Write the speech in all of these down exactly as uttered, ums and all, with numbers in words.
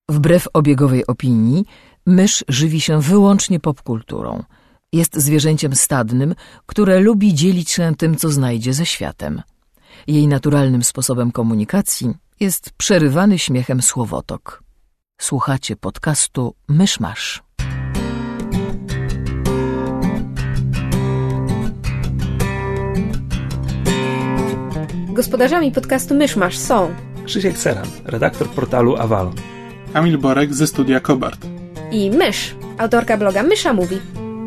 Wbrew obiegowej opinii, mysz żywi się wyłącznie popkulturą. Jest zwierzęciem stadnym, które lubi dzielić się tym, co znajdzie ze światem. Jej naturalnym sposobem komunikacji jest przerywany śmiechem słowotok. Słuchacie podcastu Myszmasz. Gospodarzami podcastu Myszmasz są Krzysiek Ceran, redaktor portalu Avalon, Kamil Borek ze studia Kobart i Mysz, autorka bloga Mysza Mówi.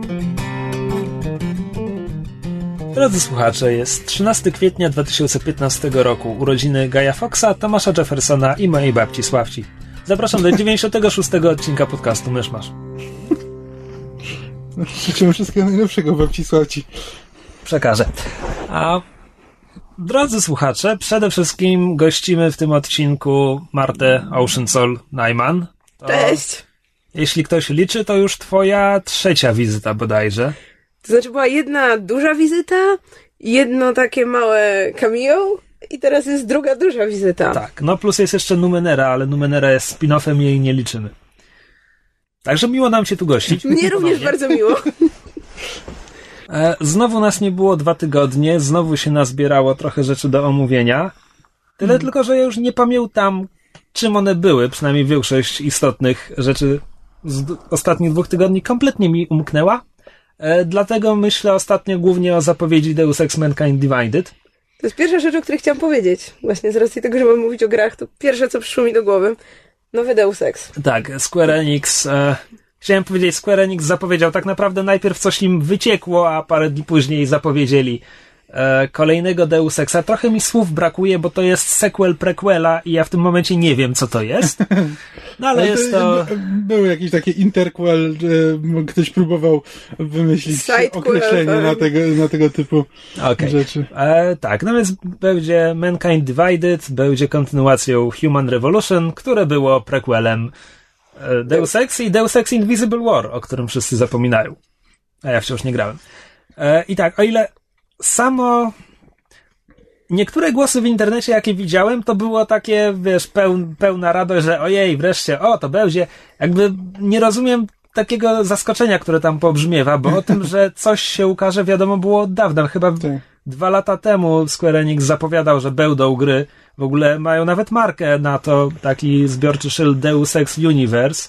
Drodzy słuchacze, jest trzynastego kwietnia dwa tysiące piętnastego roku, urodziny Gaja Foxa, Tomasza Jeffersona i mojej babci Sławci. Zapraszam do dziewięćdziesiątego szóstego odcinka podcastu Myszmasz. Życzymy wszystkiego najlepszego babci Sławci. Przekażę. A drodzy słuchacze, przede wszystkim gościmy w tym odcinku Martę Oceansol-Najman. To, Cześć! jeśli ktoś liczy, to już twoja trzecia wizyta bodajże. To znaczy była jedna duża wizyta, jedno takie małe cameo i teraz jest druga duża wizyta. Tak, no plus jest jeszcze Numenera, ale Numenera jest spin-offem i jej nie liczymy. Także miło nam się tu gościć. Mnie również bardzo miło. Znowu nas nie było dwa tygodnie, znowu się nazbierało trochę rzeczy do omówienia. Tyle hmm. tylko, że ja już nie pamiętam, czym one były, przynajmniej większość istotnych rzeczy z ostatnich dwóch tygodni kompletnie mi umknęła. E, dlatego myślę ostatnio głównie o zapowiedzi Deus Ex Mankind Divided. To jest pierwsza rzecz, o której chciałam powiedzieć. Właśnie z racji tego, że mam mówić o grach, to pierwsze, co przyszło mi do głowy, nowy Deus Ex. Tak, Square Enix... E, Chciałem powiedzieć, Square Enix zapowiedział, tak naprawdę najpierw coś im wyciekło, a parę dni później zapowiedzieli e, kolejnego Deus Exa. Trochę mi słów brakuje, bo to jest sequel prequela i ja w tym momencie nie wiem, co to jest. No ale, ale jest to... Był jakiś taki interquel, że ktoś próbował wymyślić Sidequel, określenie na tego, na tego typu okay. rzeczy. E, tak, no więc będzie Mankind Divided, będzie kontynuacją Human Revolution, które było prequelem Deus Ex i Deus Ex Invisible War, o którym wszyscy zapominają. A ja wciąż nie grałem. E, I tak, o ile samo niektóre głosy w internecie, jakie widziałem, to było takie, wiesz, peł, pełna radość, że ojej, wreszcie, o, to będzie. Jakby nie rozumiem takiego zaskoczenia, które tam pobrzmiewa, bo o tym, że coś się ukaże, wiadomo było od dawna. Chyba tak. Dwa lata temu Square Enix zapowiadał, że będą gry. W ogóle mają nawet markę na to, taki zbiorczy szyld Deus Ex Universe,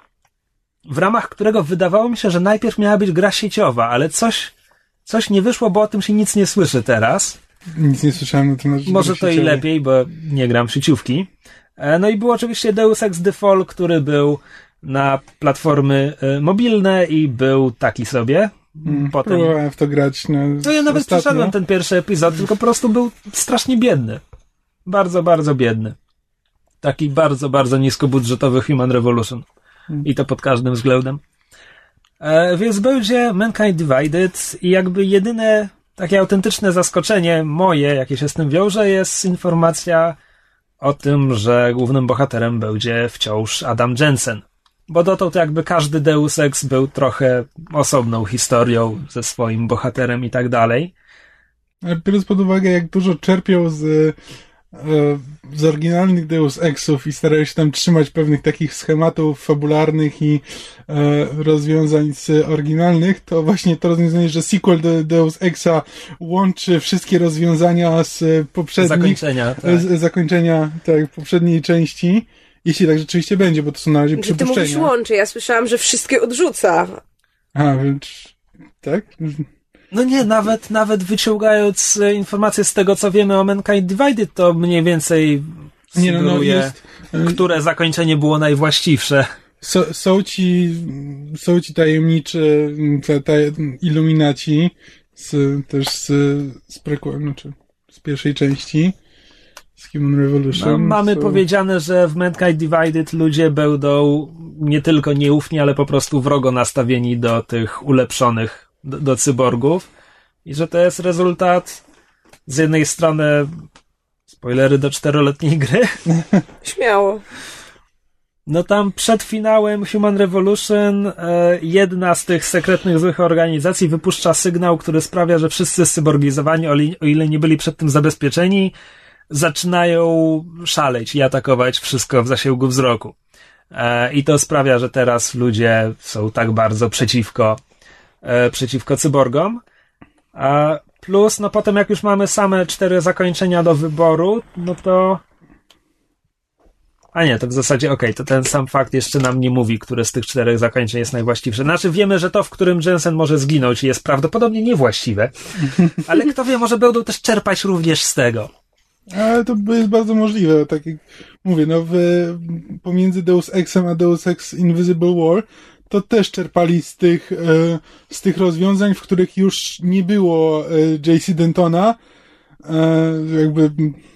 w ramach którego wydawało mi się, że najpierw miała być gra sieciowa, ale coś, coś nie wyszło, bo o tym się nic nie słyszy teraz. Nic nie słyszałem na temat. Może to i lepiej, bo nie gram w sieciówki. No i był oczywiście Deus Ex The Fall, który był na platformy mobilne i był taki sobie. Potem... Próbowałem w to grać. No, no ja nawet przeszedłem ten pierwszy epizod, tylko po prostu był strasznie biedny. Bardzo, bardzo biedny. Taki bardzo, bardzo niskobudżetowy Human Revolution. Hmm. I to pod każdym względem. E, więc będzie Mankind Divided i jakby jedyne takie autentyczne zaskoczenie moje, jakie się z tym wiąże, jest informacja o tym, że głównym bohaterem będzie wciąż Adam Jensen. Bo dotąd jakby każdy Deus Ex był trochę osobną historią ze swoim bohaterem i tak dalej. Ale biorąc pod uwagę, jak dużo czerpią z z oryginalnych Deus Exów i starają się tam trzymać pewnych takich schematów fabularnych i e, rozwiązań z oryginalnych, to właśnie to rozwiązanie, że sequel do Deus Exa łączy wszystkie rozwiązania z poprzednich zakończenia, tak. z, zakończenia tak, poprzedniej części, jeśli tak rzeczywiście będzie, bo to są na razie przypuszczenia. Ty mówisz łączy, ja słyszałam, że wszystkie odrzuca. A, więc tak? No nie, nawet nawet wyciągając informacje z tego, co wiemy o Mankind Divided, to mniej więcej sugeruje, nie, no, no jest, które zakończenie było najwłaściwsze. So, są ci są ci tajemniczy te, te iluminaci z, też z, z prequel, znaczy z pierwszej części z Human Revolution. No, mamy so... powiedziane, że w Mankind Divided ludzie będą nie tylko nieufni, ale po prostu wrogo nastawieni do tych ulepszonych Do, do cyborgów i że to jest rezultat z jednej strony spoilery do czteroletniej gry. Śmiało. No tam przed finałem Human Revolution e, jedna z tych sekretnych złych organizacji wypuszcza sygnał, który sprawia, że wszyscy cyborgizowani, o, li, o ile nie byli przed tym zabezpieczeni, zaczynają szaleć i atakować wszystko w zasięgu wzroku. E, I to sprawia, że teraz ludzie są tak bardzo przeciwko, e, przeciwko cyborgom. A plus, no potem jak już mamy same cztery zakończenia do wyboru, no to... A nie, to w zasadzie okej, okay, to ten sam fakt jeszcze nam nie mówi, które z tych czterech zakończeń jest najwłaściwsze. Znaczy wiemy, że to, w którym Jensen może zginąć, jest prawdopodobnie niewłaściwe, ale kto wie, może będą też czerpać również z tego. Ale to jest bardzo możliwe, tak jak mówię, no w, pomiędzy Deus Exem a Deus Ex Invisible War to też czerpali z tych, e, z tych rozwiązań, w których już nie było e, J C Dentona, e, jakby...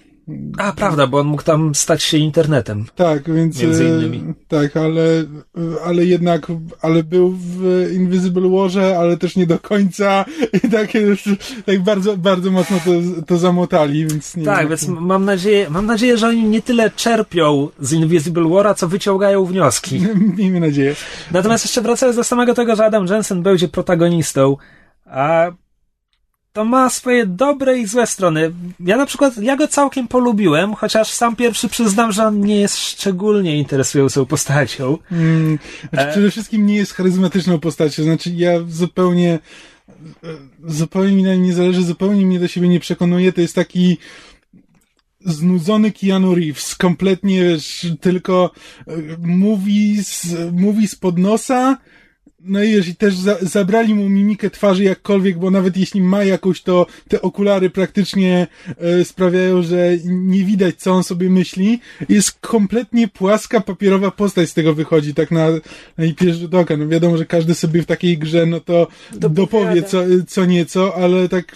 A, prawda, bo on mógł tam stać się internetem. Tak, więc... Między innymi. E, tak, ale, ale jednak, ale był w Invisible Warze, ale też nie do końca i tak, tak bardzo, bardzo mocno to, to zamotali, więc nie Tak, wiem, więc jak... mam nadzieję, mam nadzieję, że oni nie tyle czerpią z Invisible War'a, co wyciągają wnioski. Miejmy nadzieję. Natomiast jeszcze wracając do samego tego, że Adam Jensen będzie protagonistą, a to ma swoje dobre i złe strony. Ja na przykład, ja go całkiem polubiłem, chociaż sam pierwszy przyznam, że on nie jest szczególnie interesującą postacią. Mm, znaczy, e... Przede wszystkim nie jest charyzmatyczną postacią. Znaczy, ja zupełnie zupełnie mi na nim nie zależy, zupełnie mnie do siebie nie przekonuje. To jest taki znudzony Keanu Reeves. Kompletnie, wiesz, tylko mówi z, mówi spod nosa. No i wiesz, i też za, zabrali mu mimikę twarzy jakkolwiek, bo nawet jeśli ma jakąś, to te okulary praktycznie e, sprawiają, że nie widać, co on sobie myśli. Jest kompletnie płaska, papierowa postać z tego wychodzi, tak na, na i pierwszy rzut oka. No wiadomo, że każdy sobie w takiej grze, no to Dopowiada. dopowie co, co nieco, ale tak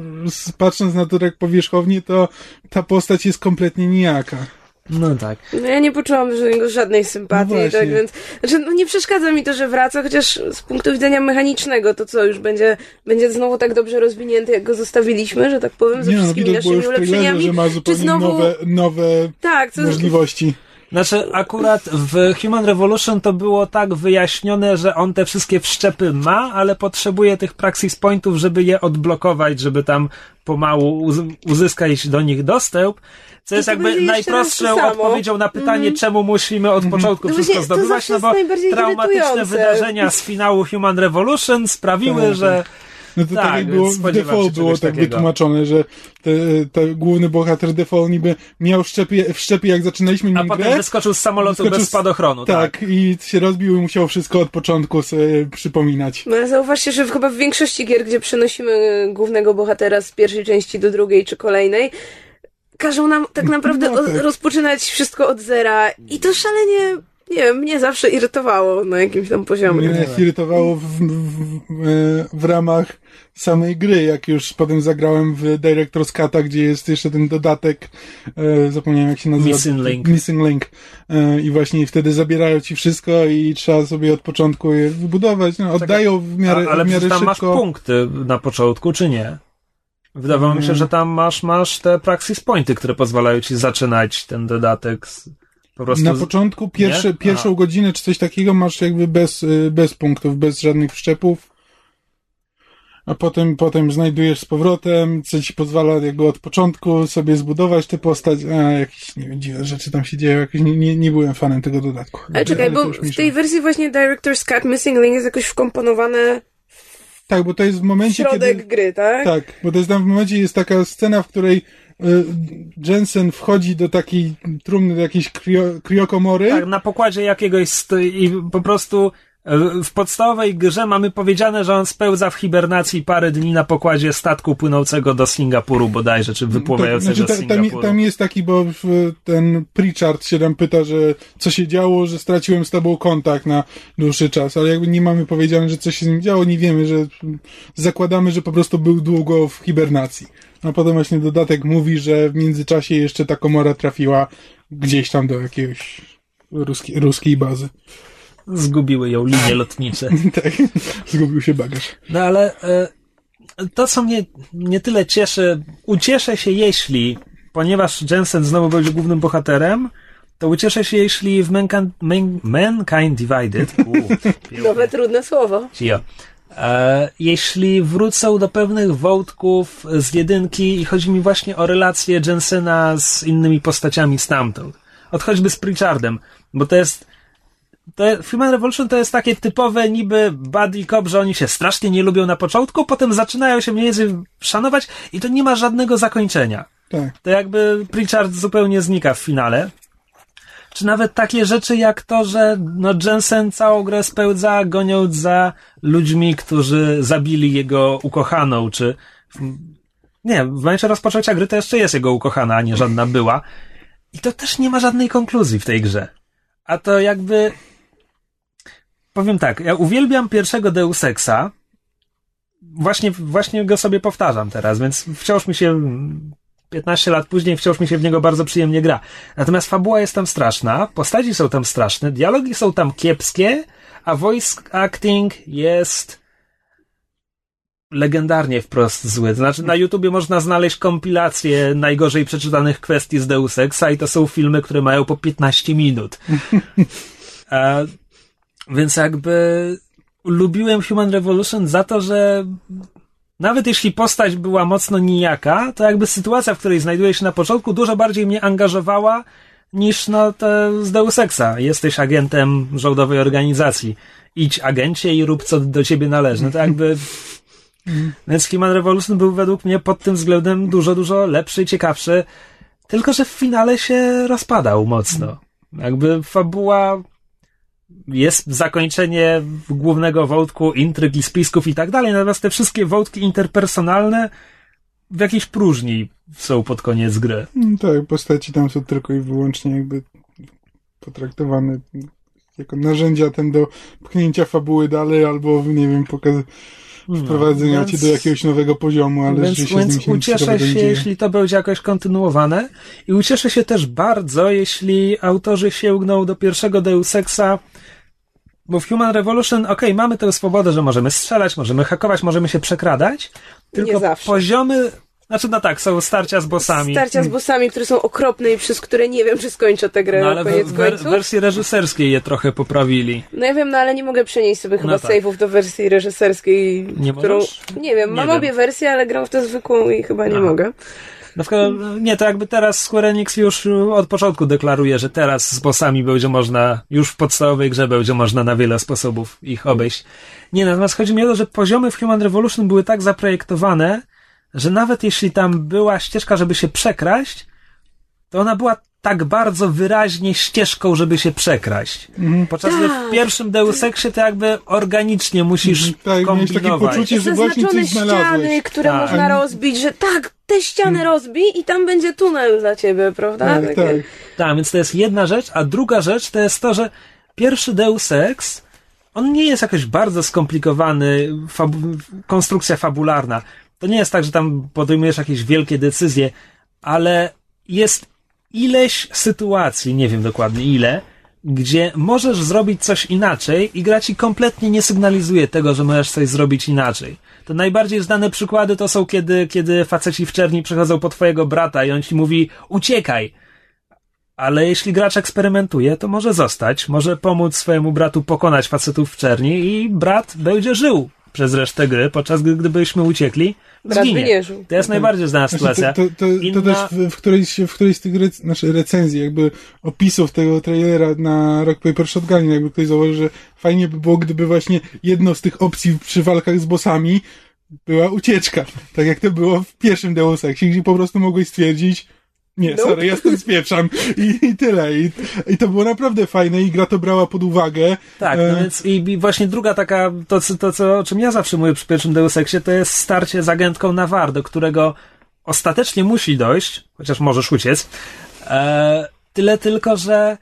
patrząc na to tak powierzchownie, to ta postać jest kompletnie nijaka. No tak. No ja nie poczułam do niego żadnej sympatii, No tak więc... Znaczy, no nie przeszkadza mi to, że wraca, chociaż z punktu widzenia mechanicznego, to co, już będzie, będzie znowu tak dobrze rozwinięty, jak go zostawiliśmy, że tak powiem, ze Nie no, wszystkimi widać było naszymi już w trailerze, ulepszeniami. że ma zupełnie znowu... nowe, nowe tak, co... możliwości. Znaczy, akurat w Human Revolution to było tak wyjaśnione, że on te wszystkie wszczepy ma, ale potrzebuje tych praxis pointów, żeby je odblokować, żeby tam pomału uz- uzyskać do nich dostęp, co I jest to jakby będzie jeszcze najprostszą raz to samo. odpowiedzią na pytanie, Mm-hmm. czemu musimy od początku No wszystko właśnie, to zdobywać, zawsze no bo jest najbardziej traumatyczne irytujące. wydarzenia z finału Human Revolution sprawiły, Tak, że No to tak, Tak, jak więc było w spodziewam się Default było czegoś tak takiego. wytłumaczone, że te, te główny bohater Default niby miał szczepie, w szczepie jak zaczynaliśmy nim a potem grę. wyskoczył z samolotu wyskoczył bez z- spadochronu. Tak. Tak, i się rozbił i musiał wszystko od początku sobie przypominać. No ale zauważcie, że chyba w większości gier, gdzie przenosimy głównego bohatera z pierwszej części do drugiej czy kolejnej, każą nam tak naprawdę No tak. o- rozpoczynać wszystko od zera i to szalenie, nie wiem, mnie zawsze irytowało na jakimś tam poziomie. Mnie zirytowało w, w, w, w ramach samej gry, jak już potem zagrałem w Director's Cut'a, gdzie jest jeszcze ten dodatek, e, zapomniałem jak się nazywa. Missing Link. Missing Link. E, I właśnie wtedy zabierają ci wszystko i trzeba sobie od początku je wybudować. No, oddają w miarę, A, ale w miarę przecież tam szybko. masz punkty na początku, czy nie? Wydawało mi się, Nie. że tam masz, masz te praxis pointy, które pozwalają ci zaczynać ten dodatek z, po prostu... Na z- początku pierwsze, Nie? pierwszą Aha. godzinę czy coś takiego masz jakby bez, y, bez punktów, bez żadnych wszczepów. A potem, potem znajdujesz z powrotem, co ci pozwala jakby od początku sobie zbudować tę postać. A, jakieś, nie wiem, dziwne rzeczy tam się dzieją. Jakoś nie, nie, nie byłem fanem tego dodatku. Ale czekaj, to bo już w mniejsza. tej wersji właśnie Director's Cut Missing Link jest jakoś wkomponowane Tak, bo to jest w w momencie, środek kiedy... gry, tak? Tak, bo to jest tam w momencie, jest taka scena, w której y, Jensen wchodzi do takiej trumny, do jakiejś krio, kriokomory. Tak, na pokładzie jakiegoś st- i po prostu e, w podstawowej grze mamy powiedziane, że on spełza w hibernacji parę dni na pokładzie statku płynącego do Singapuru bodajże, czy wypływającego znaczy, z ta, tam, Singapuru. tam jest taki, bo w- ten Pritchard się tam pyta, że co się działo, że straciłem z tobą kontakt na dłuższy czas, ale jakby nie mamy powiedziane, że coś się z nim działo, nie wiemy, że zakładamy, że po prostu był długo w hibernacji. A potem właśnie dodatek mówi, że w międzyczasie jeszcze ta komora trafiła gdzieś tam do jakiejś ruskiej, ruskiej bazy. Zgubiły ją linie lotnicze. Tak, zgubił się bagaż. No ale e, to, co mnie nie tyle cieszy, ucieszę się jeśli, ponieważ Jensen znowu będzie głównym bohaterem, to ucieszę się jeśli w Mankind, Man, Mankind Divided u, Nowe trudne słowo. Cio. E, jeśli wrócą do pewnych wątków z jedynki i chodzi mi właśnie o relacje Jensena z innymi postaciami stamtąd. Od choćby z Pritchardem, bo to jest to Human Revolution to jest takie typowe niby buddy cop, że oni się strasznie nie lubią na początku, potem zaczynają się mniej więcej szanować i to nie ma żadnego zakończenia. Tak. To jakby Pritchard zupełnie znika w finale. Czy nawet takie rzeczy jak to, że no Jensen całą grę spełdza, goniąc za ludźmi, którzy zabili jego ukochaną, czy nie, w momencie rozpoczęcia gry to jeszcze jest jego ukochana, a nie żadna była. I to też nie ma żadnej konkluzji w tej grze. A to jakby... Powiem tak, ja uwielbiam pierwszego Deus Exa. Właśnie, właśnie go sobie powtarzam teraz, więc wciąż mi się... piętnaście lat później wciąż mi się w niego bardzo przyjemnie gra. Natomiast fabuła jest tam straszna, postaci są tam straszne, dialogi są tam kiepskie, a voice acting jest legendarnie wprost zły. To znaczy na YouTubie można znaleźć kompilacje najgorzej przeczytanych kwestii z Deus Exa i to są filmy, które mają po piętnaście minut. A, więc jakby lubiłem Human Revolution za to, że nawet jeśli postać była mocno nijaka, to jakby sytuacja, w której znajduję się na początku, dużo bardziej mnie angażowała niż no te z Deus Exa. Jesteś agentem rządowej organizacji. Idź agencie i rób co do ciebie należy. No to jakby... Więc Human Revolution był według mnie pod tym względem dużo, dużo lepszy i ciekawszy. Tylko że w finale się rozpadał mocno. Jakby fabuła... Jest zakończenie głównego wątku, intryg i spisków i tak dalej, natomiast te wszystkie wątki interpersonalne w jakiejś próżni są pod koniec gry. Tak, postaci tam są tylko i wyłącznie jakby potraktowane jako narzędzia ten do pchnięcia fabuły dalej, albo nie wiem, pokaz... wprowadzenia no, więc, cię do jakiegoś nowego poziomu, ale więc, się więc z nim się ucieszę się, jeśli to będzie jakoś kontynuowane i ucieszę się też bardzo, jeśli autorzy sięgną do pierwszego Deus Exa, bo w Human Revolution, okej, okay, mamy tę swobodę, że możemy strzelać, możemy hakować, możemy się przekradać, tylko poziomy, znaczy no tak, są starcia z bossami. Starcia z bossami, które są okropne i przez które nie wiem, czy skończę tę grę no, ale koniec w wer- wersji reżyserskiej je trochę poprawili. No ja wiem, no ale nie mogę przenieść sobie chyba no tak. save'ów do wersji reżyserskiej, nie którą... Możesz? Nie wiem, mam nie obie wiem. wersje, ale gram w tę zwykłą i chyba nie Aha. mogę. Na przykład, nie, to jakby teraz Square Enix już od początku deklaruje, że teraz z bossami będzie można, już w podstawowej grze będzie można na wiele sposobów ich obejść. Nie, natomiast chodzi mi o to, że poziomy w Human Revolution były tak zaprojektowane, że nawet jeśli tam była ścieżka, żeby się przekraść, to ona była tak bardzo wyraźnie ścieżką, żeby się przekraść. Mhm. Podczas gdy w pierwszym Deus Exie to jakby organicznie musisz tak, kombinować. Takie poczucie, że właśnie coś znalazłeś. Ściany, które tak. można rozbić, że tak, te ściany hmm. rozbij i tam będzie tunel dla ciebie, prawda? Tak, Takie... tak. Tak, więc to jest jedna rzecz, a druga rzecz to jest to, że pierwszy Deus Ex, on nie jest jakoś bardzo skomplikowany, fabu- konstrukcja fabularna. To nie jest tak, że tam podejmujesz jakieś wielkie decyzje, ale jest ileś sytuacji, nie wiem dokładnie ile, gdzie możesz zrobić coś inaczej i gra ci kompletnie nie sygnalizuje tego, że możesz coś zrobić inaczej. To najbardziej znane przykłady to są, kiedy, kiedy faceci w czerni przychodzą po twojego brata i on ci mówi uciekaj. Ale jeśli gracz eksperymentuje, to może zostać, może pomóc swojemu bratu pokonać facetów w czerni i brat będzie żył przez resztę gry, podczas gdy gdybyśmy uciekli, zginie. To jest najbardziej znana sytuacja. To, to, to, Inna... to też w, w, którejś, w którejś z tych rec, znaczy recenzji, jakby opisów tego trailera na Rock Paper Shotgunie, jakby ktoś zauważył, że fajnie by było, gdyby właśnie jedną z tych opcji przy walkach z bossami była ucieczka. Tak jak to było w pierwszym Deus Exie, gdzie po prostu mogłeś stwierdzić nie, nope. sorry, ja stąd spieprzam. I, i tyle. I, I to było naprawdę fajne i gra to brała pod uwagę. Tak, no e... więc i, i właśnie druga taka, to, to co, o czym ja zawsze mówię przy pierwszym Deus Exie, to jest starcie z agentką Navarre, do którego ostatecznie musi dojść, chociaż możesz uciec. E, tyle tylko, że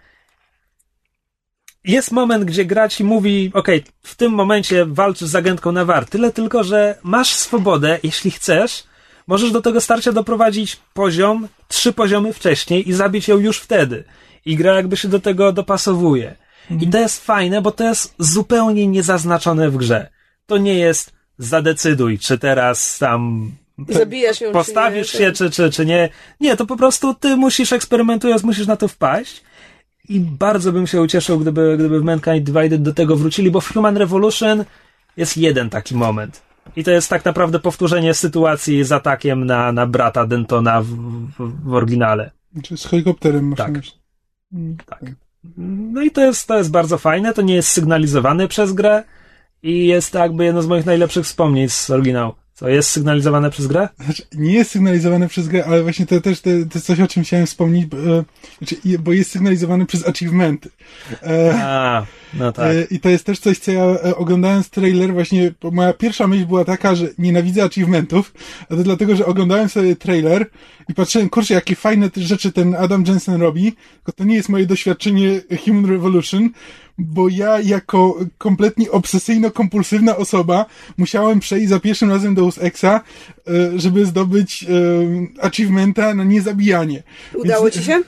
jest moment, gdzie gra ci mówi, okej, okay, w tym momencie walczysz z agentką Navarre. Tyle tylko, że masz swobodę, jeśli chcesz, możesz do tego starcia doprowadzić poziom, trzy poziomy wcześniej i zabić ją już wtedy. I gra jakby się do tego dopasowuje. Mhm. I to jest fajne, bo to jest zupełnie niezaznaczone w grze. To nie jest zadecyduj, czy teraz tam zabijasz ją, postawisz czy nie, się, czy, czy, czy nie. Nie, to po prostu ty musisz eksperymentując, musisz na to wpaść. I bardzo bym się ucieszył, gdyby, gdyby w Mankind Divided do tego wrócili, bo w Human Revolution jest jeden taki moment. I to jest tak naprawdę powtórzenie sytuacji z atakiem na, na brata Dentona w, w, w oryginale. Czy z helikopterem masz tak. myśl? tak. No i to jest, to jest bardzo fajne, to nie jest sygnalizowane przez grę i jest to jakby jedno z moich najlepszych wspomnień z oryginału. Co, jest sygnalizowane przez grę? Znaczy, nie jest sygnalizowane przez grę, ale właśnie to też to, to jest coś, o czym chciałem wspomnieć, bo, e, znaczy, bo jest sygnalizowane przez achievementy. E, A, no tak. e, I to jest też coś, co ja e, oglądając trailer, właśnie bo moja pierwsza myśl była taka, że nienawidzę achievementów, a to dlatego, że oglądałem sobie trailer i patrzyłem, kurczę, jakie fajne te rzeczy ten Adam Jensen robi, tylko to nie jest moje doświadczenie Human Revolution, bo ja jako kompletnie obsesyjno-kompulsywna osoba musiałem przejść za pierwszym razem Deus Exa, żeby zdobyć achievementa na niezabijanie. Udało Więc, ci się?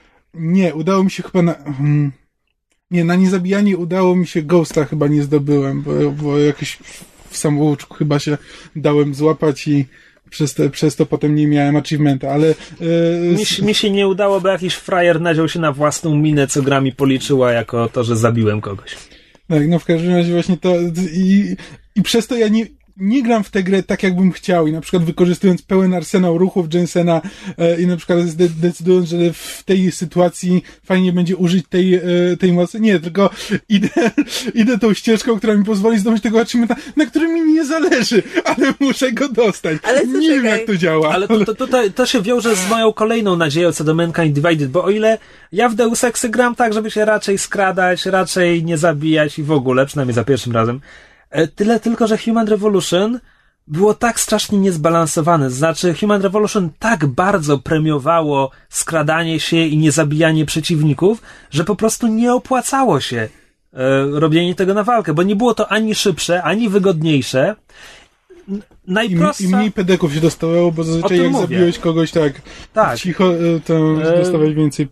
Nie, udało mi się chyba na... Hmm, nie, na niezabijanie udało mi się Ghosta chyba nie zdobyłem, bo, bo jakoś w samouczku chyba się dałem złapać i Przez to, przez to potem nie miałem achievementa, ale... Yy... Mi, mi się nie udało, bo jakiś frajer nadział się na własną minę, co gra mi policzyła jako to, że zabiłem kogoś. Tak, no w każdym razie właśnie to... I, i przez to ja nie... nie gram w tę grę tak, jakbym chciał i na przykład wykorzystując pełen arsenał ruchów Jensena e, i na przykład zde- decydując, że w tej sytuacji fajnie będzie użyć tej, e, tej mocy. Nie, tylko idę, idę tą ścieżką, która mi pozwoli zdobyć tego achievementa, na którym mi nie zależy, ale muszę go dostać. Ale nie wiem, jak to działa. Ale to, to, to, to się wiąże z moją kolejną nadzieją co do Mankind Divided, bo o ile ja w Deus Exy gram tak, żeby się raczej skradać, raczej nie zabijać i w ogóle, przynajmniej za pierwszym razem, tyle tylko, że Human Revolution było tak strasznie niezbalansowane. Znaczy, Human Revolution tak bardzo premiowało skradanie się i niezabijanie przeciwników, że po prostu nie opłacało się e, robienie tego na walkę, bo nie było to ani szybsze, ani wygodniejsze. Najprostsza... I, I mniej pedeków się dostawało, bo zazwyczaj jak mówię. zabiłeś kogoś tak, tak. cicho, to e... dostawałeś więcej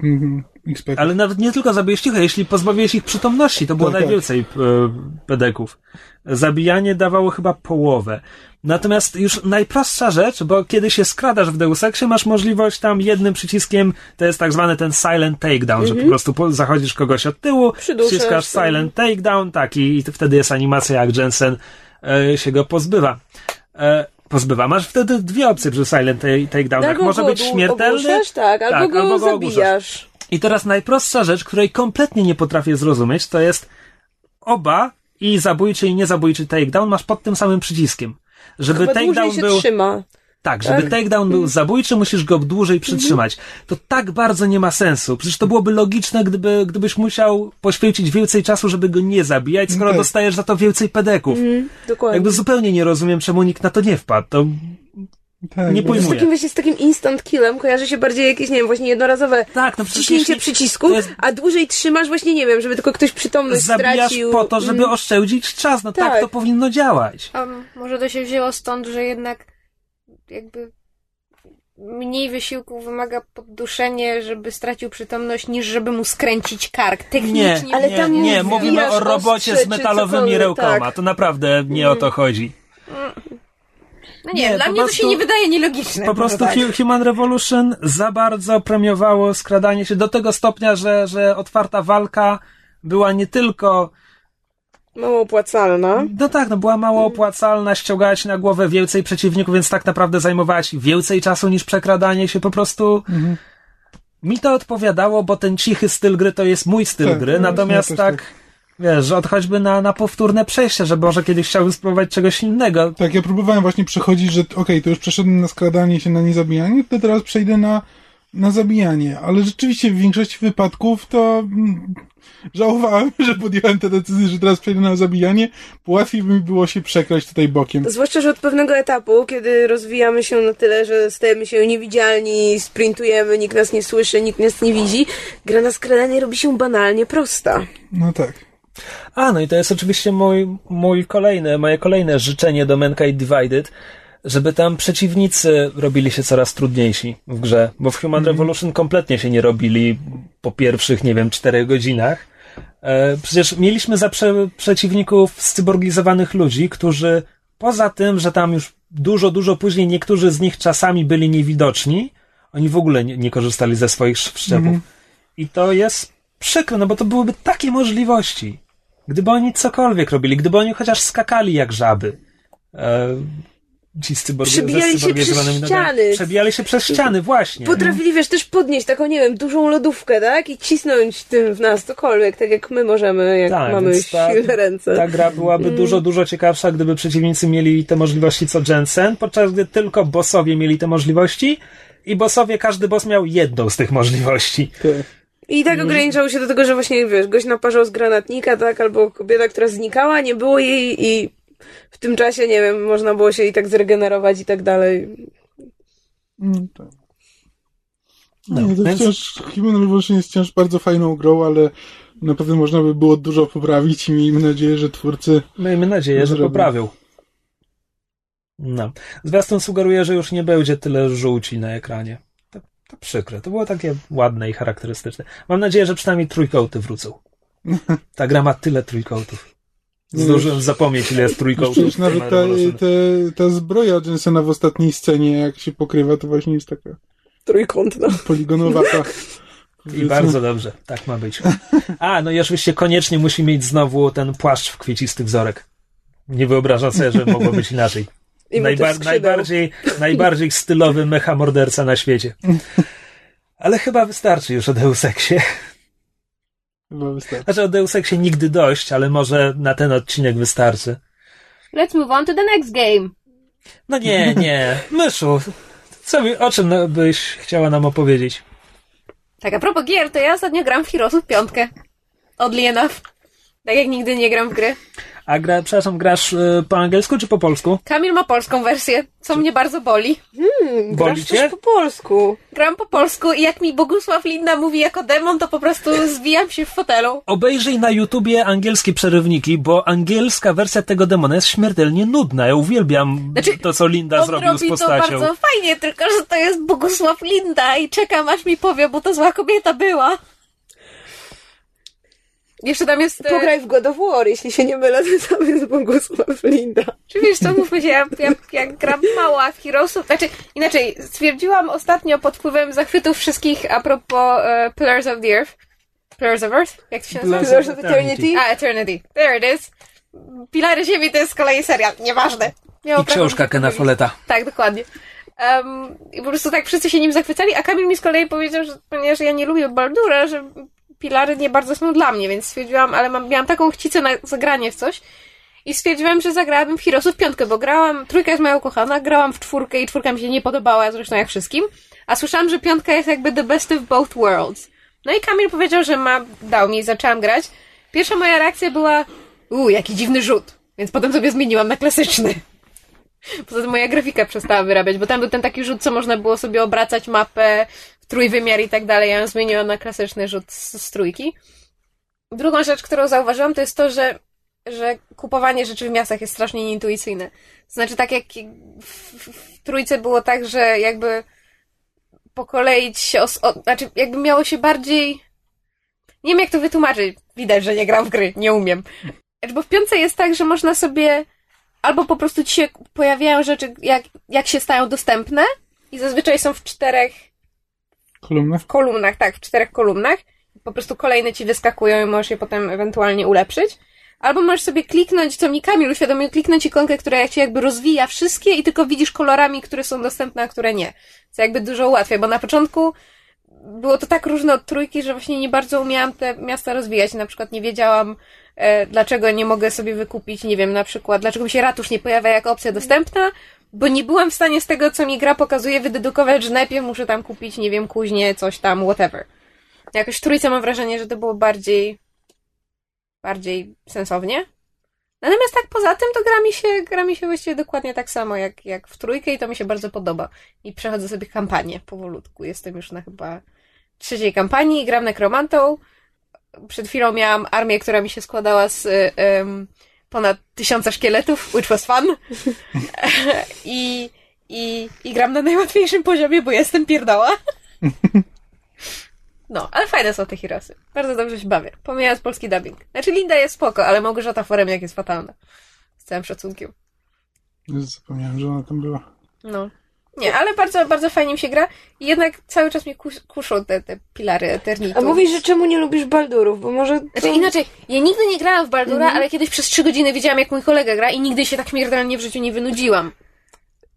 X P. Ale nawet nie tylko zabiłeś cicho, jeśli pozbawiłeś ich przytomności, to było tak, najwięcej tak. pedeków. Zabijanie dawało chyba połowę. Natomiast już najprostsza rzecz, bo kiedy się skradasz w Deus Exie, masz możliwość tam jednym przyciskiem, to jest tak zwany ten silent takedown, mm-hmm. że po prostu po, zachodzisz kogoś od tyłu, wciskasz silent takedown, tak, i, i wtedy jest animacja, jak Jensen e, się go pozbywa. E, pozbywa. Masz wtedy dwie opcje przy silent takedownach. Albo Może go być śmiertelny, ogłuszasz, tak, albo tak, go albo go zabijasz. I teraz najprostsza rzecz, której kompletnie nie potrafię zrozumieć, to jest oba, i zabójczy i niezabójczy takedown masz pod tym samym przyciskiem. Żeby Chyba takedown się był... trzyma. Tak, żeby tak? takedown był zabójczy, musisz go dłużej przytrzymać. To tak bardzo nie ma sensu. Przecież to byłoby logiczne, gdyby, gdybyś musiał poświęcić więcej czasu, żeby go nie zabijać, skoro tak. dostajesz za to więcej pedeków. Mm, dokładnie. Jakby zupełnie nie rozumiem, czemu nikt na to nie wpadł. To tak, nie pojmuję. Z takim, właśnie, z takim instant killem kojarzy się bardziej jakieś, nie wiem, właśnie jednorazowe tak, no wciśnięcie przycisku, jest... a dłużej trzymasz, właśnie nie wiem, żeby tylko ktoś przytomność zabijasz stracił. po to, żeby mm. oszczędzić czas. No tak. tak to powinno działać. A może to się wzięło stąd, że jednak jakby mniej wysiłku wymaga podduszenie, żeby stracił przytomność, niż żeby mu skręcić kark. Technicznie. Nie, ale nie, tam nie. Mówimy o robocie z metalowymi rełkoma. Tak. To naprawdę nie mm. o to chodzi. No nie, nie dla mnie prostu, to się nie wydaje nielogiczne. Po prostu tak. Human Revolution za bardzo premiowało skradanie się do tego stopnia, że, że otwarta walka była nie tylko mało opłacalna. No tak, no była mało opłacalna, ściągała się na głowę więcej przeciwników, więc tak naprawdę zajmowała się więcej czasu niż przekradanie się. Po prostu mhm. mi to odpowiadało, bo ten cichy styl gry to jest mój styl tak, gry, no, natomiast tak, tak wiesz, że choćby na, na powtórne przejście, że może kiedyś chciałbym spróbować czegoś innego. Tak, ja próbowałem właśnie przechodzić, że okej, okay, to już przeszedłem na skradanie się, na niezabijanie, to teraz przejdę na, na zabijanie, ale rzeczywiście w większości wypadków to mm, żałowałem, że podjąłem tę decyzję, że teraz przejdę na zabijanie, bo łatwiej by mi było się przekraść tutaj bokiem. Zwłaszcza, że od pewnego etapu, kiedy rozwijamy się na tyle, że stajemy się niewidzialni, sprintujemy, nikt nas nie słyszy, nikt nas nie widzi, gra na skradanie robi się banalnie prosta. No tak. A, no i to jest oczywiście mój, mój kolejny, moje kolejne życzenie do Mankind Divided, żeby tam przeciwnicy robili się coraz trudniejsi w grze, bo w Human mm-hmm. Revolution kompletnie się nie robili po pierwszych, nie wiem, czterech godzinach. E, przecież mieliśmy za prze, przeciwników scyborgizowanych ludzi, którzy poza tym, że tam już dużo, dużo później niektórzy z nich czasami byli niewidoczni, oni w ogóle nie, nie korzystali ze swoich wszczepów. Mm-hmm. I to jest przykre, no bo to byłyby takie możliwości. Gdyby oni cokolwiek robili, gdyby oni chociaż skakali jak żaby. E, ci z cyborg- Przebijali z się przez cyborgizowanymi nogami. ściany. Przebijali się przez ściany, właśnie. Potrafili, wiesz, też podnieść taką, nie wiem, dużą lodówkę, tak? I cisnąć tym w nas cokolwiek, tak jak my możemy, jak Tak, mamy więc ta- silne ręce. Ta gra byłaby Mm. dużo, dużo ciekawsza, gdyby przeciwnicy mieli te możliwości co Jensen, podczas gdy tylko bossowie mieli te możliwości i bossowie, każdy boss miał jedną z tych możliwości. I tak ograniczało się do tego, że właśnie, wiesz, gość naparzał z granatnika, tak? Albo kobieta, która znikała, nie było jej i w tym czasie, nie wiem, można było się i tak zregenerować i tak dalej. Mm, tak. No, Nie, to więc- wciąż, Human Revolution jest wciąż bardzo fajną grą, ale na pewno można by było dużo poprawić i miejmy nadzieję, że twórcy... Miejmy nadzieję, że Zrobię. poprawią. No. Zwiastun sugeruje, że już nie będzie tyle żółci na ekranie. To, to przykre. To było takie ładne i charakterystyczne. Mam nadzieję, że przynajmniej trójkąty wrócą. Ta gra ma tyle trójkątów. Zdążyłem zapomnieć, ile jest trójkątów. Przecież w nawet Human ta, Revolution. ta, ta zbroja Jensena w ostatniej scenie, jak się pokrywa, to właśnie jest taka Trójkątna. poligonowata. I bardzo dobrze. Tak ma być. A, no i oczywiście koniecznie musi mieć znowu ten płaszcz w kwiecisty wzorek. Nie wyobrażam sobie, że mogło być inaczej. I Najba- motyw skrzydeł. najbardziej, najbardziej stylowy mecha morderca na świecie. Ale chyba wystarczy już o Deus Exie. Chyba wystarczy. Znaczy o Deus Exie nigdy dość, ale może na ten odcinek wystarczy. Let's move on to the next game. No nie, nie. Myszu, co mi, o czym no, byś chciała nam opowiedzieć? Tak, a propos gier, to ja ostatnio gram w Heroesów piątkę. Oddly enough. Tak jak nigdy nie gram w gry. A gra, przepraszam, grasz y, po angielsku czy po polsku? Kamil ma polską wersję, co mnie bardzo boli. Hmm, Boli grasz cię? też po polsku. Gram po polsku i jak mi Bogusław Linda mówi jako demon, to po prostu zwijam się w fotelu. Obejrzyj na YouTubie angielskie przerywniki, bo angielska wersja tego demona jest śmiertelnie nudna. Ja uwielbiam Znaczy, to, co Linda On zrobił z robi to postacią. bardzo fajnie, tylko że to jest Bogusław Linda i czekam aż mi powie, bo to zła kobieta była. Jeszcze tam jest... e, Pograj w God of War, jeśli się nie mylę, to tam jest Bogusław Linda. Czy wiesz co, mówmy się, ja, ja, ja gram mała w Heroesów, znaczy inaczej, stwierdziłam ostatnio pod wpływem zachwytów wszystkich a propos uh, Pillars of the Earth. Pillars of Earth? Jak to się nazywa? Pillars Pillars of Eternity? A, Eternity. There it is. Pilary Ziemi to jest z kolei serial, nieważne. Miało I książka Kena Folletta. Tak, dokładnie. Um, I po prostu tak wszyscy się nim zachwycali, a Kamil mi z kolei powiedział, że ponieważ ja nie lubię Baldura, że Pilary nie bardzo są dla mnie, więc stwierdziłam, ale mam, miałam taką chcicę na zagranie w coś i stwierdziłam, że zagrałabym w Heroesów piątkę, bo grałam, trójka jest moja ukochana, grałam w czwórkę i czwórka mi się nie podobała, zresztą jak wszystkim, a słyszałam, że piątka jest jakby the best of both worlds. No i Kamil powiedział, że ma, dał mi, zaczęłam grać. Pierwsza moja reakcja była, uuu, jaki dziwny rzut, więc potem sobie zmieniłam na klasyczny. Poza tym moja grafika przestała wyrabiać, bo tam był ten taki rzut, co można było sobie obracać mapę w trójwymiar i tak dalej. Ja ją zmieniłam na klasyczny rzut z, z trójki. Drugą rzecz, którą zauważyłam, to jest to, że, że kupowanie rzeczy w miastach jest strasznie nieintuicyjne. To znaczy, tak jak w, w, w trójce było tak, że jakby pokoleić się, os- o, znaczy jakby miało się bardziej... Nie wiem, jak to wytłumaczyć. Widać, że nie gram w gry, nie umiem. Bo w piątce jest tak, że można sobie... Albo po prostu ci się pojawiają rzeczy, jak, jak się stają dostępne i zazwyczaj są w czterech Kolumnach? kolumnach, tak, w czterech kolumnach. Po prostu kolejne ci wyskakują i możesz je potem ewentualnie ulepszyć. Albo możesz sobie kliknąć, co mi Kamil uświadomił, kliknąć ikonkę, która ci jakby rozwija wszystkie i tylko widzisz kolorami, które są dostępne, a które nie. Co jakby dużo ułatwia, bo na początku było to tak różne od trójki, że właśnie nie bardzo umiałam te miasta rozwijać. Na przykład nie wiedziałam, e, dlaczego nie mogę sobie wykupić, nie wiem, na przykład, dlaczego mi się ratusz nie pojawia jako opcja dostępna, bo nie byłam w stanie z tego, co mi gra pokazuje, wydedukować, że najpierw muszę tam kupić, nie wiem, kuźnię, coś tam, whatever. Jakoś w trójce mam wrażenie, że to było bardziej bardziej sensownie. Natomiast tak poza tym, to gra mi się, gra mi się właściwie dokładnie tak samo jak, jak w trójkę i to mi się bardzo podoba. I przechodzę sobie kampanię powolutku. Jestem już na chyba trzeciej kampanii, gram nekromantą. Przed chwilą miałam armię, która mi się składała z um, ponad tysiąca szkieletów, which was fun. I, i, I gram na najłatwiejszym poziomie, bo jestem pierdoła. No, ale fajne są te Heroesy. Bardzo dobrze się bawię. Pomijając polski dubbing. Znaczy Linda jest spoko, ale Małgorzata Foremniak jest fatalna. Z całym szacunkiem. Zapomniałem, że ona tam była. No. Nie, ale bardzo, bardzo fajnie mi się gra. I jednak cały czas mnie kus- kuszą te, te pilary Eternitu. A mówisz, że czemu nie lubisz Baldurów? Bo może... To... Znaczy inaczej, ja nigdy nie grałam w Baldura, Mhm. ale kiedyś przez trzy godziny widziałam, jak mój kolega gra i nigdy się tak śmiertelnie w życiu nie wynudziłam.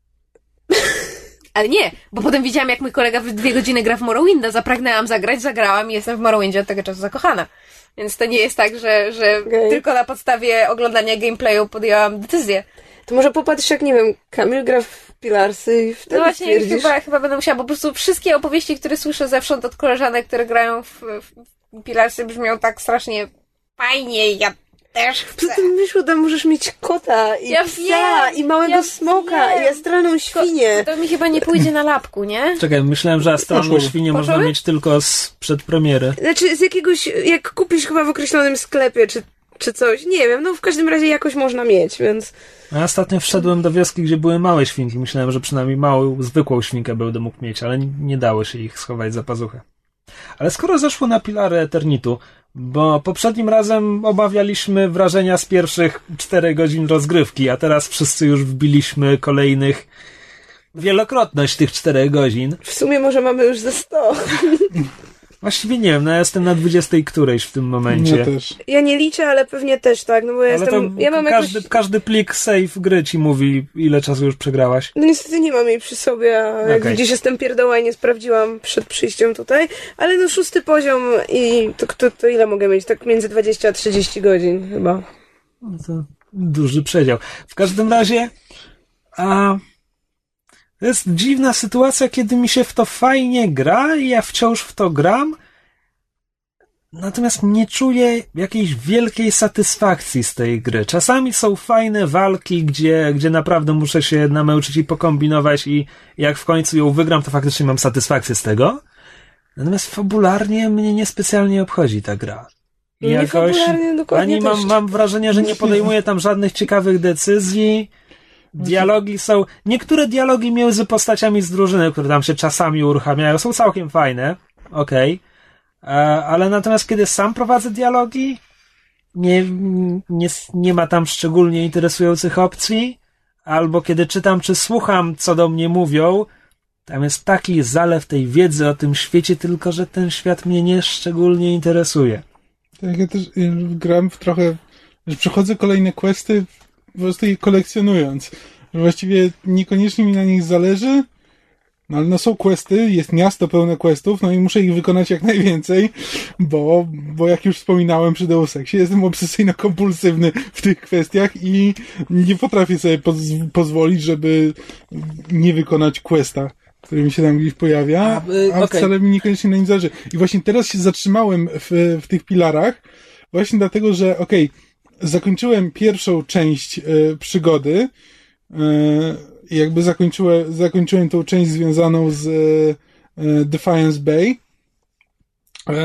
Ale nie, bo potem widziałam, jak mój kolega w dwie godziny gra w Morrowinda, zapragnęłam zagrać, zagrałam i jestem w Morrowindzie od tego czasu zakochana. Więc to nie jest tak, że, że okay. tylko na podstawie oglądania gameplayu podjęłam decyzję. To może popatrz, jak, nie wiem, Kamil gra w Pilarsy i wtedy No właśnie, stwierdzisz... chyba, chyba będę musiała, bo po prostu wszystkie opowieści, które słyszę zewsząd od koleżanek, które grają w, w Pilarsy, brzmią tak strasznie fajnie, ja też chcę. Co tym wyszło, tam możesz mieć kota i Ja psa wiem, i małego ja smoka wiem. i astralną świnię. To mi chyba nie pójdzie na lapku, nie? Czekaj, myślałem, że astralną świnię Poszło? można mieć tylko z przedpremiery. Znaczy z jakiegoś, jak kupisz chyba w określonym sklepie, czy, czy coś, nie wiem, no w każdym razie jakoś można mieć, więc... Ja ostatnio wszedłem do wioski, gdzie były małe świnki. Myślałem, że przynajmniej małą, zwykłą świnkę będę mógł mieć, ale nie dało się ich schować za pazuchę. Ale skoro zeszło na Pilary Eternitu, bo poprzednim razem obawialiśmy wrażenia z pierwszych czterech godzin rozgrywki, a teraz wszyscy już wbiliśmy kolejnych wielokrotność tych czterech godzin. W sumie może mamy już ze sto. Właściwie nie wiem, no ja jestem na dwudziestej którejś w tym momencie. Ja też. Ja nie liczę, ale pewnie też tak, no bo ja Ale jestem... to Ja mam każdy, jakoś... każdy plik save gry ci mówi, ile czasu już przegrałaś. No niestety nie mam jej przy sobie, a jak Okej. widzisz jestem pierdoła i nie sprawdziłam przed przyjściem tutaj, ale no szósty poziom i to, to, to ile mogę mieć? Tak między dwadzieścia a trzydzieści godzin chyba. No to duży przedział. W każdym razie a to jest dziwna sytuacja, kiedy mi się w to fajnie gra i ja wciąż w to gram, natomiast nie czuję jakiejś wielkiej satysfakcji z tej gry. Czasami są fajne walki, gdzie, gdzie naprawdę muszę się namęczyć i pokombinować i jak w końcu ją wygram, to faktycznie mam satysfakcję z tego. Natomiast fabularnie mnie niespecjalnie obchodzi ta gra. I Nie jakoś fabularnie, dokładnie ani też. mam, mam wrażenie, że nie podejmuję tam żadnych ciekawych decyzji. Dialogi są... Niektóre dialogi między postaciami z drużyny, które tam się czasami uruchamiają, są całkiem fajne. Okej. Okay. Ale natomiast kiedy sam prowadzę dialogi, nie, nie, nie ma tam szczególnie interesujących opcji. Albo kiedy czytam czy słucham, co do mnie mówią, tam jest taki zalew tej wiedzy o tym świecie, tylko że ten świat mnie nie szczególnie interesuje. Tak, ja też ja gram w trochę, że przechodzę kolejne questy po prostu je kolekcjonując. Że właściwie niekoniecznie mi na nich zależy, no ale no są questy, jest miasto pełne questów, no i muszę ich wykonać jak najwięcej, bo, bo jak już wspominałem przy Deus Exie, jestem obsesyjno-kompulsywny w tych kwestiach i nie potrafię sobie poz- pozwolić, żeby nie wykonać questa, który mi się tam gdzieś pojawia, A, y, a okay. wcale mi niekoniecznie na nim zależy. I właśnie teraz się zatrzymałem w, w tych pilarach, właśnie dlatego, że okej, okay, zakończyłem pierwszą część y, przygody, y, jakby zakończyłem, zakończyłem tą część związaną z y, Defiance Bay. Y,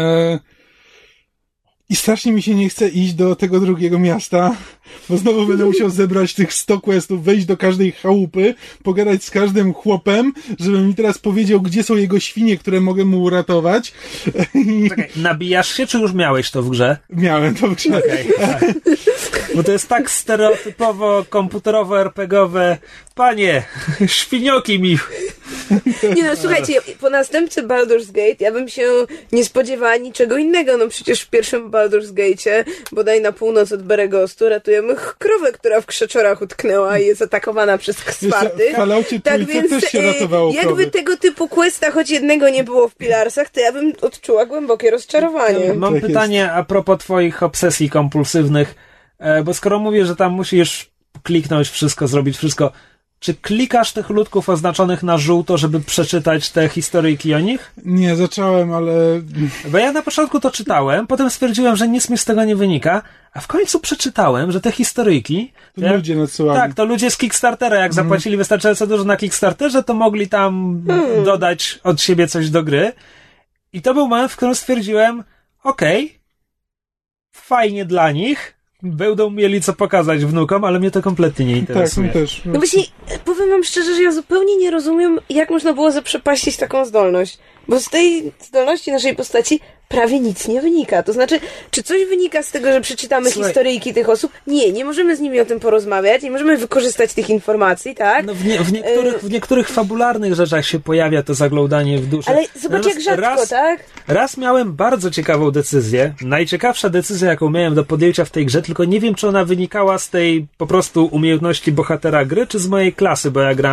I strasznie mi się nie chce iść do tego drugiego miasta, bo znowu będę musiał zebrać tych sto questów, wejść do każdej chałupy, pogadać z każdym chłopem, żeby mi teraz powiedział, gdzie są jego świnie, które mogę mu uratować. I... Czekaj, nabijasz się, czy już miałeś to w grze? Miałem to w grze. Okej, tak. Bo to jest tak stereotypowo, komputerowo, er pe gie owe. Panie, świnioki mi... Nie no, słuchajcie, po następcy Baldur's Gate ja bym się nie spodziewała niczego innego. No przecież w pierwszym Baldur's Gate'cie, bodaj na północ od Beregostu, ratujemy krowę, która w krzeczorach utknęła i jest atakowana przez kswarty. W Falloutie Tak trójce więc też się e, ratowało jakby krowy. tego typu questa choć jednego nie było w Pilarsach, to ja bym odczuła głębokie rozczarowanie. Mam Tak pytanie jest. a propos twoich obsesji kompulsywnych, bo skoro mówię, że tam musisz kliknąć wszystko, zrobić wszystko, czy klikasz tych ludków oznaczonych na żółto, żeby przeczytać te historyjki o nich? Nie, zacząłem, ale... Bo ja na początku to czytałem, potem stwierdziłem, że nic mi z tego nie wynika, a w końcu przeczytałem, że te historyjki... To jak, ludzie nadsyłali. Tak, to ludzie z Kickstartera, jak zapłacili wystarczająco dużo na Kickstarterze, to mogli tam Hmm. dodać od siebie coś do gry. I to był moment, w którym stwierdziłem, okej, okay, fajnie dla nich, będą mieli co pokazać wnukom, ale mnie to kompletnie nie Tak, interesuje. mi też. No właśnie, powiem wam szczerze, że ja zupełnie nie rozumiem, jak można było zaprzepaścić taką zdolność. Bo z tej zdolności naszej postaci prawie nic nie wynika. To znaczy, czy coś wynika z tego, że przeczytamy Słuchaj. historyjki tych osób? Nie, nie możemy z nimi o tym porozmawiać, nie możemy wykorzystać tych informacji, tak? No w, nie, w, niektórych, w niektórych fabularnych rzeczach się pojawia to zaglądanie w duszę. Ale zobacz, jak Natomiast rzadko, raz, tak? Raz miałem bardzo ciekawą decyzję. Najciekawsza decyzja, jaką miałem do podjęcia w tej grze, tylko nie wiem, czy ona wynikała z tej po prostu umiejętności bohatera gry, czy z mojej klasy, bo ja gram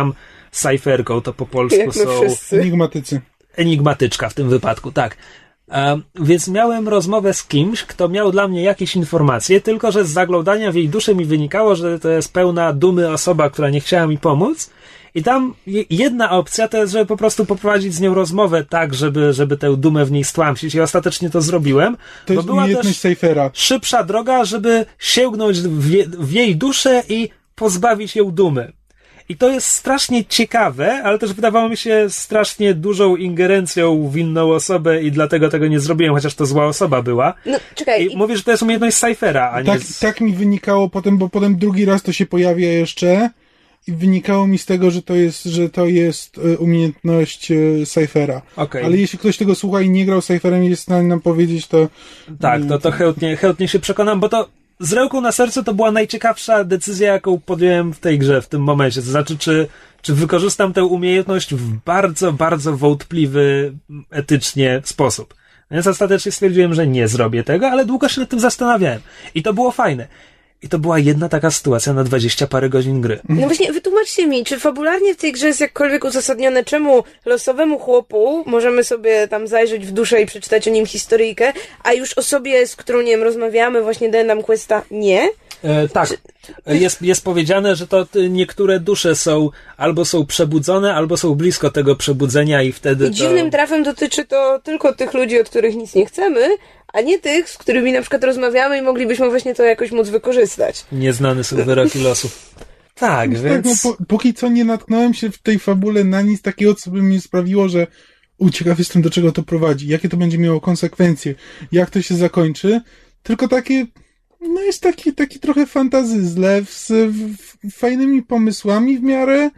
cyferką, to po polsku Jak my są wszyscy. Enigmatycy. enigmatyczka w tym wypadku, tak. Um, więc miałem rozmowę z kimś, kto miał dla mnie jakieś informacje, tylko że z zaglądania w jej duszę mi wynikało, że to jest pełna dumy osoba, która nie chciała mi pomóc. I tam jedna opcja to jest, żeby po prostu poprowadzić z nią rozmowę tak, żeby, żeby tę dumę w niej stłamsić. I ostatecznie to zrobiłem. To jest umiejętność cyfera. Szybsza droga, żeby sięgnąć w, je, w jej duszę i pozbawić ją dumy. I to jest strasznie ciekawe, ale też wydawało mi się strasznie dużą ingerencją w inną osobę i dlatego tego nie zrobiłem, chociaż to zła osoba była. No, czekaj. I mówię, że to jest umiejętność cyfera, a nie... Tak, z... tak mi wynikało potem, bo potem drugi raz to się pojawia jeszcze i wynikało mi z tego, że to jest, że to jest umiejętność cyfera. Okay. Ale jeśli ktoś tego słucha i nie grał cyferem i jest w stanie nam powiedzieć, to... Tak, to, to chętnie, chętnie się przekonam, bo to z ręką na sercu to była najciekawsza decyzja, jaką podjąłem w tej grze w tym momencie. To znaczy, czy, czy wykorzystam tę umiejętność w bardzo, bardzo wątpliwy etycznie sposób. Więc ostatecznie stwierdziłem, że nie zrobię tego, ale długo się nad tym zastanawiałem. I to było fajne. I to była jedna taka sytuacja na dwadzieścia parę godzin gry. No właśnie, wytłumaczcie mi, czy fabularnie w tej grze jest jakkolwiek uzasadnione, czemu losowemu chłopu możemy sobie tam zajrzeć w duszę i przeczytać o nim historyjkę, a już osobie, z którą, nie wiem, rozmawiamy, właśnie daje nam questa, nie? E, tak. Jest, jest powiedziane, że to niektóre dusze są albo są przebudzone, albo są blisko tego przebudzenia i wtedy I to... dziwnym trafem dotyczy to tylko tych ludzi, od których nic nie chcemy, a nie tych, z którymi na przykład rozmawiamy i moglibyśmy właśnie to jakoś móc wykorzystać. Nieznane są wyroki losu. Tak, Tak, więc... no, po, póki co nie natknąłem się w tej fabule na nic takiego, co by mi sprawiło, że u, ciekaw jestem, do czego to prowadzi, jakie to będzie miało konsekwencje, jak to się zakończy, tylko takie, no jest taki, taki trochę fantasy zlew z w, fajnymi pomysłami w miarę,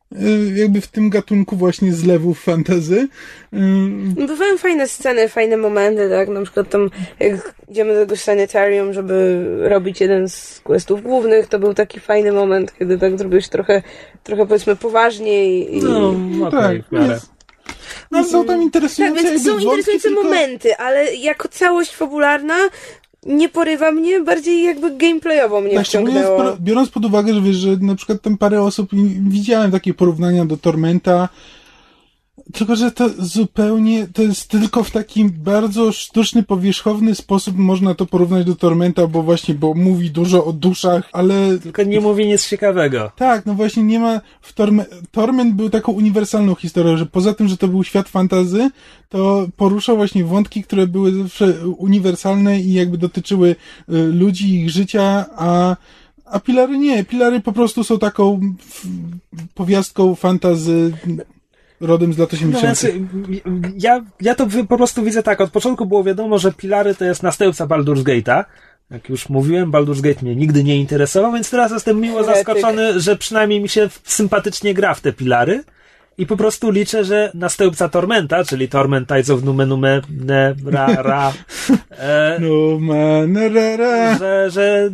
jakby w tym gatunku właśnie zlewów fantasy. Bywają fajne sceny, fajne momenty, tak, na przykład tam jak idziemy do tego sanitarium, żeby robić jeden z questów głównych, to był taki fajny moment, kiedy tak zrobiłeś trochę, trochę powiedzmy poważniej. I... No, okej, tak, w miarę. jest. No są tam interesujące Tak, więc są wątki, interesujące tylko... momenty, ale jako całość fabularna nie porywa mnie, bardziej jakby gameplayowo mnie Tak, wciągnęło. biorąc, biorąc pod uwagę, że wiesz, że na przykład tam parę osób widziałem takie porównania do Tormenta, tylko że to zupełnie, to jest tylko w taki bardzo sztuczny, powierzchowny sposób można to porównać do Tormenta, bo właśnie, bo mówi dużo o duszach, ale... Tylko nie mówi nic ciekawego. Tak, no właśnie nie ma... W Torme... Torment był taką uniwersalną historią, że poza tym, że to był świat fantasy, to poruszał właśnie wątki, które były zawsze uniwersalne i jakby dotyczyły y, ludzi, ich życia, a a Pilary nie. Pilary po prostu są taką f, powiastką fantasy rodem z lat osiemdziesiątych. No więc ja, ja to po prostu widzę tak. Od początku było wiadomo, że Pilary to jest następca Baldur's Gate'a. Jak już mówiłem, Baldur's Gate mnie nigdy nie interesował, więc teraz jestem miło zaskoczony, że przynajmniej mi się sympatycznie gra w te Pilary. I po prostu liczę, że następca Tormenta, czyli Torment Tides of Nume Nume ne, ra, ra, e, Nume, ra, ra. że, że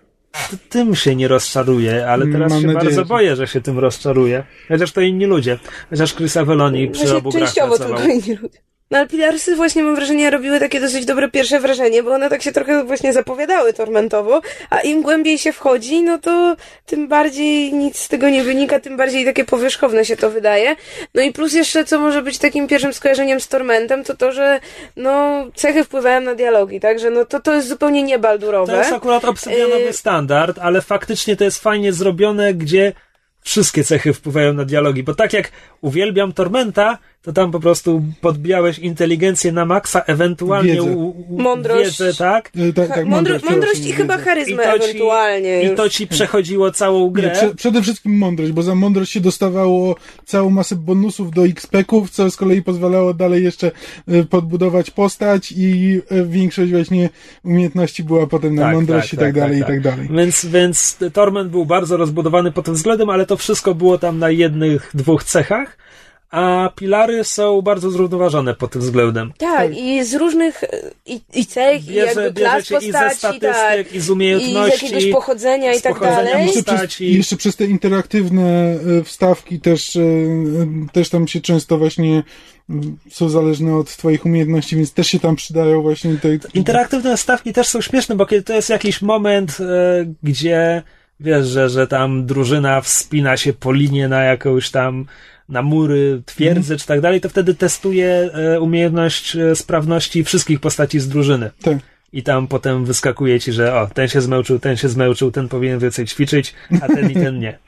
tym się nie rozczaruje, ale teraz Mam się nadzieję, bardzo że... boję, że się tym rozczaruje. Chociaż to inni ludzie. Chociaż Chris Avelloni przy Właśnie obu grach częściowo pracował. tylko inni ludzie. No ale Pilarsy właśnie mam wrażenie robiły takie dosyć dobre pierwsze wrażenie, bo one tak się trochę właśnie zapowiadały tormentowo, a im głębiej się wchodzi, no to tym bardziej nic z tego nie wynika, tym bardziej takie powierzchowne się to wydaje. No i plus jeszcze, co może być takim pierwszym skojarzeniem z Tormentem, to to, że no cechy wpływają na dialogi, także no to, to jest zupełnie niebaldurowe. To jest akurat obsydianowy y- standard, ale faktycznie to jest fajnie zrobione, gdzie wszystkie cechy wpływają na dialogi, bo tak jak uwielbiam Tormenta, to tam po prostu podbijałeś inteligencję na maksa, ewentualnie Wiedzę. U, u, Mądrość. wiedzę, tak? E, tak, tak, Mądro, mądrość, mądrość i chyba wiedzę. charyzmę I to ci- ewentualnie. I już. to ci przechodziło całą grę. Nie, prze, przede wszystkim mądrość, bo za mądrość się dostawało całą masę bonusów do X P ków, co z kolei pozwalało dalej jeszcze e, podbudować postać i e, większość właśnie umiejętności była potem na Tak, mądrość tak, i tak, tak, dalej, tak, i tak dalej. Więc, więc Torment był bardzo rozbudowany pod tym względem, ale to wszystko było tam na jednych, dwóch cechach, a Pilary są bardzo zrównoważone pod tym względem. Tak, i z różnych i, i cech, i Bierze, jakby klas bierzecie i ze postaci, statystyk, tak, i z i umiejętności, z jakiegoś pochodzenia i z tak pochodzenia dalej. Jeszcze przez, postaci. jeszcze przez te interaktywne e, wstawki też, e, też tam się często właśnie m, są zależne od twoich umiejętności, więc też się tam przydają właśnie te... Interaktywne stawki też są śmieszne, bo kiedy to jest jakiś moment, e, gdzie wiesz, że, że tam drużyna wspina się po linie na jakąś tam, na mury, twierdzy, mm. czy tak dalej, to wtedy testuje e, umiejętność e, sprawności wszystkich postaci z drużyny. Tak. I tam potem wyskakuje ci, że o, ten się zmęczył, ten się zmęczył, ten powinien więcej ćwiczyć, a ten i ten nie.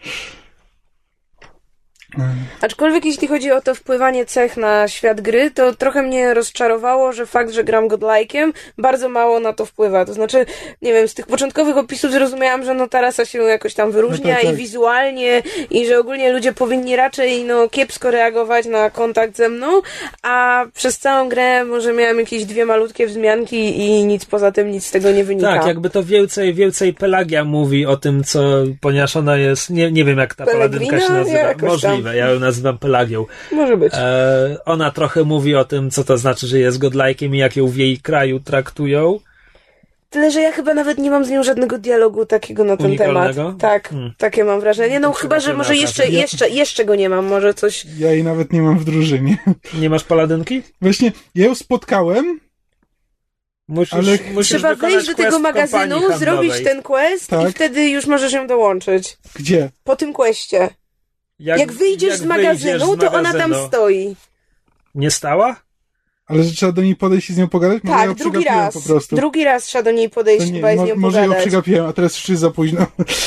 Aczkolwiek jeśli chodzi o to wpływanie cech na świat gry, to trochę mnie rozczarowało, że fakt, że gram godlike'iem, bardzo mało na to wpływa. To znaczy, nie wiem, z tych początkowych opisów zrozumiałam, że no ta rasa się jakoś tam wyróżnia no tak, tak. i wizualnie, i że ogólnie ludzie powinni raczej no kiepsko reagować na kontakt ze mną, a przez całą grę może miałam jakieś dwie malutkie wzmianki i nic poza tym, nic z tego nie wynika. Tak, jakby to więcej, więcej Pelagia mówi o tym, co, ponieważ ona jest, nie, nie wiem jak ta paladynka się nazywa, ja możliwe. Ja ją nazywam Pelagią. Może być. E, ona trochę mówi o tym, co to znaczy, że jest godlike'iem i jak ją w jej kraju traktują. Tyle, że ja chyba nawet nie mam z nią żadnego dialogu takiego na ten Unikalnego? temat. Tak, hmm. takie mam wrażenie. No chyba, że może jeszcze, jeszcze, jeszcze go nie mam, może coś... Ja jej nawet nie mam w drużynie. Nie masz paladynki? Właśnie, ja ją spotkałem, Musisz, ale musisz trzeba wejść do tego magazynu, zrobić ten quest tak. i wtedy już możesz ją dołączyć. Gdzie? Po tym questie. Jak, jak wyjdziesz jak z, magazynu, z magazynu, to ona tam stoi. Nie stała? Ale że trzeba do niej podejść i z nią pogadać? Może tak, ja drugi raz. Po prostu. Drugi raz trzeba do niej podejść nie, chyba i z nią może pogadać. Może ją przegapiłem, a teraz już jest za późno.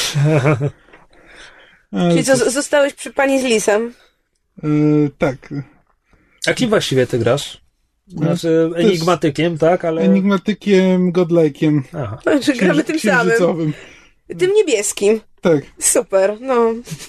Czyli co, zostałeś przy pani z lisem? Yy, tak. A kim właściwie ty grasz? Znaczy enigmatykiem, tak? Ale... Enigmatykiem, godlike'iem. Aha. Znaczy gramy tym samym. Tym niebieskim. Tak. Super, no.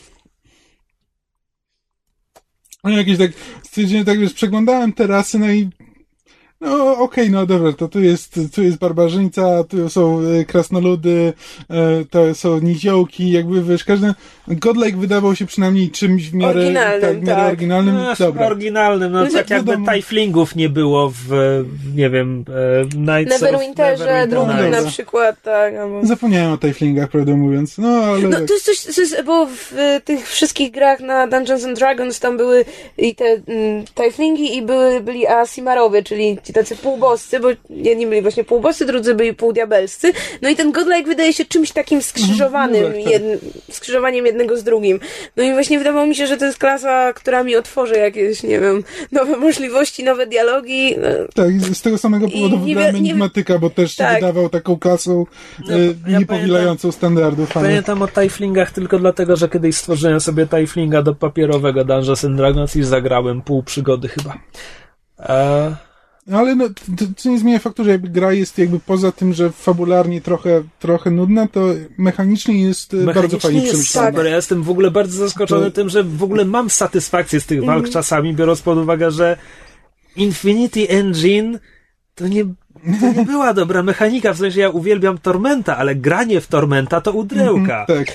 No jakieś tak, stwierdziłem, tak wiesz, przeglądałem te rasy, no i no okej, okay, no dobra, to tu jest, tu jest barbarzyńca, tu są e, krasnoludy, e, to są niziołki, jakby wiesz, każdy godlike wydawał się przynajmniej czymś w miarę oryginalnym, tak, w miarę tak. oryginalnym. No, dobra. Oryginalnym, no, no tak jakby wiadomo. Tajflingów nie było w, nie wiem, e, Knights Neverwinterze, Neverwinter drugim na przykład, tak. Albo... Zapomniałem o Tajflingach, prawdę mówiąc, no ale... No to jest coś, to jest, bo w tych wszystkich grach na Dungeons and Dragons tam były i te mm, Tajflingi i były, byli Asimarowie, czyli ci tacy półboscy, bo jedni byli właśnie półboscy, drudzy byli półdiabelscy. No i ten godlike wydaje się czymś takim skrzyżowanym, no tak, tak. Jed, skrzyżowaniem jednego z drugim. No i właśnie wydawało mi się, że to jest klasa, która mi otworzy jakieś, nie wiem, nowe możliwości, nowe dialogi. Tak, i z tego samego powodu wybrałem Enigmatyka, bo też tak. się wydawał taką klasą no, e, ja niepowielającą pamiętam, standardów. Pamiętam o Tajflingach tylko dlatego, że kiedyś stworzyłem sobie Tajflinga do papierowego Dungeons and Dragons i zagrałem pół przygody chyba. E... Ale no, to, to nie zmienia faktu, że jakby gra jest jakby poza tym, że fabularnie trochę, trochę nudna, to mechanicznie jest mechanicznie bardzo fajnie przemyślana. Super. Ja jestem w ogóle bardzo zaskoczony to... tym, że w ogóle mam satysfakcję z tych walk mm. czasami, biorąc pod uwagę, że Infinity Engine to nie, to nie była dobra mechanika, w sensie ja uwielbiam Tormenta, ale granie w Tormenta to udręka. Mm, tak.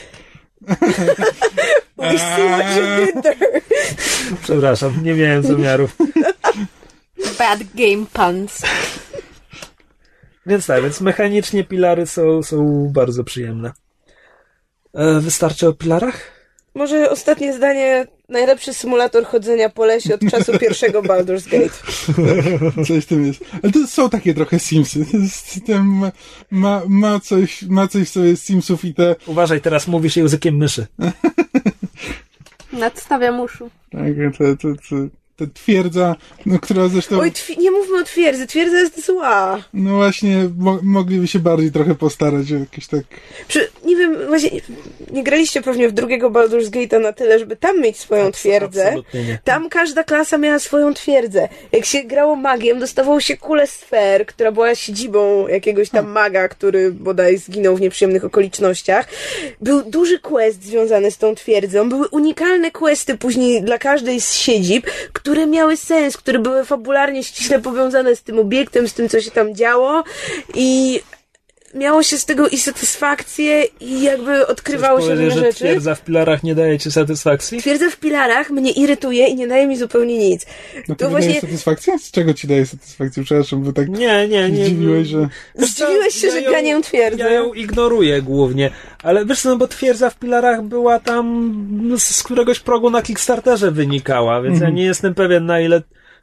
We see what you did there. Przepraszam, nie miałem zamiaru. Bad game puns. Więc tak, więc mechanicznie pilary są, są bardzo przyjemne. E, wystarczy o pilarach? Może ostatnie zdanie. Najlepszy symulator chodzenia po lesie od czasu pierwszego Baldur's Gate. Coś w tym jest. Ale to są takie trochę Simsy. Ma, ma, ma, coś, ma coś sobie z Simsów i te... Uważaj, teraz mówisz językiem myszy. Nadstawiam uszu. Tak, to... to, to... Ta twierdza, no, która zresztą... Oj, twi- nie mówmy o twierdzy, twierdza jest zła. No właśnie, mo- mogliby się bardziej trochę postarać o jakieś tak... Przy, nie wiem, właśnie, nie graliście pewnie w drugiego Baldur's Gate'a na tyle, żeby tam mieć swoją Abs- twierdzę. Nie. Tam każda klasa miała swoją twierdzę. Jak się grało magiem, dostawało się kulę sfer, która była siedzibą jakiegoś tam maga, który bodaj zginął w nieprzyjemnych okolicznościach. Był duży quest związany z tą twierdzą. Były unikalne questy później dla każdej z siedzib, które miały sens, które były fabularnie ściśle powiązane z tym obiektem, z tym, co się tam działo i miało się z tego i satysfakcję i jakby odkrywało Chcesz się różne rzeczy. Że twierdza w pilarach nie daje ci satysfakcji? Twierdza w pilarach mnie irytuje i nie daje mi zupełnie nic. No to właśnie... daje satysfakcję? Z czego ci daje satysfakcję? Przepraszam, bo tak nie, nie, nie. zdziwiłeś, że... Zdziwiłeś się, ja że ją, gra nie twierdzę. Ja ją ignoruję głównie, ale wiesz co, no bo twierdza w pilarach była tam z któregoś progu na Kickstarterze wynikała, więc mm. ja nie jestem pewien, na ile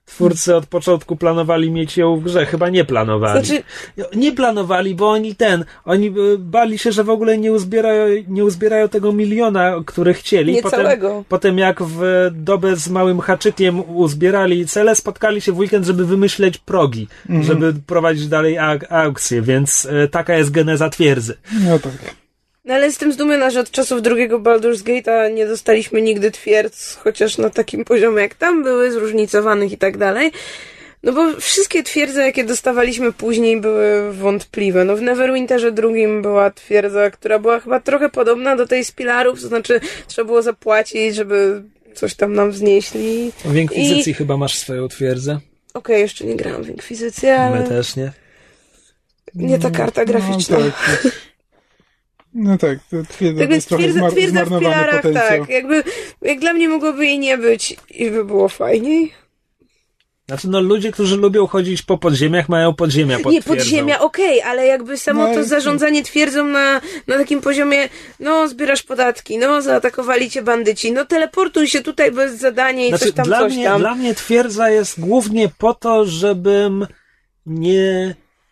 twórcy od początku planowali mieć ją w grze. Chyba nie planowali. Znaczy... Nie planowali, bo oni ten, oni bali się, że w ogóle nie uzbierają, nie uzbierają tego miliona, który chcieli. Nie potem, całego. Potem jak w dobę z małym haczykiem uzbierali cele, spotkali się w weekend, żeby wymyśleć progi, mhm. żeby prowadzić dalej auk- aukcje, więc y, taka jest geneza twierdzy. No tak. No ale jestem zdumiona, że od czasów drugiego Baldur's Gate'a nie dostaliśmy nigdy twierdz, chociaż na takim poziomie jak tam były, zróżnicowanych i tak dalej. No bo wszystkie twierdze, jakie dostawaliśmy później, były wątpliwe. No w Neverwinterze drugim była twierdza, która była chyba trochę podobna do tej z Pilarów, to znaczy trzeba było zapłacić, żeby coś tam nam wznieśli. W Inkwizycji I... chyba masz swoją twierdzę. Okej, okay, jeszcze nie grałam w Inkwizycję, ale... My też nie. Nie ta karta graficzna. No, tak. No tak, to twierdza, tak więc to jest twierdza, twierdza w Pilarach, potencjał. tak. Jakby, jak dla mnie mogłoby jej nie być i by było fajniej. Znaczy, no ludzie, którzy lubią chodzić po podziemiach, mają podziemia pod Nie, twierdzą. podziemia, okej, okay, ale jakby samo no to i... zarządzanie twierdzą na, na takim poziomie, no zbierasz podatki, no zaatakowali cię bandyci, no teleportuj się tutaj bez zadania i znaczy, coś tam, dla coś mnie, tam. Dla mnie twierdza jest głównie po to, żebym nie...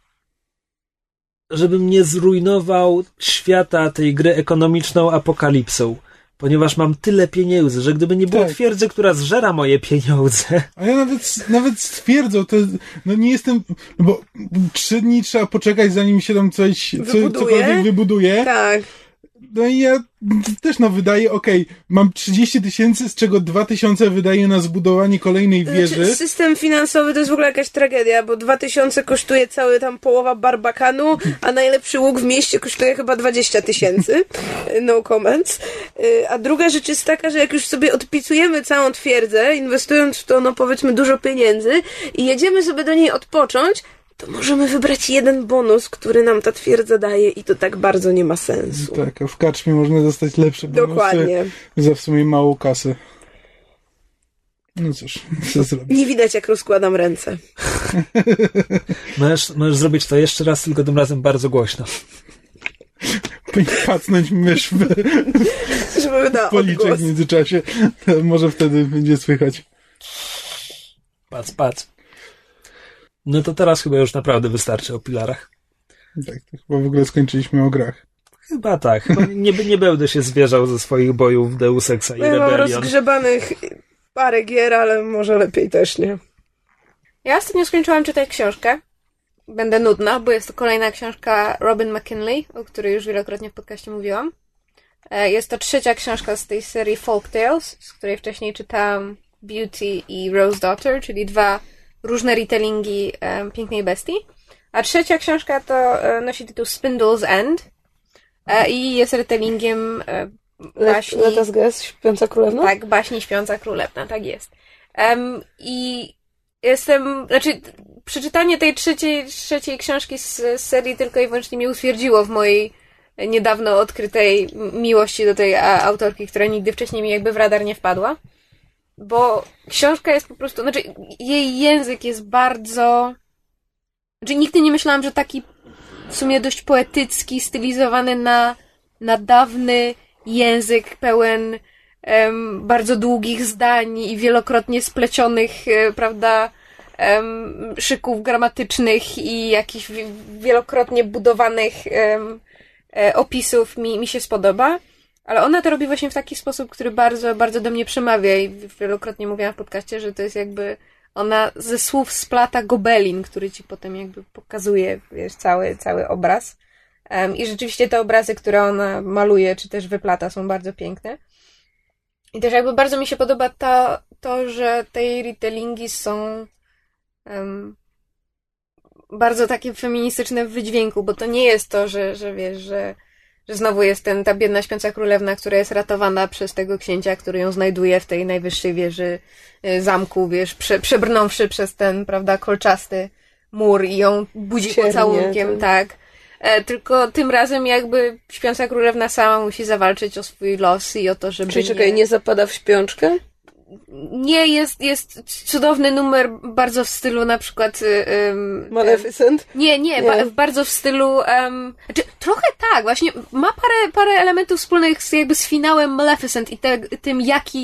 żebym nie zrujnował świata tej gry ekonomiczną apokalipsą. Ponieważ mam tyle pieniędzy, że gdyby nie było tak. twierdzy, która zżera moje pieniądze... A ja nawet, nawet stwierdzą, to no nie jestem... No bo trzy dni trzeba poczekać, zanim się tam coś, co, cokolwiek wybuduje. Tak. No i ja też no wydaję, okej, okay, mam trzydzieści tysięcy, z czego dwa tysiące wydaję na zbudowanie kolejnej wieży. Znaczy, system finansowy to jest w ogóle jakaś tragedia, bo dwa tysiące kosztuje cały tam połowa Barbakanu, a najlepszy łuk w mieście kosztuje chyba dwadzieścia tysięcy. No comments. A druga rzecz jest taka, że jak już sobie odpisujemy całą twierdzę, inwestując w to, no powiedzmy, dużo pieniędzy i jedziemy sobie do niej odpocząć, to możemy wybrać jeden bonus, który nam ta twierdza daje i to tak bardzo nie ma sensu. Tak, a w karczmie można dostać lepsze bonusy. Dokładnie. Za w sumie małą kasę. No cóż, co zrobić? Nie widać, jak rozkładam ręce. możesz, możesz zrobić to jeszcze raz, tylko tym razem bardzo głośno. Pacnąć mysz w żeby na policzek odgłos. w międzyczasie. Może wtedy będzie słychać. Pac, pac. No to teraz chyba już naprawdę wystarczy o Pilarach. Tak, to chyba w ogóle skończyliśmy o grach. Chyba tak. Chyba nie, nie będę się zwierzał ze swoich bojów w Deus Exa i ja mam Rebellion. rozgrzebanych parę gier, ale może lepiej też nie. Ja ostatnio skończyłam czytać książkę. Będę nudna, bo jest to kolejna książka Robin McKinley, o której już wielokrotnie w podcaście mówiłam. Jest to trzecia książka z tej serii Folk Tales, z której wcześniej czytałam Beauty i Rose Daughter, czyli dwa różne retellingi um, Pięknej Bestii. A trzecia książka to e, nosi tytuł Spindle's End e, i jest retellingiem e, baśni... Let us guess, Śpiąca Królewna? Tak, baśni Śpiąca Królewna, tak jest. Um, I jestem... Znaczy, przeczytanie tej trzeciej, trzeciej książki z, z serii tylko i wyłącznie mnie utwierdziło w mojej niedawno odkrytej miłości do tej a, autorki, która nigdy wcześniej mi jakby w radar nie wpadła. Bo książka jest po prostu... Znaczy, jej język jest bardzo... Znaczy, nigdy nie myślałam, że taki w sumie dość poetycki, stylizowany na, na dawny język pełen um, bardzo długich zdań i wielokrotnie splecionych, e, prawda, um, szyków gramatycznych i jakichś wielokrotnie budowanych um, e, opisów mi, mi się spodoba. Ale ona to robi właśnie w taki sposób, który bardzo, bardzo do mnie przemawia i wielokrotnie mówiłam w podcaście, że to jest jakby ona ze słów splata gobelin, który ci potem jakby pokazuje, wiesz, cały, cały obraz. Um, I rzeczywiście te obrazy, które ona maluje, czy też wyplata, są bardzo piękne. I też jakby bardzo mi się podoba to, to że te retellingi są um, bardzo takie feministyczne w wydźwięku, bo to nie jest to, że, że wiesz, że że znowu jest ten, ta biedna śpiąca królewna, która jest ratowana przez tego księcia, który ją znajduje w tej najwyższej wieży zamku, wiesz, prze, przebrnąwszy przez ten, prawda, kolczasty mur i ją budzi Ciernie, pocałunkiem, ten. tak. E, tylko tym razem jakby śpiąca królewna sama musi zawalczyć o swój los i o to, żeby Czyli nie... czekaj, nie zapada w śpiączkę? Nie, jest, jest cudowny numer, bardzo w stylu na przykład... Um, Maleficent? Nie, nie, nie. Ba, bardzo w stylu... Um, znaczy, trochę tak, właśnie ma parę, parę elementów wspólnych z, jakby z finałem Maleficent i te, tym, jaki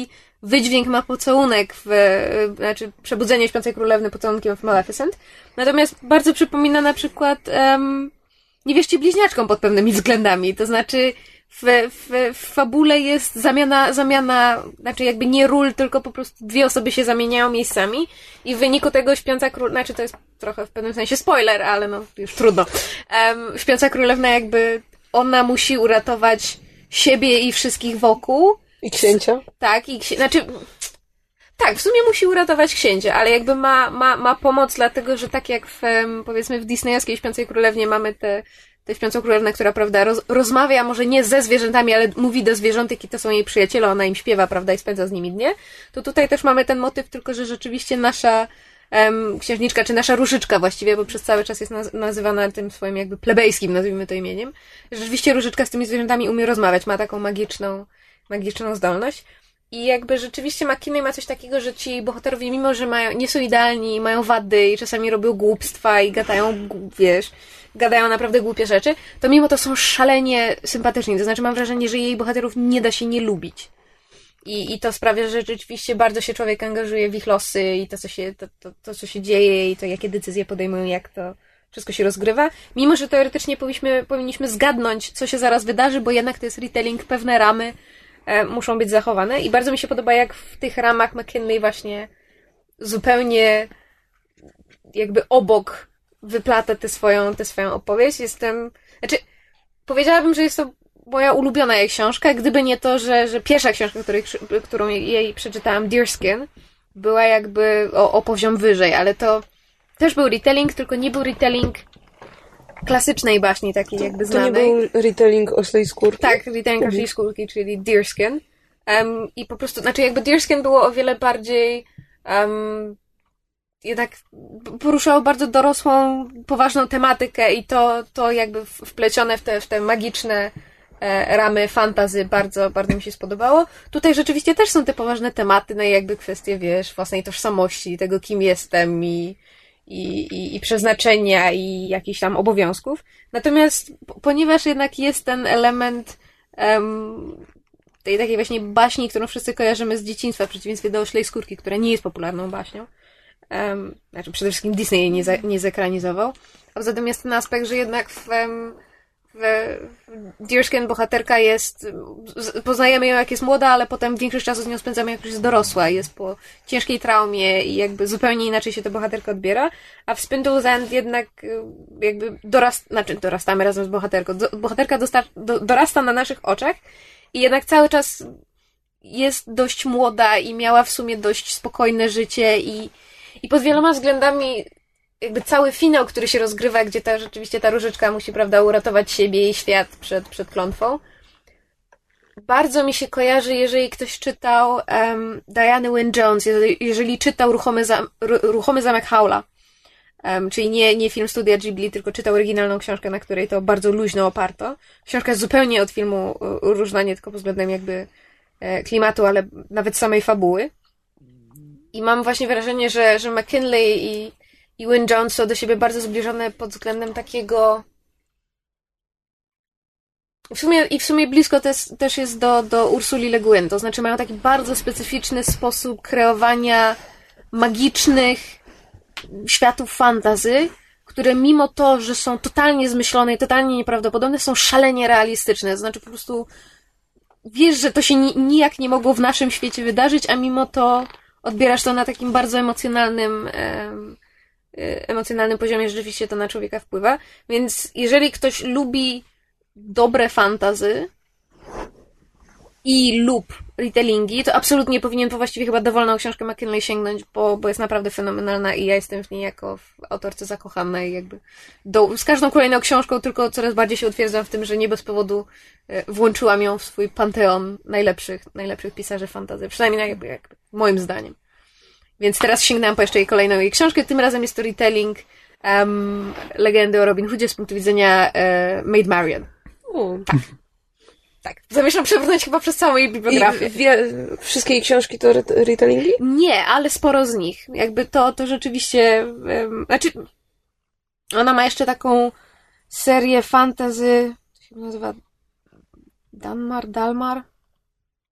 wydźwięk ma pocałunek w, znaczy przebudzenie śpiącej królewny pocałunkiem w Maleficent. Natomiast bardzo przypomina na przykład um, niewieście bliźniaczką pod pewnymi względami. To znaczy w, w, w fabule jest zamiana, zamiana, znaczy jakby nie ról, tylko po prostu dwie osoby się zamieniają miejscami i w wyniku tego śpiąca królewna, znaczy to jest trochę w pewnym sensie spoiler, ale no już trudno. Um, śpiąca królewna jakby ona musi uratować siebie i wszystkich wokół. I księcia? Tak, i księ... znaczy... Tak, w sumie musi uratować księcia, ale jakby ma, ma, ma pomoc, dlatego że tak jak w, powiedzmy w disneyowskiej Śpiącej Królewnie mamy tę te, te Śpiącą Królewnę, która, prawda, roz, rozmawia może nie ze zwierzętami, ale mówi do zwierząt, jakie to są jej przyjaciele, ona im śpiewa, prawda, i spędza z nimi dnie, to tutaj też mamy ten motyw, tylko że rzeczywiście nasza um, księżniczka, czy nasza Różyczka właściwie, bo przez cały czas jest naz- nazywana tym swoim jakby plebejskim, nazwijmy to imieniem, rzeczywiście Różyczka z tymi zwierzętami umie rozmawiać, ma taką magiczną, magiczną zdolność. I jakby rzeczywiście McKinney ma coś takiego, że ci bohaterowie, mimo że mają, nie są idealni, mają wady i czasami robią głupstwa i gadają, wiesz, gadają naprawdę głupie rzeczy, to mimo to są szalenie sympatyczni. To znaczy mam wrażenie, że jej bohaterów nie da się nie lubić. I, i to sprawia, że rzeczywiście bardzo się człowiek angażuje w ich losy i to, co się, to, to, to, co się dzieje i to, jakie decyzje podejmują, jak to wszystko się rozgrywa. Mimo że teoretycznie powinniśmy, powinniśmy zgadnąć, co się zaraz wydarzy, bo jednak to jest retelling, pewne ramy muszą być zachowane i bardzo mi się podoba, jak w tych ramach McKinley właśnie zupełnie jakby obok wyplata tę swoją, tę swoją opowieść. Jestem, znaczy powiedziałabym, że jest to moja ulubiona jej książka, gdyby nie to, że, że pierwsza książka, której, którą jej przeczytałam, Deerskin, była jakby o, o poziom wyżej, ale to też był retelling, tylko nie był retelling klasycznej baśni, takiej jakby znanej. To nie był retelling Oślej Skórki? Tak, retelling Oślej Skórki, czyli Deerskin. Um, I po prostu, znaczy jakby Deerskin było o wiele bardziej um, jednak poruszało bardzo dorosłą, poważną tematykę i to, to jakby wplecione w te, w te magiczne e, ramy fantasy bardzo, bardzo mi się spodobało. Tutaj rzeczywiście też są te poważne tematy, no i jakby kwestie, wiesz, własnej tożsamości, tego kim jestem i I, i, i przeznaczenia i jakichś tam obowiązków. Natomiast ponieważ jednak jest ten element um, tej takiej właśnie baśni, którą wszyscy kojarzymy z dzieciństwa, w przeciwieństwie do Oślej Skórki, która nie jest popularną baśnią. Um, znaczy przede wszystkim Disney jej nie, za, nie zekranizował. A poza tym jest ten aspekt, że jednak w, w, w Deerskin bohaterka jest, poznajemy ją jak jest młoda, ale potem większość czasu z nią spędzamy jak już jest dorosła. Jest po ciężkiej traumie i jakby zupełnie inaczej się ta bohaterka odbiera. A w Spindle's End jednak jakby dorast, znaczy dorastamy razem z bohaterką. Do, bohaterka dosta, do, dorasta na naszych oczach i jednak cały czas jest dość młoda i miała w sumie dość spokojne życie i, i pod wieloma względami jakby cały finał, który się rozgrywa, gdzie ta rzeczywiście ta Różyczka musi, prawda, uratować siebie i świat przed, przed klątwą. Bardzo mi się kojarzy, jeżeli ktoś czytał um, Diany Wynne Jones, jeżeli, jeżeli czytał Ruchomy, Zam- Ruchomy Zamek Howla, um, czyli nie, nie film Studia Ghibli, tylko czytał oryginalną książkę, na której to bardzo luźno oparto. Książka jest zupełnie od filmu różna, nie tylko pod względem jakby e, klimatu, ale nawet samej fabuły. I mam właśnie wrażenie, że, że McKinley i i Wynne Jones są do siebie bardzo zbliżone pod względem takiego w sumie, i w sumie blisko też, też jest do, do Ursuli Le Guin, to znaczy mają taki bardzo specyficzny sposób kreowania magicznych światów fantasy, które mimo to, że są totalnie zmyślone i totalnie nieprawdopodobne, są szalenie realistyczne, to znaczy po prostu wiesz, że to się ni- nijak nie mogło w naszym świecie wydarzyć, a mimo to odbierasz to na takim bardzo emocjonalnym em, emocjonalnym poziomie, rzeczywiście to na człowieka wpływa. Więc jeżeli ktoś lubi dobre fantasy i lub retellingi, to absolutnie powinien po właściwie chyba dowolną książkę McKinley sięgnąć, bo, bo jest naprawdę fenomenalna i ja jestem w niej jako w autorce zakochana i jakby do, z każdą kolejną książką tylko coraz bardziej się utwierdzam w tym, że nie bez powodu włączyłam ją w swój panteon najlepszych, najlepszych pisarzy fantasy. Przynajmniej jakby, jakby moim zdaniem. Więc teraz sięgnęłam po jeszcze jej kolejną jej książkę. Tym razem jest to retelling um, legendy o Robin Hoodzie z punktu widzenia uh, Maid Marian. U. Tak. Tak. Zamierzam przebrnąć chyba przez całą jej bibliografię. I wie, wszystkie jej książki to re- retellingi? Nie, ale sporo z nich. Jakby to, to rzeczywiście... Um, znaczy, ona ma jeszcze taką serię fantasy... To się nazywa... Danmar? Dalmar?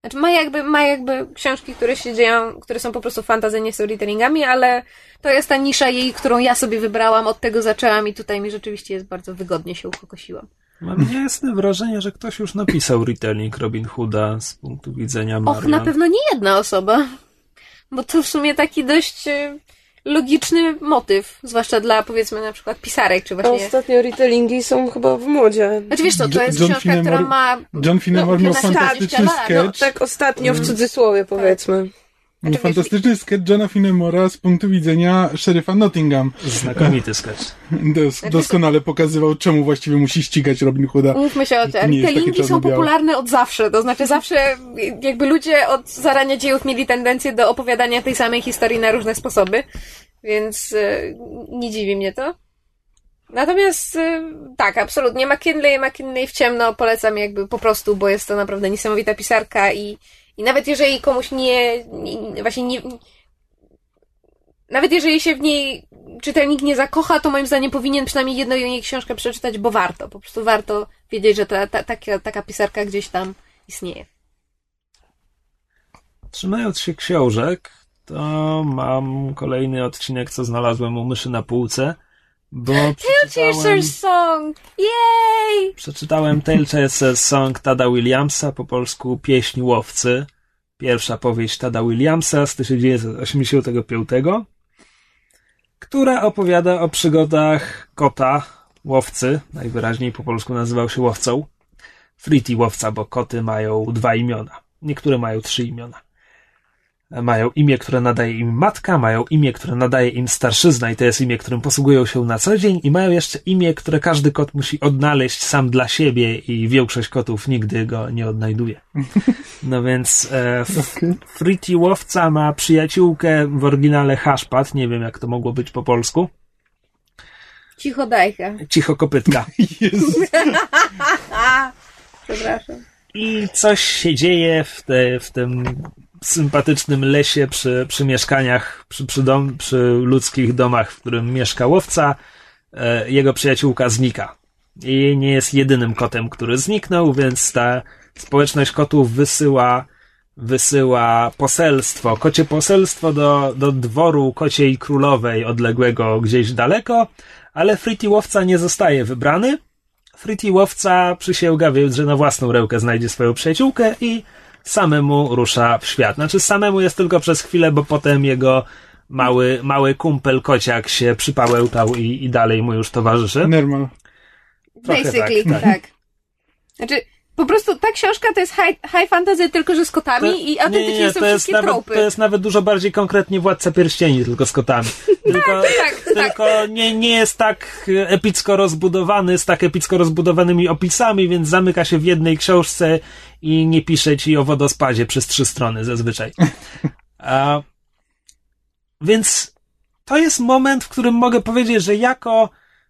Znaczy ma jakby, ma jakby książki, które się dzieją, które są po prostu fantasy, nie storytellingami, ale to jest ta nisza jej, którą ja sobie wybrałam, od tego zaczęłam i tutaj mi rzeczywiście jest bardzo wygodnie się ukokosiłam. Mam niejasne wrażenie, że ktoś już napisał retelling Robin Hooda z punktu widzenia Marian. Och, na pewno nie jedna osoba. Bo to w sumie taki dość e, logiczny motyw, zwłaszcza dla, powiedzmy, na przykład pisarek, czy właśnie... Ostatnio retellingi są chyba w modzie. Znaczy wiesz co, to jest John książka, Finnemore- która ma... John Finnemore no, miał kilka- fantastyczny lat, sketch. no, Tak ostatnio w cudzysłowie, powiedzmy. Był Znaczy, fantastyczny sketch Johna Finnemora z punktu widzenia szeryfa Nottingham. Znakomity sketch. Dos, doskonale pokazywał, czemu właściwie musi ścigać Robin Hooda. Umówmy się o To tym. nie jest takie Retellingi są czarno-białe. popularne od zawsze, to znaczy zawsze jakby ludzie od zarania dziejów mieli tendencję do opowiadania tej samej historii na różne sposoby, więc e, nie dziwi mnie to. Natomiast e, tak, absolutnie McKinley, McKinley w ciemno polecam jakby po prostu, bo jest to naprawdę niesamowita pisarka i, i nawet jeżeli komuś nie, nie właśnie nie nawet jeżeli się w niej czytelnik nie zakocha, to moim zdaniem powinien przynajmniej jedną jej książkę przeczytać, bo warto. Po prostu warto wiedzieć, że ta, ta, taka, taka pisarka gdzieś tam istnieje. Trzymając się książek, to mam kolejny odcinek, co znalazłem u myszy na półce, bo przeczytałem, Chaser's Song! Yay! przeczytałem Tale Chaser's Song Tada Williamsa, po polsku Pieśń Łowcy. Pierwsza powieść Tada Williamsa z tysiąc dziewięćset osiemdziesiątego piątego, która opowiada o przygodach kota łowcy, najwyraźniej po polsku nazywał się łowcą. Fritty łowca, bo koty mają dwa imiona. Niektóre mają trzy imiona. Mają imię, które nadaje im matka, mają imię, które nadaje im starszyzna i to jest imię, którym posługują się na co dzień i mają jeszcze imię, które każdy kot musi odnaleźć sam dla siebie i większość kotów nigdy go nie odnajduje. No więc e, Fritty łowca ma przyjaciółkę w oryginale Haszpat, nie wiem jak to mogło być po polsku. Cicho dajka. Cicho kopytka. Jezus. Przepraszam. I coś się dzieje w, te, w tym sympatycznym lesie przy, przy mieszkaniach, przy, przy, dom, przy ludzkich domach, w którym mieszka łowca. E, jego przyjaciółka znika. I nie jest jedynym kotem, który zniknął, więc ta społeczność kotów wysyła, wysyła poselstwo, kocie poselstwo do, do dworu kociej królowej odległego gdzieś daleko, ale Fritty łowca nie zostaje wybrany. Fritty łowca przysięga, więc że na własną rękę znajdzie swoją przyjaciółkę i samemu rusza w świat. Znaczy samemu jest tylko przez chwilę, bo potem jego mały, mały kumpel kociak się przypałętał i, i dalej mu już towarzyszy. Normal. Trochę Basically, tak, tak, tak. Znaczy, po prostu ta książka to jest high, high fantasy, tylko że z kotami To- i autentycznie nie, nie, są to jest wszystkie nawet, tropy. To jest nawet dużo bardziej konkretnie Władca Pierścieni, tylko z kotami. Tylko, tak, tylko nie, nie jest tak epicko rozbudowany, z tak epicko rozbudowanymi opisami, więc zamyka się w jednej książce i nie pisze ci o wodospadzie przez trzy strony zazwyczaj. A, więc to jest moment, w którym mogę powiedzieć, że jako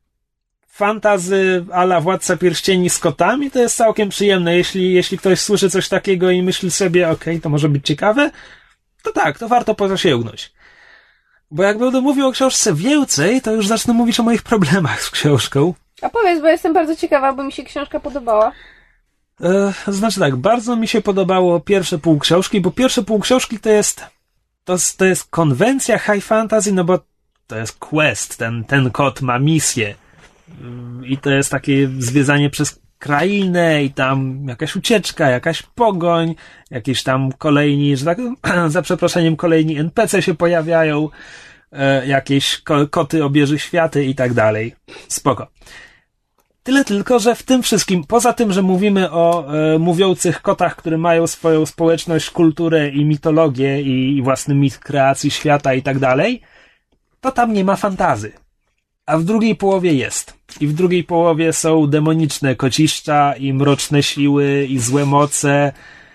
fantazy a la Władca Pierścieni z kotami to jest całkiem przyjemne. Jeśli, jeśli ktoś słyszy coś takiego i myśli sobie, okej, okay, to może być ciekawe, to tak, to warto pozasięgnąć. Bo jak będę mówił o książce więcej, to już zacznę mówić o moich problemach z książką. A powiedz, bo jestem bardzo ciekawa, bo mi się książka podobała. E, znaczy tak, bardzo mi się podobało pierwsze pół książki, bo pierwsze pół książki to jest to, to jest konwencja high fantasy, no bo to jest quest, ten, ten kot ma misję. I to jest takie zwiedzanie przez krainę i tam jakaś ucieczka, jakaś pogoń, jakieś tam kolejni, że tak za przeproszeniem kolejni en pe ce się pojawiają, e, jakieś ko- koty obieży światy i tak dalej. Spoko. Tyle tylko, że w tym wszystkim, poza tym, że mówimy o e, mówiących kotach, które mają swoją społeczność, kulturę i mitologię i, i własny mit kreacji świata i tak dalej, to tam nie ma fantazy. A w drugiej połowie jest. I w drugiej połowie są demoniczne kociszcza i mroczne siły i złe moce.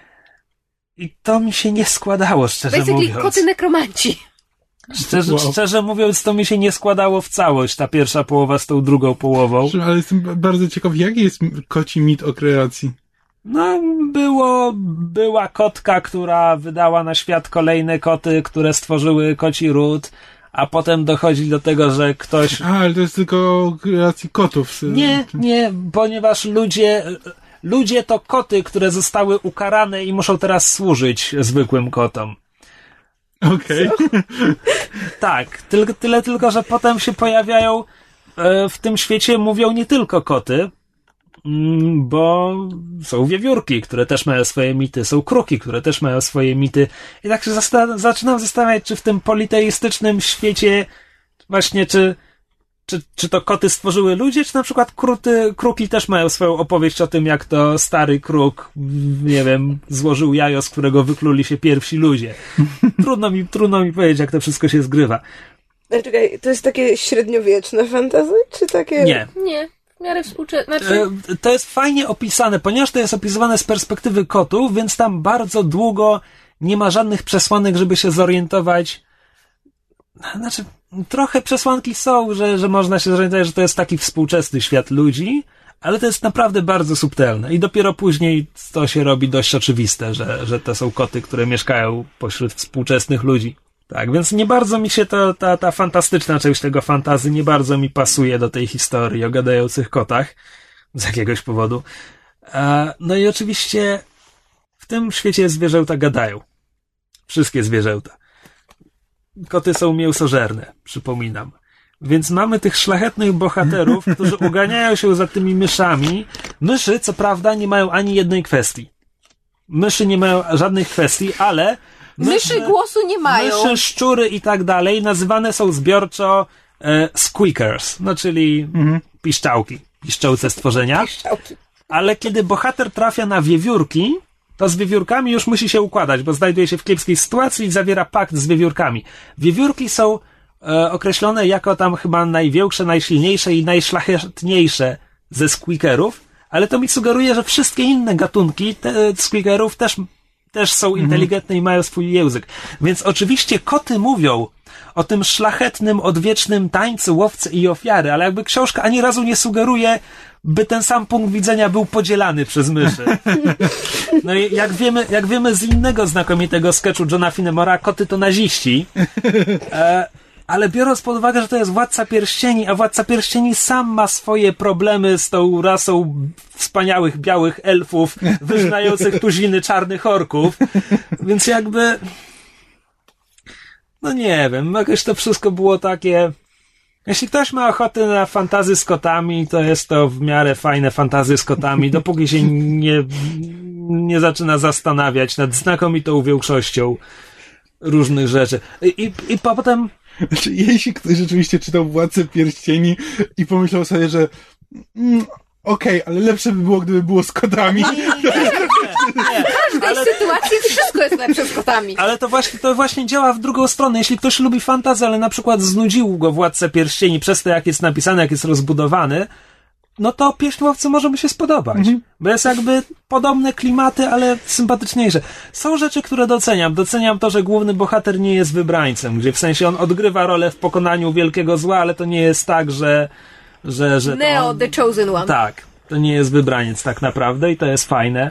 I to mi się nie składało, szczerze Basically mówiąc. koty nekromanci. Szczerze, Wow. szczerze mówiąc, to mi się nie składało w całość, ta pierwsza połowa z tą drugą połową. Ale jestem bardzo ciekaw, jaki jest koci mit o kreacji? No, było, była kotka, która wydała na świat kolejne koty, które stworzyły koci ród, a potem dochodzi do tego, że ktoś... A, ale to jest tylko o kreacji kotów. Nie, nie, ponieważ ludzie, ludzie to koty, które zostały ukarane i muszą teraz służyć zwykłym kotom. Okej. Okay. Tak, tyle, tyle tylko, że potem się pojawiają e, w tym świecie, mówią nie tylko koty, mm, bo są wiewiórki, które też mają swoje mity, są kruki, które też mają swoje mity. I tak się zastan- zaczynam zastanawiać, czy w tym politeistycznym świecie właśnie, czy Czy, czy to koty stworzyły ludzie, czy na przykład kruty, kruki też mają swoją opowieść o tym, jak to stary kruk, nie wiem, złożył jajo, z którego wykluli się pierwsi ludzie. Trudno mi, trudno mi powiedzieć, jak to wszystko się zgrywa. Ale czekaj, to jest takie średniowieczne fantasy, czy takie... Nie. Nie, w miarę współczesne. Znaczy... E, to jest fajnie opisane, ponieważ to jest opisywane z perspektywy kotów, więc tam bardzo długo nie ma żadnych przesłanek, żeby się zorientować. Znaczy, trochę przesłanki są, że, że można się zorientować, że to jest taki współczesny świat ludzi, ale to jest naprawdę bardzo subtelne i dopiero później to się robi dość oczywiste, że, że to są koty, które mieszkają pośród współczesnych ludzi. Tak, więc nie bardzo mi się to, ta, ta fantastyczna część tego fantazy nie bardzo mi pasuje do tej historii o gadających kotach z jakiegoś powodu. No i oczywiście w tym świecie zwierzęta gadają. Wszystkie zwierzęta. Koty są mięsożerne, przypominam. Więc mamy tych szlachetnych bohaterów, którzy uganiają się za tymi myszami. Myszy, co prawda, nie mają ani jednej kwestii. Myszy nie mają żadnych kwestii, ale... Myszy, myszy głosu nie mają. Myszy, szczury i tak dalej nazywane są zbiorczo e, squeakers, no czyli mhm. piszczałki, piszczące stworzenia. Piszczałki. Ale kiedy bohater trafia na wiewiórki, to z wiewiórkami już musi się układać, bo znajduje się w kiepskiej sytuacji i zawiera pakt z wiewiórkami. Wiewiórki są e, określone jako tam chyba największe, najsilniejsze i najszlachetniejsze ze squeakerów, ale to mi sugeruje, że wszystkie inne gatunki te, squeakerów też, też są mhm. inteligentne i mają swój język. Więc oczywiście koty mówią o tym szlachetnym, odwiecznym tańcu łowcy i ofiary, ale jakby książka ani razu nie sugeruje, by ten sam punkt widzenia był podzielany przez myszy. No i jak wiemy, jak wiemy z innego znakomitego sketchu Johna Finnemora, koty to naziści. E, ale biorąc pod uwagę, że to jest Władca Pierścieni, a Władca Pierścieni sam ma swoje problemy z tą rasą wspaniałych białych elfów, wyżynających tuziny czarnych orków, więc jakby... No nie wiem, jakoś to wszystko było takie... Jeśli ktoś ma ochotę na fantazy z kotami, to jest to w miarę fajne fantazy z kotami, dopóki się nie, nie zaczyna zastanawiać nad znakomitą większością różnych rzeczy. I, i, i potem... Znaczy, jeśli ktoś rzeczywiście czytał Władcę Pierścieni i pomyślał sobie, że mm, okej, okay, ale lepsze by było, gdyby było z kotami. Nie, nie, nie, nie. W każdej ale... sytuacji wszystko jest lepsze z kotami. Ale to właśnie, to właśnie działa w drugą stronę. Jeśli ktoś lubi fantasy, ale na przykład znudził go Władcę Pierścieni przez to, jak jest napisany, jak jest rozbudowany, no to Pieśń Łowcy może mu się spodobać. Mhm. Bo jest jakby podobne klimaty, ale sympatyczniejsze. Są rzeczy, które doceniam. Doceniam to, że główny bohater nie jest wybrańcem, gdzie w sensie on odgrywa rolę w pokonaniu wielkiego zła, ale to nie jest tak, że... że, że Neo, on... the chosen one. Tak. To nie jest wybraniec tak naprawdę i to jest fajne.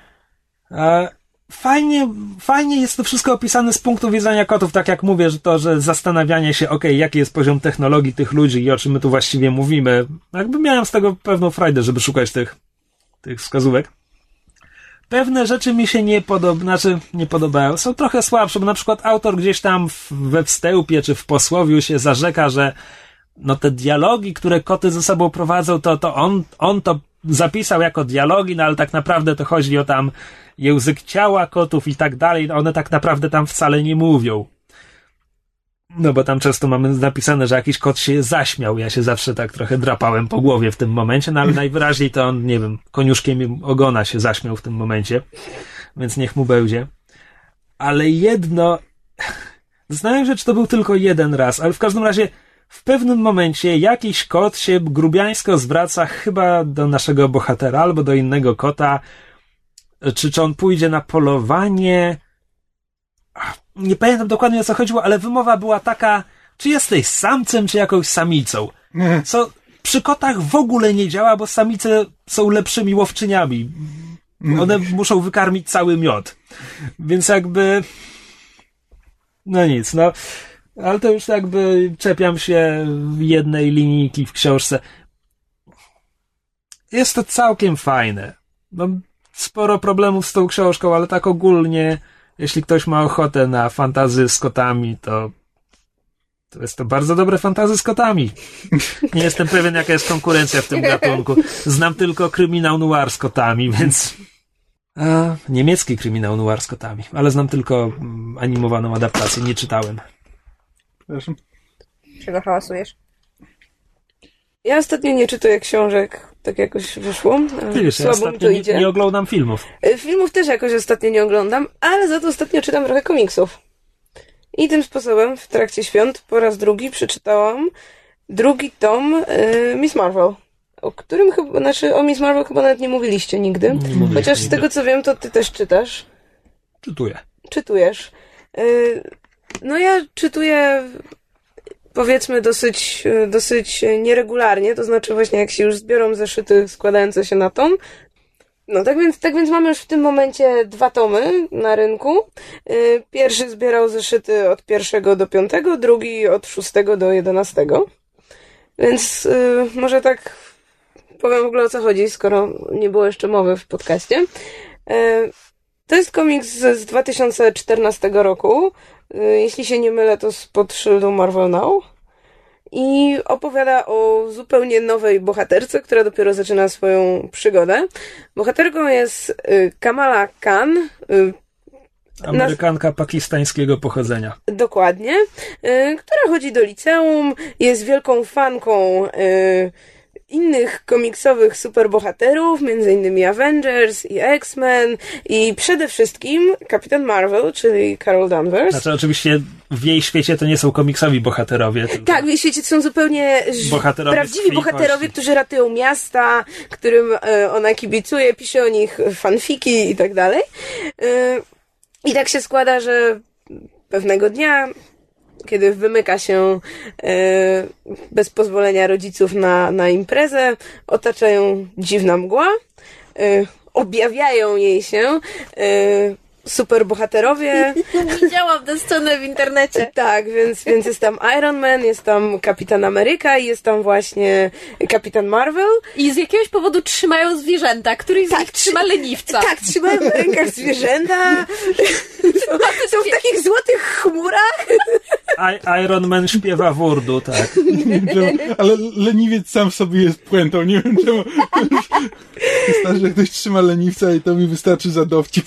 Fajnie, fajnie jest to wszystko opisane z punktu widzenia kotów, tak jak mówię, że to, że zastanawianie się, okej, okay, jaki jest poziom technologii tych ludzi i o czym my tu właściwie mówimy, jakby miałem z tego pewną frajdę, żeby szukać tych, tych wskazówek. Pewne rzeczy mi się nie podobają, znaczy nie podobają, są trochę słabsze, bo na przykład autor gdzieś tam w, we wstępie czy w posłowiu się zarzeka, że no te dialogi, które koty ze sobą prowadzą, to, to on, on to zapisał jako dialogi, no ale tak naprawdę to chodzi o tam język ciała kotów i tak dalej, no one tak naprawdę tam wcale nie mówią. No bo tam często mamy napisane, że jakiś kot się zaśmiał, ja się zawsze tak trochę drapałem po głowie w tym momencie, no ale najwyraźniej to on, nie wiem, koniuszkiem ogona się zaśmiał w tym momencie, więc niech mu będzie. Ale jedno... Zastanawiam się, czy to był tylko jeden raz, ale w każdym razie w pewnym momencie jakiś kot się grubiańsko zwraca chyba do naszego bohatera albo do innego kota, czy, czy on pójdzie na polowanie. Nie pamiętam dokładnie, o co chodziło, ale wymowa była taka, czy jesteś samcem, czy jakąś samicą. Co przy kotach w ogóle nie działa, bo samice są lepszymi łowczyniami. One muszą wykarmić cały miod. Więc jakby... No nic, no... Ale to już jakby czepiam się jednej linijki w książce. Jest to całkiem fajne. mam sporo problemów z tą książką, ale tak ogólnie, jeśli ktoś ma ochotę na fantasy z kotami, to to jest to bardzo dobre fantasy z kotami. Nie jestem pewien, jaka jest konkurencja w tym gatunku. Znam tylko kryminał noir z kotami, więc... A, niemiecki kryminał noir z kotami, ale znam tylko mm, animowaną adaptację, nie czytałem. Przepraszam. Czego hałasujesz? Ja ostatnio nie czytuję książek, tak jakoś wyszło. Ty wiesz, ja Słabo mi to ostatnio idzie. nie, nie oglądam filmów. Filmów też jakoś ostatnio nie oglądam, ale za to ostatnio czytam trochę komiksów. I tym sposobem w trakcie świąt po raz drugi przeczytałam drugi tom y, Miss Marvel, o którym chyba, znaczy o Miss Marvel chyba nawet nie mówiliście nigdy. Nie mówiliśmy Chociaż z nigdy. tego co wiem, to ty też czytasz. Czytuję. Czytujesz. Y, no ja czytuję powiedzmy dosyć, dosyć nieregularnie, to znaczy właśnie jak się już zbiorą zeszyty składające się na tom. No tak więc, tak więc mamy już w tym momencie dwa tomy na rynku. Yy, pierwszy zbierał zeszyty od pierwszego do piątego, drugi od szóstego do jedenastego. Więc yy, może tak powiem w ogóle o co chodzi, skoro nie było jeszcze mowy w podcaście. Yy, to jest komiks z, z dwa tysiące czternastego roku. Yy, jeśli się nie mylę, to spod szyldu Marvel Now. I opowiada o zupełnie nowej bohaterce, która dopiero zaczyna swoją przygodę. Bohaterką jest y, Kamala Khan. Y, Amerykanka na... pakistańskiego pochodzenia. Dokładnie. Y, która chodzi do liceum, jest wielką fanką y, innych komiksowych superbohaterów, między innymi Avengers i X-Men i przede wszystkim Kapitan Marvel, czyli Carol Danvers. Znaczy oczywiście w jej świecie to nie są komiksowi bohaterowie. Tylko tak, w jej świecie to są zupełnie bohaterowie prawdziwi bohaterowie, którzy ratują miasta, którym e, ona kibicuje, pisze o nich fanfiki i tak dalej. E, I tak się składa, że pewnego dnia, kiedy wymyka się e, bez pozwolenia rodziców na, na imprezę, otaczają dziwna mgła, e, objawiają jej się e, superbohaterowie. Widziałam tę scenę w internecie. Tak, więc, więc jest tam Iron Man, jest tam Kapitan Ameryka i jest tam właśnie Kapitan Marvel. I z jakiegoś powodu trzymają zwierzęta, któryś z Tak, nich trzyma leniwca. Tak, trzymają w rękach zwierzęta. Są, są w takich złotych chmurach. I, Iron Man śpiewa w urdu, tak. Nie wiem czemu, ale leniwiec sam w sobie jest puentą. Nie wiem czemu. Wystarczy, że ktoś trzyma leniwca i to mi wystarczy za dowcip.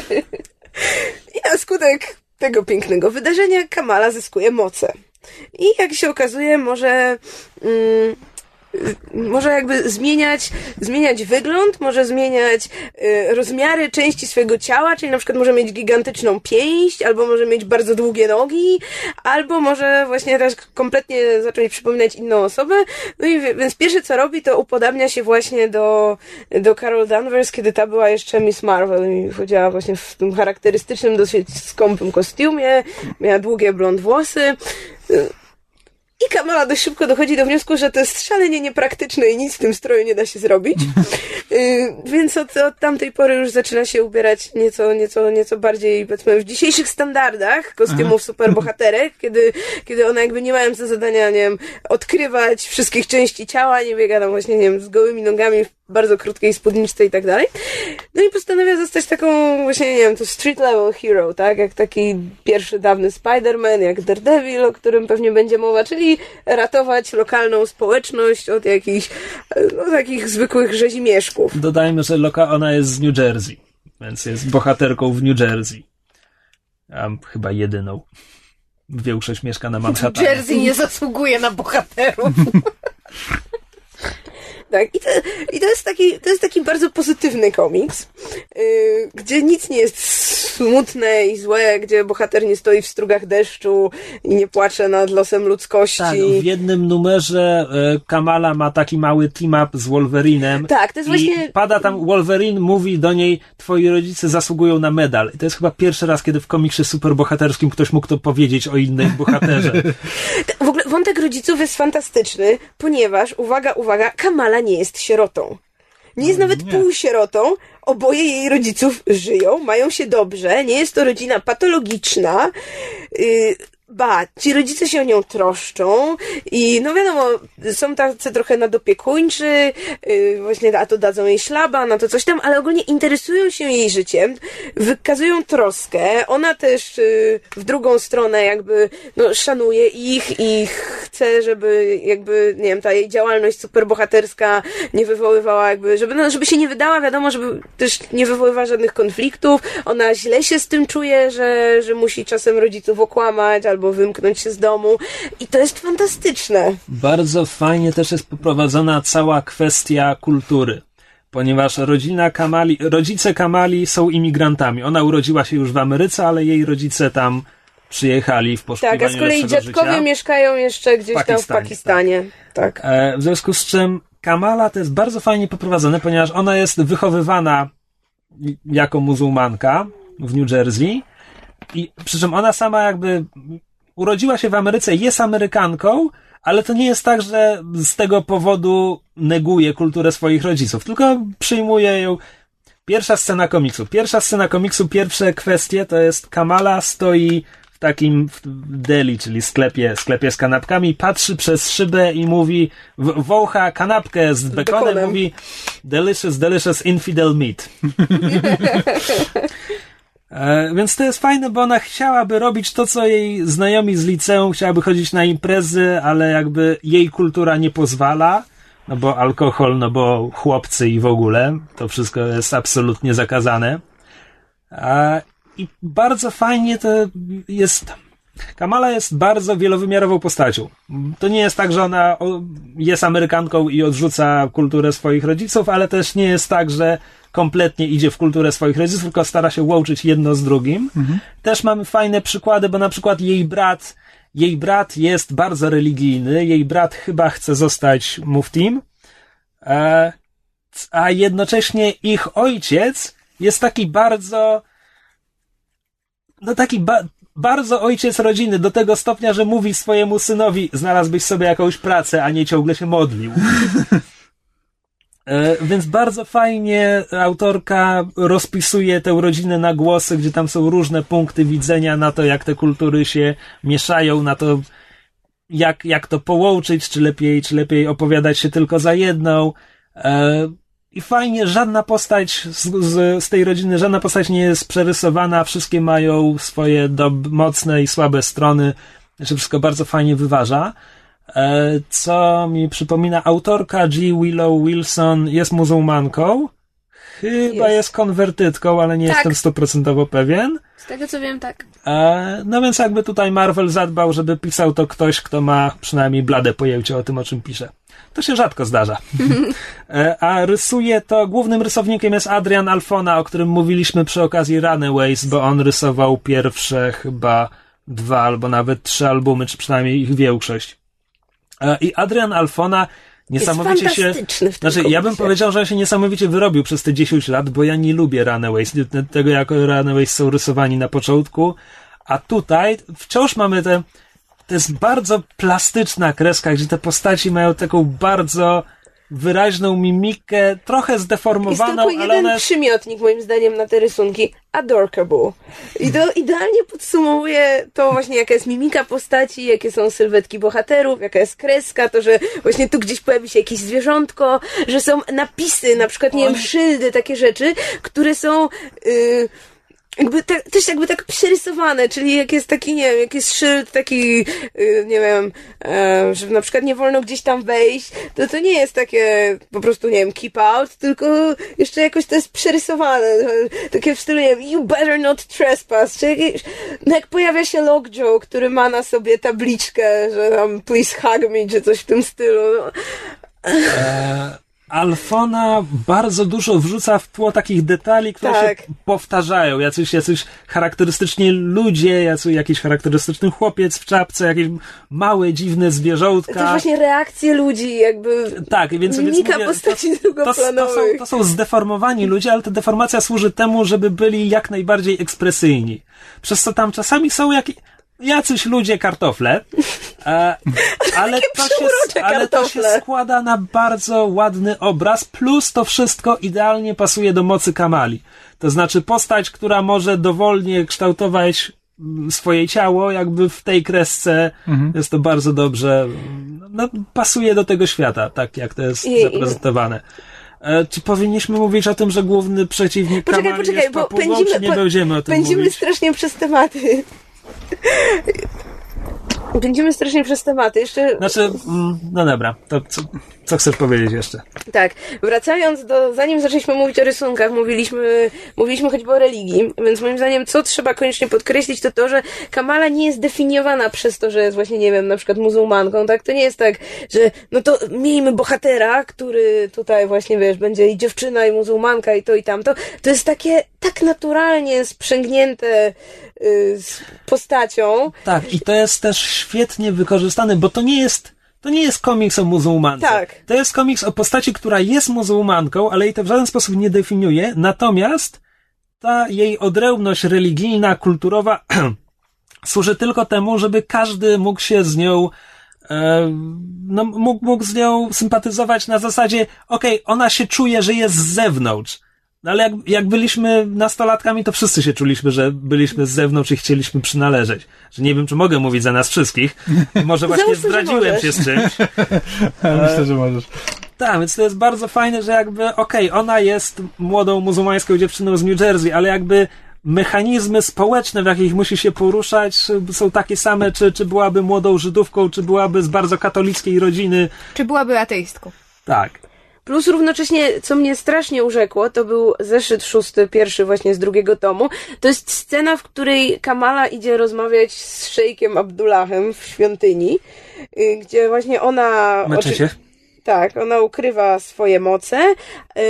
I na skutek tego pięknego wydarzenia Kamala zyskuje moce. I jak się okazuje, może... Mm, może jakby zmieniać, zmieniać wygląd, może zmieniać y, rozmiary części swojego ciała, czyli na przykład może mieć gigantyczną pięść, albo może mieć bardzo długie nogi, albo może właśnie teraz kompletnie zacząć przypominać inną osobę. No i więc pierwsze co robi, to upodabnia się właśnie do, do Carol Danvers, kiedy ta była jeszcze Miss Marvel i chodziła właśnie w tym charakterystycznym, dosyć skąpym kostiumie, miała długie blond włosy. I Kamala dość szybko dochodzi do wniosku, że to jest szalenie niepraktyczne i nic w tym stroju nie da się zrobić. Yy, więc od, od tamtej pory już zaczyna się ubierać nieco, nieco, nieco bardziej, powiedzmy, w dzisiejszych standardach kostiumów superbohaterek, kiedy, kiedy one jakby nie mają za zadania, nie wiem, odkrywać wszystkich części ciała, nie biega tam właśnie, nie wiem, z gołymi nogami w bardzo krótkiej spódniczce i tak dalej. No i postanawia zostać taką właśnie, nie wiem, to street level hero, tak? Jak taki pierwszy dawny Spider-Man, jak Daredevil, o którym pewnie będzie mowa, czyli ratować lokalną społeczność od jakichś, no, takich zwykłych rzezimieszków. Dodajmy, że loka ona jest z New Jersey, więc jest bohaterką w New Jersey. A chyba jedyną. Większość mieszka na Manhattanie. Jersey nie zasługuje na bohaterów. Tak, i to, i to jest taki, to jest taki bardzo pozytywny komiks, yy, gdzie nic nie jest smutne i złe, gdzie bohater nie stoi w strugach deszczu i nie płacze nad losem ludzkości. Tak, w jednym numerze y, Kamala ma taki mały team-up z Wolverinem. Tak, to jest i właśnie... pada tam, Wolverine mówi do niej, twoi rodzice zasługują na medal. I to jest chyba pierwszy raz, kiedy w komiksie superbohaterskim ktoś mógł to powiedzieć o innym bohaterze. W ogóle wątek rodziców jest fantastyczny, ponieważ, uwaga, uwaga, Kamala nie jest sierotą. Nie jest nawet Nie. półsierotą. Oboje jej rodziców żyją, mają się dobrze. Nie jest to rodzina patologiczna. Yy, ba, ci rodzice się o nią troszczą i no wiadomo, są tacy trochę nadopiekuńczy, yy, właśnie a to dadzą jej szlaban, a to coś tam, ale ogólnie interesują się jej życiem, wykazują troskę, ona też yy, w drugą stronę jakby no, szanuje ich i chce, żeby jakby, nie wiem, ta jej działalność superbohaterska nie wywoływała jakby, żeby, no, żeby się nie wydała, wiadomo, żeby też nie wywoływała żadnych konfliktów, ona źle się z tym czuje, że, że musi czasem rodziców okłamać albo wymknąć się z domu i to jest fantastyczne. Bardzo fajnie też jest poprowadzona cała kwestia kultury, ponieważ rodzina Kamali, rodzice Kamali są imigrantami. Ona urodziła się już w Ameryce, ale jej rodzice tam przyjechali w poszukiwaniu Tak, a z kolei dziadkowie życia. mieszkają jeszcze gdzieś Pakistanie, tam w Pakistanie. Tak. tak. E, w związku z czym Kamala to jest bardzo fajnie poprowadzone, ponieważ ona jest wychowywana jako muzułmanka w New Jersey i przy czym ona sama jakby urodziła się w Ameryce, jest Amerykanką, ale to nie jest tak, że z tego powodu neguje kulturę swoich rodziców, tylko przyjmuje ją. Pierwsza scena komiksu. Pierwsza scena komiksu, pierwsze kwestie to jest Kamala stoi w takim w deli, czyli sklepie, sklepie z kanapkami, patrzy przez szybę i mówi, w, wącha kanapkę z bekonem, bekonem, mówi delicious, delicious infidel meat. E, więc to jest fajne, bo ona chciałaby robić to, co jej znajomi z liceum, chciałaby chodzić na imprezy, ale jakby jej kultura nie pozwala, no bo alkohol, no bo chłopcy i w ogóle, to wszystko jest absolutnie zakazane. E, I bardzo fajnie to jest... Kamala jest bardzo wielowymiarową postacią. To nie jest tak, że ona jest Amerykanką i odrzuca kulturę swoich rodziców, ale też nie jest tak, że kompletnie idzie w kulturę swoich rodziców, tylko stara się łączyć jedno z drugim. Mhm. Też mamy fajne przykłady, bo na przykład jej brat, jej brat jest bardzo religijny, jej brat chyba chce zostać muftim, a jednocześnie ich ojciec jest taki bardzo, no taki ba- bardzo ojciec rodziny, do tego stopnia, że mówi swojemu synowi, znalazłbyś sobie jakąś pracę, a nie ciągle się modlił. E, więc bardzo fajnie autorka rozpisuje tę rodzinę na głosy, gdzie tam są różne punkty widzenia na to, jak te kultury się mieszają, na to, jak, jak to połączyć, czy lepiej, czy lepiej opowiadać się tylko za jedną. E, I fajnie, żadna postać z, z, z tej rodziny, żadna postać nie jest przerysowana, wszystkie mają swoje dob- mocne i słabe strony, że wszystko bardzo fajnie wyważa. E, co mi przypomina, autorka G. Willow Wilson jest muzułmanką, chyba jest, jest konwertytką, ale nie tak. Jestem stuprocentowo pewien. Z tego co wiem, tak. E, no więc jakby tutaj Marvel zadbał, żeby pisał to ktoś, kto ma przynajmniej blade pojęcie o tym, o czym pisze. To się rzadko zdarza. E, a rysuje to, głównym rysownikiem jest Adrian Alfona, o którym mówiliśmy przy okazji Runaways, bo on rysował pierwsze chyba dwa albo nawet trzy albumy, czy przynajmniej ich większość. E, I Adrian Alfona niesamowicie się... Znaczy, ja bym powiedział, że on się niesamowicie wyrobił przez te dziesięć lat, bo ja nie lubię Runaways, tego jak Runaways są rysowani na początku, a tutaj wciąż mamy te... To jest bardzo plastyczna kreska, gdzie te postaci mają taką bardzo wyraźną mimikę, trochę zdeformowaną, jest tylko ale jeden ona jest... przymiotnik moim zdaniem na te rysunki. Adorkable. I to idealnie podsumowuje to właśnie, jaka jest mimika postaci, jakie są sylwetki bohaterów, jaka jest kreska, to, że właśnie tu gdzieś pojawi się jakieś zwierzątko, że są napisy, na przykład, nie Oni... wiem, szyldy, takie rzeczy, które są... Yy, jakby tak, też jakby tak przerysowane, czyli jak jest taki, nie wiem, jak jest szyld taki, yy, nie wiem, yy, że na przykład nie wolno gdzieś tam wejść, to to nie jest takie po prostu, nie wiem, keep out, tylko jeszcze jakoś to jest przerysowane, takie w stylu, nie wiem, you better not trespass, czy jakieś, no jak pojawia się Lockjaw, który ma na sobie tabliczkę, że tam please hug me, czy coś w tym stylu, no. Eee... Alfona bardzo dużo wrzuca w tło takich detali, które tak. się powtarzają. Jacyś, jacyś charakterystyczni ludzie, jacyś, jakiś charakterystyczny chłopiec w czapce, jakieś małe, dziwne zwierzątka. To właśnie reakcje ludzi, jakby tak, więc, mimika więc postaci to, drugoplanowych. To, to, są, to są zdeformowani ludzie, ale ta deformacja służy temu, żeby byli jak najbardziej ekspresyjni. Przez co tam czasami są jakieś... jacyś ludzie kartofle, e, ale, to się, ale to się składa na bardzo ładny obraz, plus to wszystko idealnie pasuje do mocy Kamali. To znaczy postać, która może dowolnie kształtować swoje ciało jakby w tej kresce. Mhm. Jest to bardzo dobrze, no, pasuje do tego świata, tak jak to jest I, zaprezentowane. E, czy powinniśmy mówić o tym, że główny przeciwnik poczekaj, Kamali poczekaj, jest bo papugą, pędzimy, czy nie po, będziemy o tym pędzimy mówić? strasznie przez tematy. Pędzimy strasznie przez tematy. Jeszcze... Znaczy, no dobra, to co, co chcesz powiedzieć jeszcze? Tak, wracając do, zanim zaczęliśmy mówić o rysunkach, mówiliśmy, mówiliśmy choćby o religii, więc moim zdaniem, co trzeba koniecznie podkreślić, to to, że Kamala nie jest definiowana przez to, że jest właśnie, nie wiem, na przykład muzułmanką, tak? To nie jest tak, że no to miejmy bohatera, który tutaj właśnie, wiesz, będzie i dziewczyna, i muzułmanka, i to, i tamto. To jest takie, tak naturalnie sprzęgnięte yy, z postacią. Tak, i to jest też świetnie wykorzystane, bo to nie jest To nie jest komiks o muzułmance. Tak. To jest komiks o postaci, która jest muzułmanką, ale jej to w żaden sposób nie definiuje. Natomiast ta jej odrębność religijna, kulturowa służy tylko temu, żeby każdy mógł się z nią e, no, mógł, mógł z nią sympatyzować na zasadzie okej, okay, ona się czuje, że jest z zewnątrz. No ale jak, jak byliśmy nastolatkami, to wszyscy się czuliśmy, że byliśmy z zewnątrz i chcieliśmy przynależeć. Że nie wiem, czy mogę mówić za nas wszystkich. Może właśnie Załóżmy, zdradziłem się z czymś. Myślę, że możesz. Tak, więc to jest bardzo fajne, że jakby, okej, okay, ona jest młodą muzułmańską dziewczyną z New Jersey, ale jakby mechanizmy społeczne, w jakich musi się poruszać, są takie same, czy, czy byłaby młodą Żydówką, czy byłaby z bardzo katolickiej rodziny. Czy byłaby ateistką. Tak. Plus równocześnie, co mnie strasznie urzekło, to był zeszyt szósty, pierwszy właśnie z drugiego tomu. To jest scena, w której Kamala idzie rozmawiać z szejkiem Abdullahem w świątyni, gdzie właśnie ona... Meczy się. Oczy... Tak, ona ukrywa swoje moce, yy...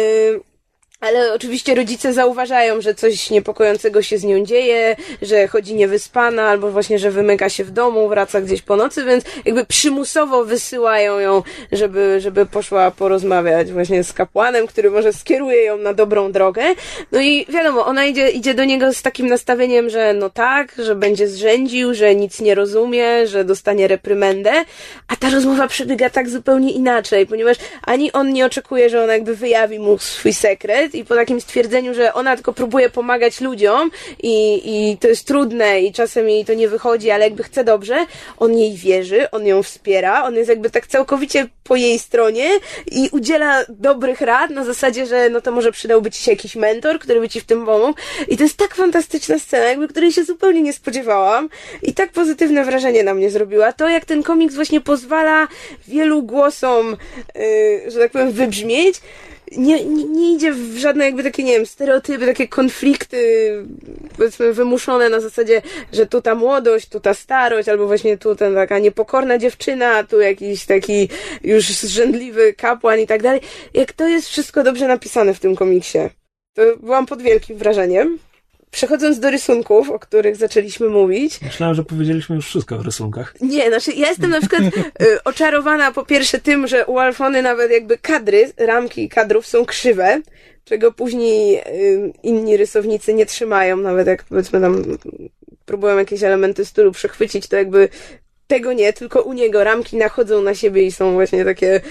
ale oczywiście rodzice zauważają, że coś niepokojącego się z nią dzieje, że chodzi niewyspana, albo właśnie, że wymyka się w domu, wraca gdzieś po nocy, więc jakby przymusowo wysyłają ją, żeby, żeby poszła porozmawiać właśnie z kapłanem, który może skieruje ją na dobrą drogę. No i wiadomo, ona idzie, idzie do niego z takim nastawieniem, że no tak, że będzie zrzędził, że nic nie rozumie, że dostanie reprymendę, a ta rozmowa przebiega tak zupełnie inaczej, ponieważ ani on nie oczekuje, że ona jakby wyjawi mu swój sekret, i po takim stwierdzeniu, że ona tylko próbuje pomagać ludziom i, i to jest trudne i czasem jej to nie wychodzi, ale jakby chce dobrze, on jej wierzy, on ją wspiera, on jest jakby tak całkowicie po jej stronie i udziela dobrych rad na zasadzie, że no to może przydałby ci się jakiś mentor, który by ci w tym pomógł. I to jest tak fantastyczna scena, jakby której się zupełnie nie spodziewałam i tak pozytywne wrażenie na mnie zrobiła. To, jak ten komiks właśnie pozwala wielu głosom, yy, że tak powiem, wybrzmieć, Nie, nie, nie idzie w żadne jakby takie, nie wiem, stereotypy, takie konflikty, powiedzmy, wymuszone na zasadzie, że tu ta młodość, tu ta starość, albo właśnie tu ta taka niepokorna dziewczyna, tu jakiś taki już zrzędliwy kapłan i tak dalej. Jak to jest wszystko dobrze napisane w tym komiksie. To byłam pod wielkim wrażeniem. Przechodząc do rysunków, o których zaczęliśmy mówić. Myślałem, że powiedzieliśmy już wszystko o rysunkach. Nie, znaczy ja jestem na przykład y, oczarowana po pierwsze tym, że u Alfony nawet jakby kadry, ramki kadrów są krzywe, czego później y, inni rysownicy nie trzymają, nawet jak powiedzmy tam próbują jakieś elementy stylu przechwycić, to jakby tego nie, tylko u niego ramki nachodzą na siebie i są właśnie takie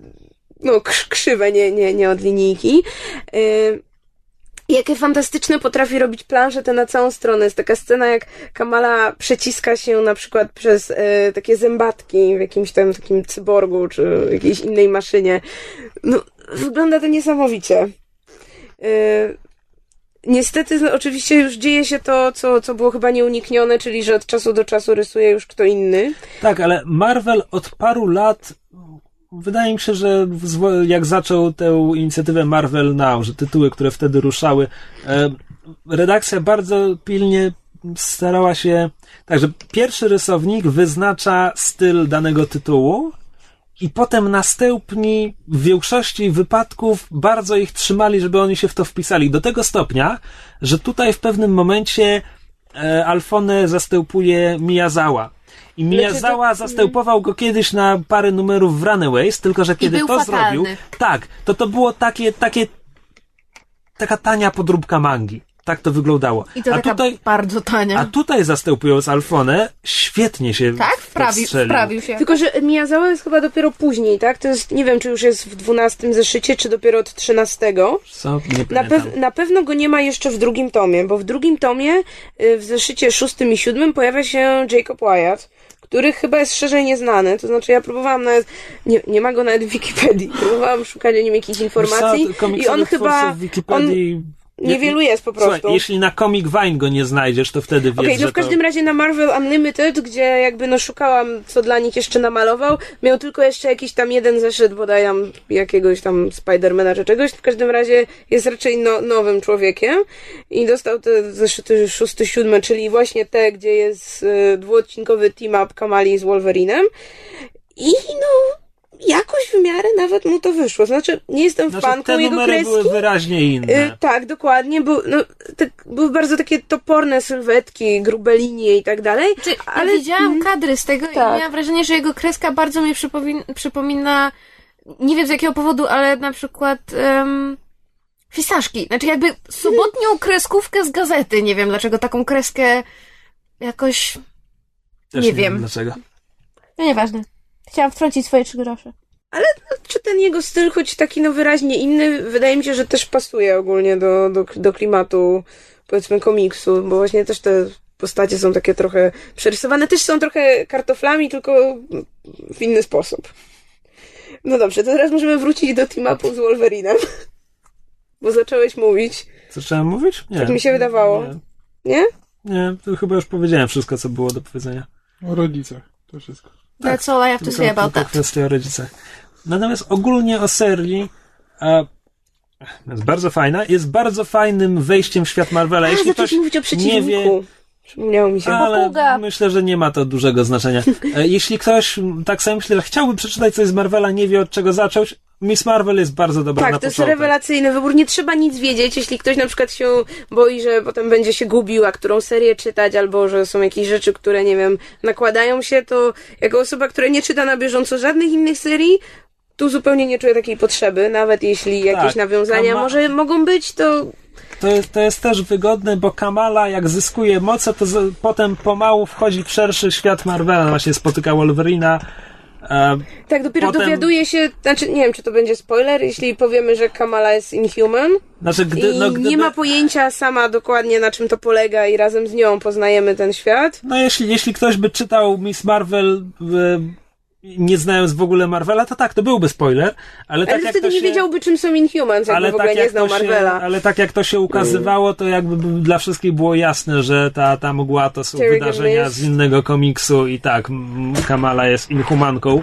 no krzywe, nie, nie, nie od linijki. Y, Jakie fantastyczne potrafi robić plansze te na całą stronę. Jest taka scena, jak Kamala przeciska się na przykład przez e, takie zębatki w jakimś tam takim cyborgu, czy jakiejś innej maszynie. No, wygląda to niesamowicie. E, niestety, no, oczywiście już dzieje się to, co, co było chyba nieuniknione, czyli że od czasu do czasu rysuje już kto inny. Tak, ale Marvel od paru lat... Wydaje mi się, że jak zaczął tę inicjatywę Marvel Now, że tytuły, które wtedy ruszały, redakcja bardzo pilnie starała się... Także pierwszy rysownik wyznacza styl danego tytułu i potem następni w większości wypadków bardzo ich trzymali, żeby oni się w to wpisali. Do tego stopnia, że tutaj w pewnym momencie Alfonę zastępuje Miyazawa. I Miyazawa zastępował go kiedyś na parę numerów w Runaways, tylko że kiedy to fatalny. zrobił, tak, to to było takie, takie taka tania podróbka mangi. tak to wyglądało. I to a taka tutaj, bardzo tania. a tutaj zastępując Alfonę, świetnie się Tak? Wprawił, wprawił się. Tylko, że Miyazawa jest chyba dopiero później, tak? To jest, nie wiem, czy już jest w dwunastym zeszycie, czy dopiero od trzynastego. Co? Nie Na, pamiętam. pew- na pewno go nie ma jeszcze w drugim tomie, bo w drugim tomie, y, w zeszycie szóstym i siódmym pojawia się Jacob Wyatt, który chyba jest szerzej nieznany. To znaczy, ja próbowałam nawet, nie, nie ma go nawet w Wikipedii, próbowałam szukać o nim jakichś informacji Wiesz co, i on chyba... w Wikipedii... On niewielu jest po prostu. Słuchaj, jeśli na Comic Vine go nie znajdziesz, to wtedy wiesz, Okej, okay, no w każdym to... razie na Marvel Unlimited, gdzie jakby no szukałam, co dla nich jeszcze namalował, miał tylko jeszcze jakiś tam jeden zeszyt, bodaj tam jakiegoś tam Spidermana czy czegoś. W każdym razie jest raczej no, nowym człowiekiem i dostał te zeszyty szósty, siódmy, czyli właśnie te, gdzie jest y, dwuodcinkowy team-up Kamali z Wolverinem. I no... jakoś w miarę nawet mu to wyszło. Znaczy, nie jestem Znaczy, fanką te jego numery kreski. były wyraźnie inne. Y, tak, dokładnie, bo no, tak, były bardzo takie toporne sylwetki, grube linie i tak dalej. Czy, ale ja widziałam kadry z tego tak. i miałam wrażenie, że jego kreska bardzo mi przypomina, przypomina nie wiem z jakiego powodu, ale na przykład um, Fistaszki. Znaczy jakby sobotnią kreskówkę z gazety. Nie wiem dlaczego taką kreskę jakoś... Też nie nie wiem. Dlaczego. No nieważne. Chciałam wtrącić swoje trzy grosze. Ale no, czy ten jego styl, choć taki no wyraźnie inny, wydaje mi się, że też pasuje ogólnie do, do, do klimatu, powiedzmy, komiksu, bo właśnie też te postacie są takie trochę przerysowane, też są trochę kartoflami, tylko w inny sposób. No dobrze, to teraz możemy wrócić do team-upu z Wolverinem, bo zacząłeś mówić. Co trzeba mówić? Nie. Tak mi się wydawało. Nie. Nie? Nie, to chyba już powiedziałem wszystko, co było do powiedzenia. O rodzicach, to wszystko. That's all I have to Tylko, say about tylko that. kwestia o rodzicach. Natomiast ogólnie o serii a, jest bardzo fajna, jest bardzo fajnym wejściem w świat Marvela. A, Jeśli ktoś zacząć mówić o nie przeciwniku. wie, Przypomniało mi się. ale Papuga. myślę, że nie ma to dużego znaczenia. E, Jeśli ktoś tak sobie myśli, że chciałby przeczytać coś z Marvela, nie wie od czego zacząć, Miss Marvel jest bardzo dobra Tak, na to jest początek. rewelacyjny wybór. Nie trzeba nic wiedzieć, jeśli ktoś na przykład się boi, że potem będzie się gubił, a którą serię czytać, albo że są jakieś rzeczy, które, nie wiem, nakładają się, to jako osoba, która nie czyta na bieżąco żadnych innych serii, tu zupełnie nie czuję takiej potrzeby, nawet jeśli jakieś Tak, nawiązania Kama- może mogą być, to... To jest, to jest też wygodne, bo Kamala jak zyskuje moce, to z, potem pomału wchodzi w szerszy świat Marvela. Właśnie spotyka Wolverina. E, Tak, dopiero Potem- dowiaduje się, znaczy nie wiem, czy to będzie spoiler, jeśli powiemy, że Kamala jest Inhuman znaczy, gdy, i no, gdyby, nie ma pojęcia sama dokładnie, na czym to polega i razem z nią poznajemy ten świat. No jeśli, jeśli ktoś by czytał Miss Marvel e, nie znając w ogóle Marvela, to tak, to byłby spoiler, ale tak Ale jak wtedy to nie się... wiedziałby, czym są Inhumans, jakby ale w ogóle tak nie jak znał to się, Marvela. ale tak jak to się ukazywało, to jakby dla wszystkich było jasne, że ta, ta mgła to są Terrigan wydarzenia Mist. z innego komiksu i tak, m, Kamala jest Inhumanką.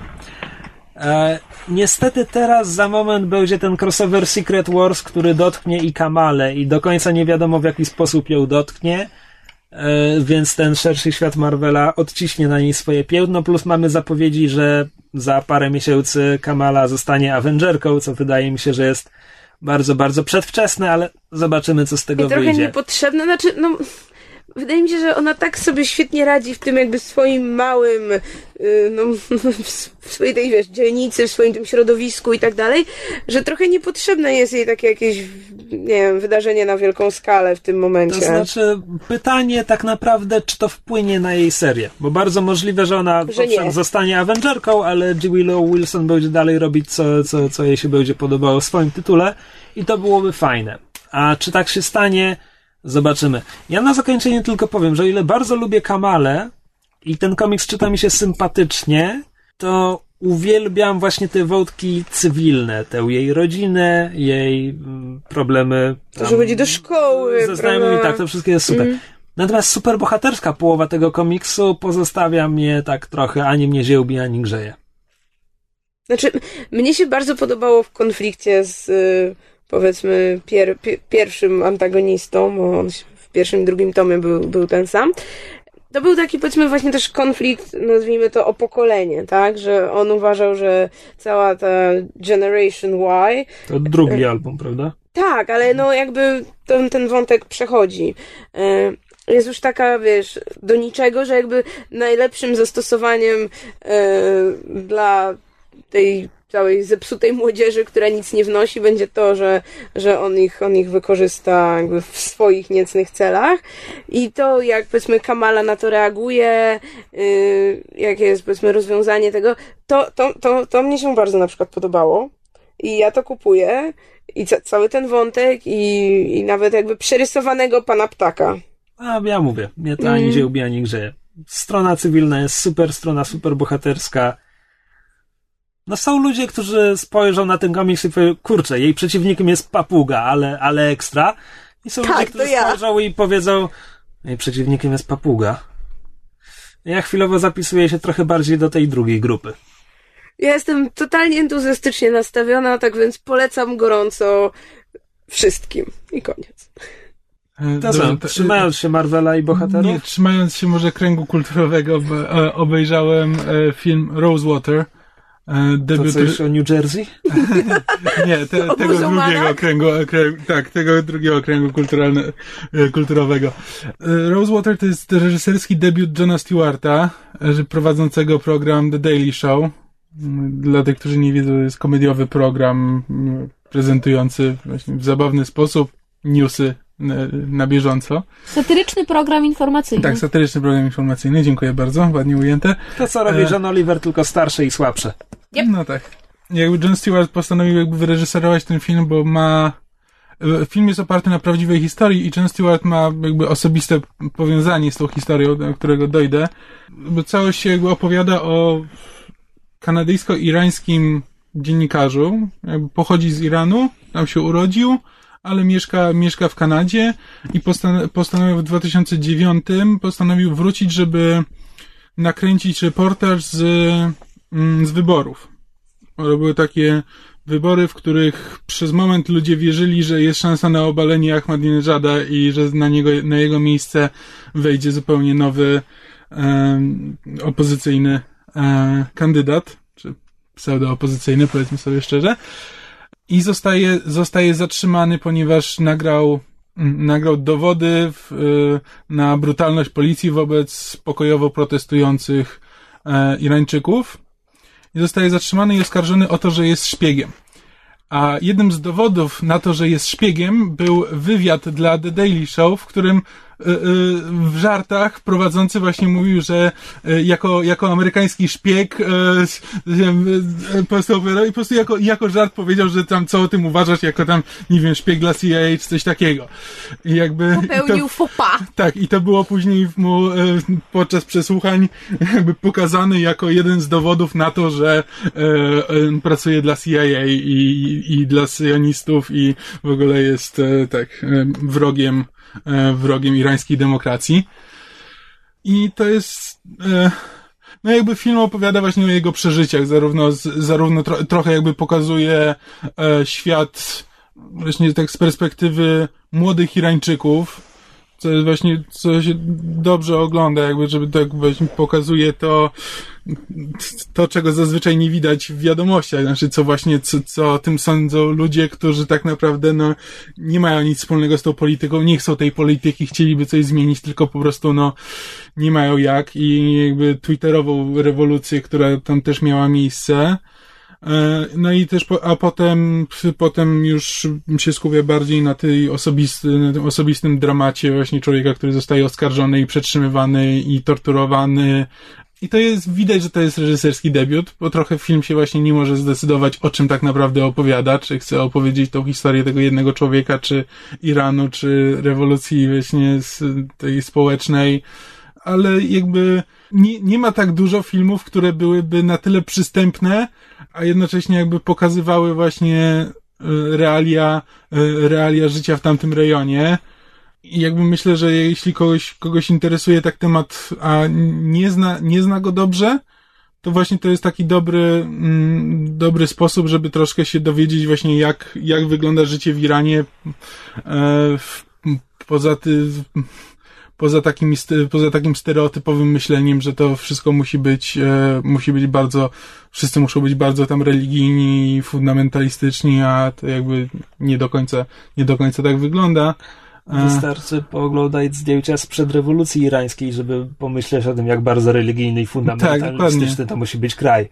E, niestety teraz za moment będzie ten crossover Secret Wars, który dotknie i Kamalę i do końca nie wiadomo w jaki sposób ją dotknie, e, więc ten szerszy świat Marvela odciśnie na niej swoje piętno, plus mamy zapowiedzi, że za parę miesięcy Kamala zostanie Avengerką, co wydaje mi się, że jest bardzo, bardzo przedwczesne, ale zobaczymy, co z tego I trochę wyjdzie. niepotrzebne, znaczy, no... Wydaje mi się, że ona tak sobie świetnie radzi w tym jakby swoim małym, yy, no, w swojej tej, wiesz, dzielnicy, w swoim tym środowisku i tak dalej, że trochę niepotrzebne jest jej takie jakieś, nie wiem, wydarzenie na wielką skalę w tym momencie. To znaczy, pytanie tak naprawdę, czy to wpłynie na jej serię, bo bardzo możliwe, że ona Że owszem, nie. zostanie Avengerką, ale G. Willow Wilson będzie dalej robić, co, co, co jej się będzie podobało w swoim tytule i to byłoby fajne. A czy tak się stanie? Zobaczymy. Ja na zakończenie tylko powiem, że o ile bardzo lubię Kamalę i ten komiks czyta mi się sympatycznie, to uwielbiam właśnie te wątki cywilne, tę jej rodzinę, jej mm, problemy To, że chodzi do szkoły, ze znajomymi, prawda? tak, to wszystko jest super. Mhm. Natomiast superbohaterska połowa tego komiksu pozostawia mnie tak trochę, ani mnie ziełbi, ani grzeje. Znaczy, mnie się bardzo podobało w konflikcie z, y, powiedzmy, pier, pi, pierwszym antagonistą, bo on w pierwszym i drugim tomie był, był ten sam. To był taki, powiedzmy, właśnie też konflikt, nazwijmy to, o pokolenie, tak? Że on uważał, że cała ta Generation Y... To drugi album, prawda? Tak, ale no jakby ten, ten wątek przechodzi. Y, Jest już taka, wiesz, do niczego, że jakby najlepszym zastosowaniem y, dla tej całej zepsutej młodzieży, która nic nie wnosi, będzie to, że, że on ich, on ich wykorzysta jakby w swoich niecnych celach. I to, jak powiedzmy Kamala na to reaguje, yy, jakie jest powiedzmy rozwiązanie tego, to, to, to, to mnie się bardzo na przykład podobało. I ja to kupuję. I ca- cały ten wątek i, i nawet jakby przerysowanego pana ptaka. A ja mówię, mnie to ani Mm. dziełbi, ani grzeje. Strona cywilna jest super, strona super bohaterska. No są ludzie, którzy spojrzą na ten komiks i powiedzą, kurczę, jej przeciwnikiem jest papuga, ale, ale ekstra. I są Tak, ludzie, to którzy ja. spojrzą i powiedzą, jej przeciwnikiem jest papuga. Ja chwilowo zapisuję się trochę bardziej do tej drugiej grupy. Ja jestem totalnie entuzjastycznie nastawiona, tak więc polecam gorąco wszystkim. I koniec. E, To dobra, co, to- trzymając się Marvela i bohaterów? Nie, trzymając się może kręgu kulturowego, obe- e, obejrzałem e, film Rosewater. E, To debiut... coś o New Jersey? Nie, te, O tego muzułmanach? drugiego kręgu, e, kręgu, tak, tego drugiego kręgu kulturalne, e, kulturowego. E, Rosewater to jest reżyserski debiut Jona Stewarta, e, prowadzącego program The Daily Show. Dla tych, którzy nie wiedzą, to jest komediowy program m, prezentujący właśnie w zabawny sposób newsy e, na bieżąco. Satyryczny program informacyjny. Tak, satyryczny program informacyjny, dziękuję bardzo, ładnie ujęte. To co robi E. John Oliver, tylko starsze i słabsze. Yep. No tak. Jakby Jon Stewart postanowił jakby wyreżyserować ten film, bo ma... Film jest oparty na prawdziwej historii i Jon Stewart ma jakby osobiste powiązanie z tą historią, do którego dojdę. Bo całość się jakby opowiada o kanadyjsko-irańskim dziennikarzu. Jakby pochodzi z Iranu, tam się urodził, ale mieszka, mieszka w Kanadzie i postan- postanowił w dwa tysiące dziewiątym postanowił wrócić, żeby nakręcić reportaż z, mm, z wyborów. To były takie wybory, w których przez moment ludzie wierzyli, że jest szansa na obalenie Ahmadinejada i że na niego, na jego miejsce wejdzie zupełnie nowy um, opozycyjny um, kandydat, czy pseudo-opozycyjny, powiedzmy sobie szczerze. I zostaje, zostaje zatrzymany, ponieważ nagrał, nagrał dowody w, na brutalność policji wobec pokojowo protestujących e, Irańczyków. I zostaje zatrzymany i oskarżony o to, że jest szpiegiem. A jednym z dowodów na to, że jest szpiegiem, był wywiad dla The Daily Show, w którym y, y, w żartach prowadzący właśnie mówił, że y, jako, jako amerykański szpieg y, y, y, po prostu opowiadał i po prostu jako, jako żart powiedział, że tam co o tym uważasz, jako tam, nie wiem, szpieg dla C I A czy coś takiego. I jakby... Popełnił to, faux pas. tak, i to było później mu e, podczas przesłuchań jakby pokazane jako jeden z dowodów na to, że e, e, pracuje dla C I A i, i, i dla syjonistów i w ogóle jest e, tak e, wrogiem, e, wrogiem irańskiej demokracji. I to jest... E, no jakby film opowiada właśnie o jego przeżyciach, zarówno, z, zarówno tro, trochę jakby pokazuje e, świat właśnie tak z perspektywy młodych Irańczyków, co jest właśnie, co się dobrze ogląda, jakby, żeby tak właśnie pokazuje to, to, czego zazwyczaj nie widać w wiadomościach, znaczy, co właśnie, co, co o tym sądzą ludzie, którzy tak naprawdę, no, nie mają nic wspólnego z tą polityką, nie chcą tej polityki, chcieliby coś zmienić, tylko po prostu, no, nie mają jak i jakby twitterową rewolucję, która tam też miała miejsce. No i też, po, a potem, potem już się skupia bardziej na tej osobisty, na tym osobistym dramacie właśnie człowieka, który zostaje oskarżony i przetrzymywany i torturowany. I to jest, widać, że to jest reżyserski debiut, bo trochę film się właśnie nie może zdecydować, o czym tak naprawdę opowiada, czy chce opowiedzieć tą historię tego jednego człowieka, czy Iranu, czy rewolucji właśnie tej społecznej. Ale jakby nie, nie ma tak dużo filmów, które byłyby na tyle przystępne, a jednocześnie jakby pokazywały właśnie realia, realia życia w tamtym rejonie. I jakby myślę, że jeśli kogoś, kogoś interesuje tak temat, a nie zna, nie zna go dobrze, to właśnie to jest taki dobry, mm, dobry sposób, żeby troszkę się dowiedzieć właśnie jak, jak wygląda życie w Iranie, e, w, poza ty, Poza takim, poza takim stereotypowym myśleniem, że to wszystko musi być, e, musi być bardzo, wszyscy muszą być bardzo tam religijni i fundamentalistyczni, a to jakby nie do końca, nie do końca tak wygląda. E, Wystarczy pooglądać zdjęcia sprzed rewolucji irańskiej, żeby pomyśleć o tym, jak bardzo religijny i fundamentalistyczny tak, to musi być kraj.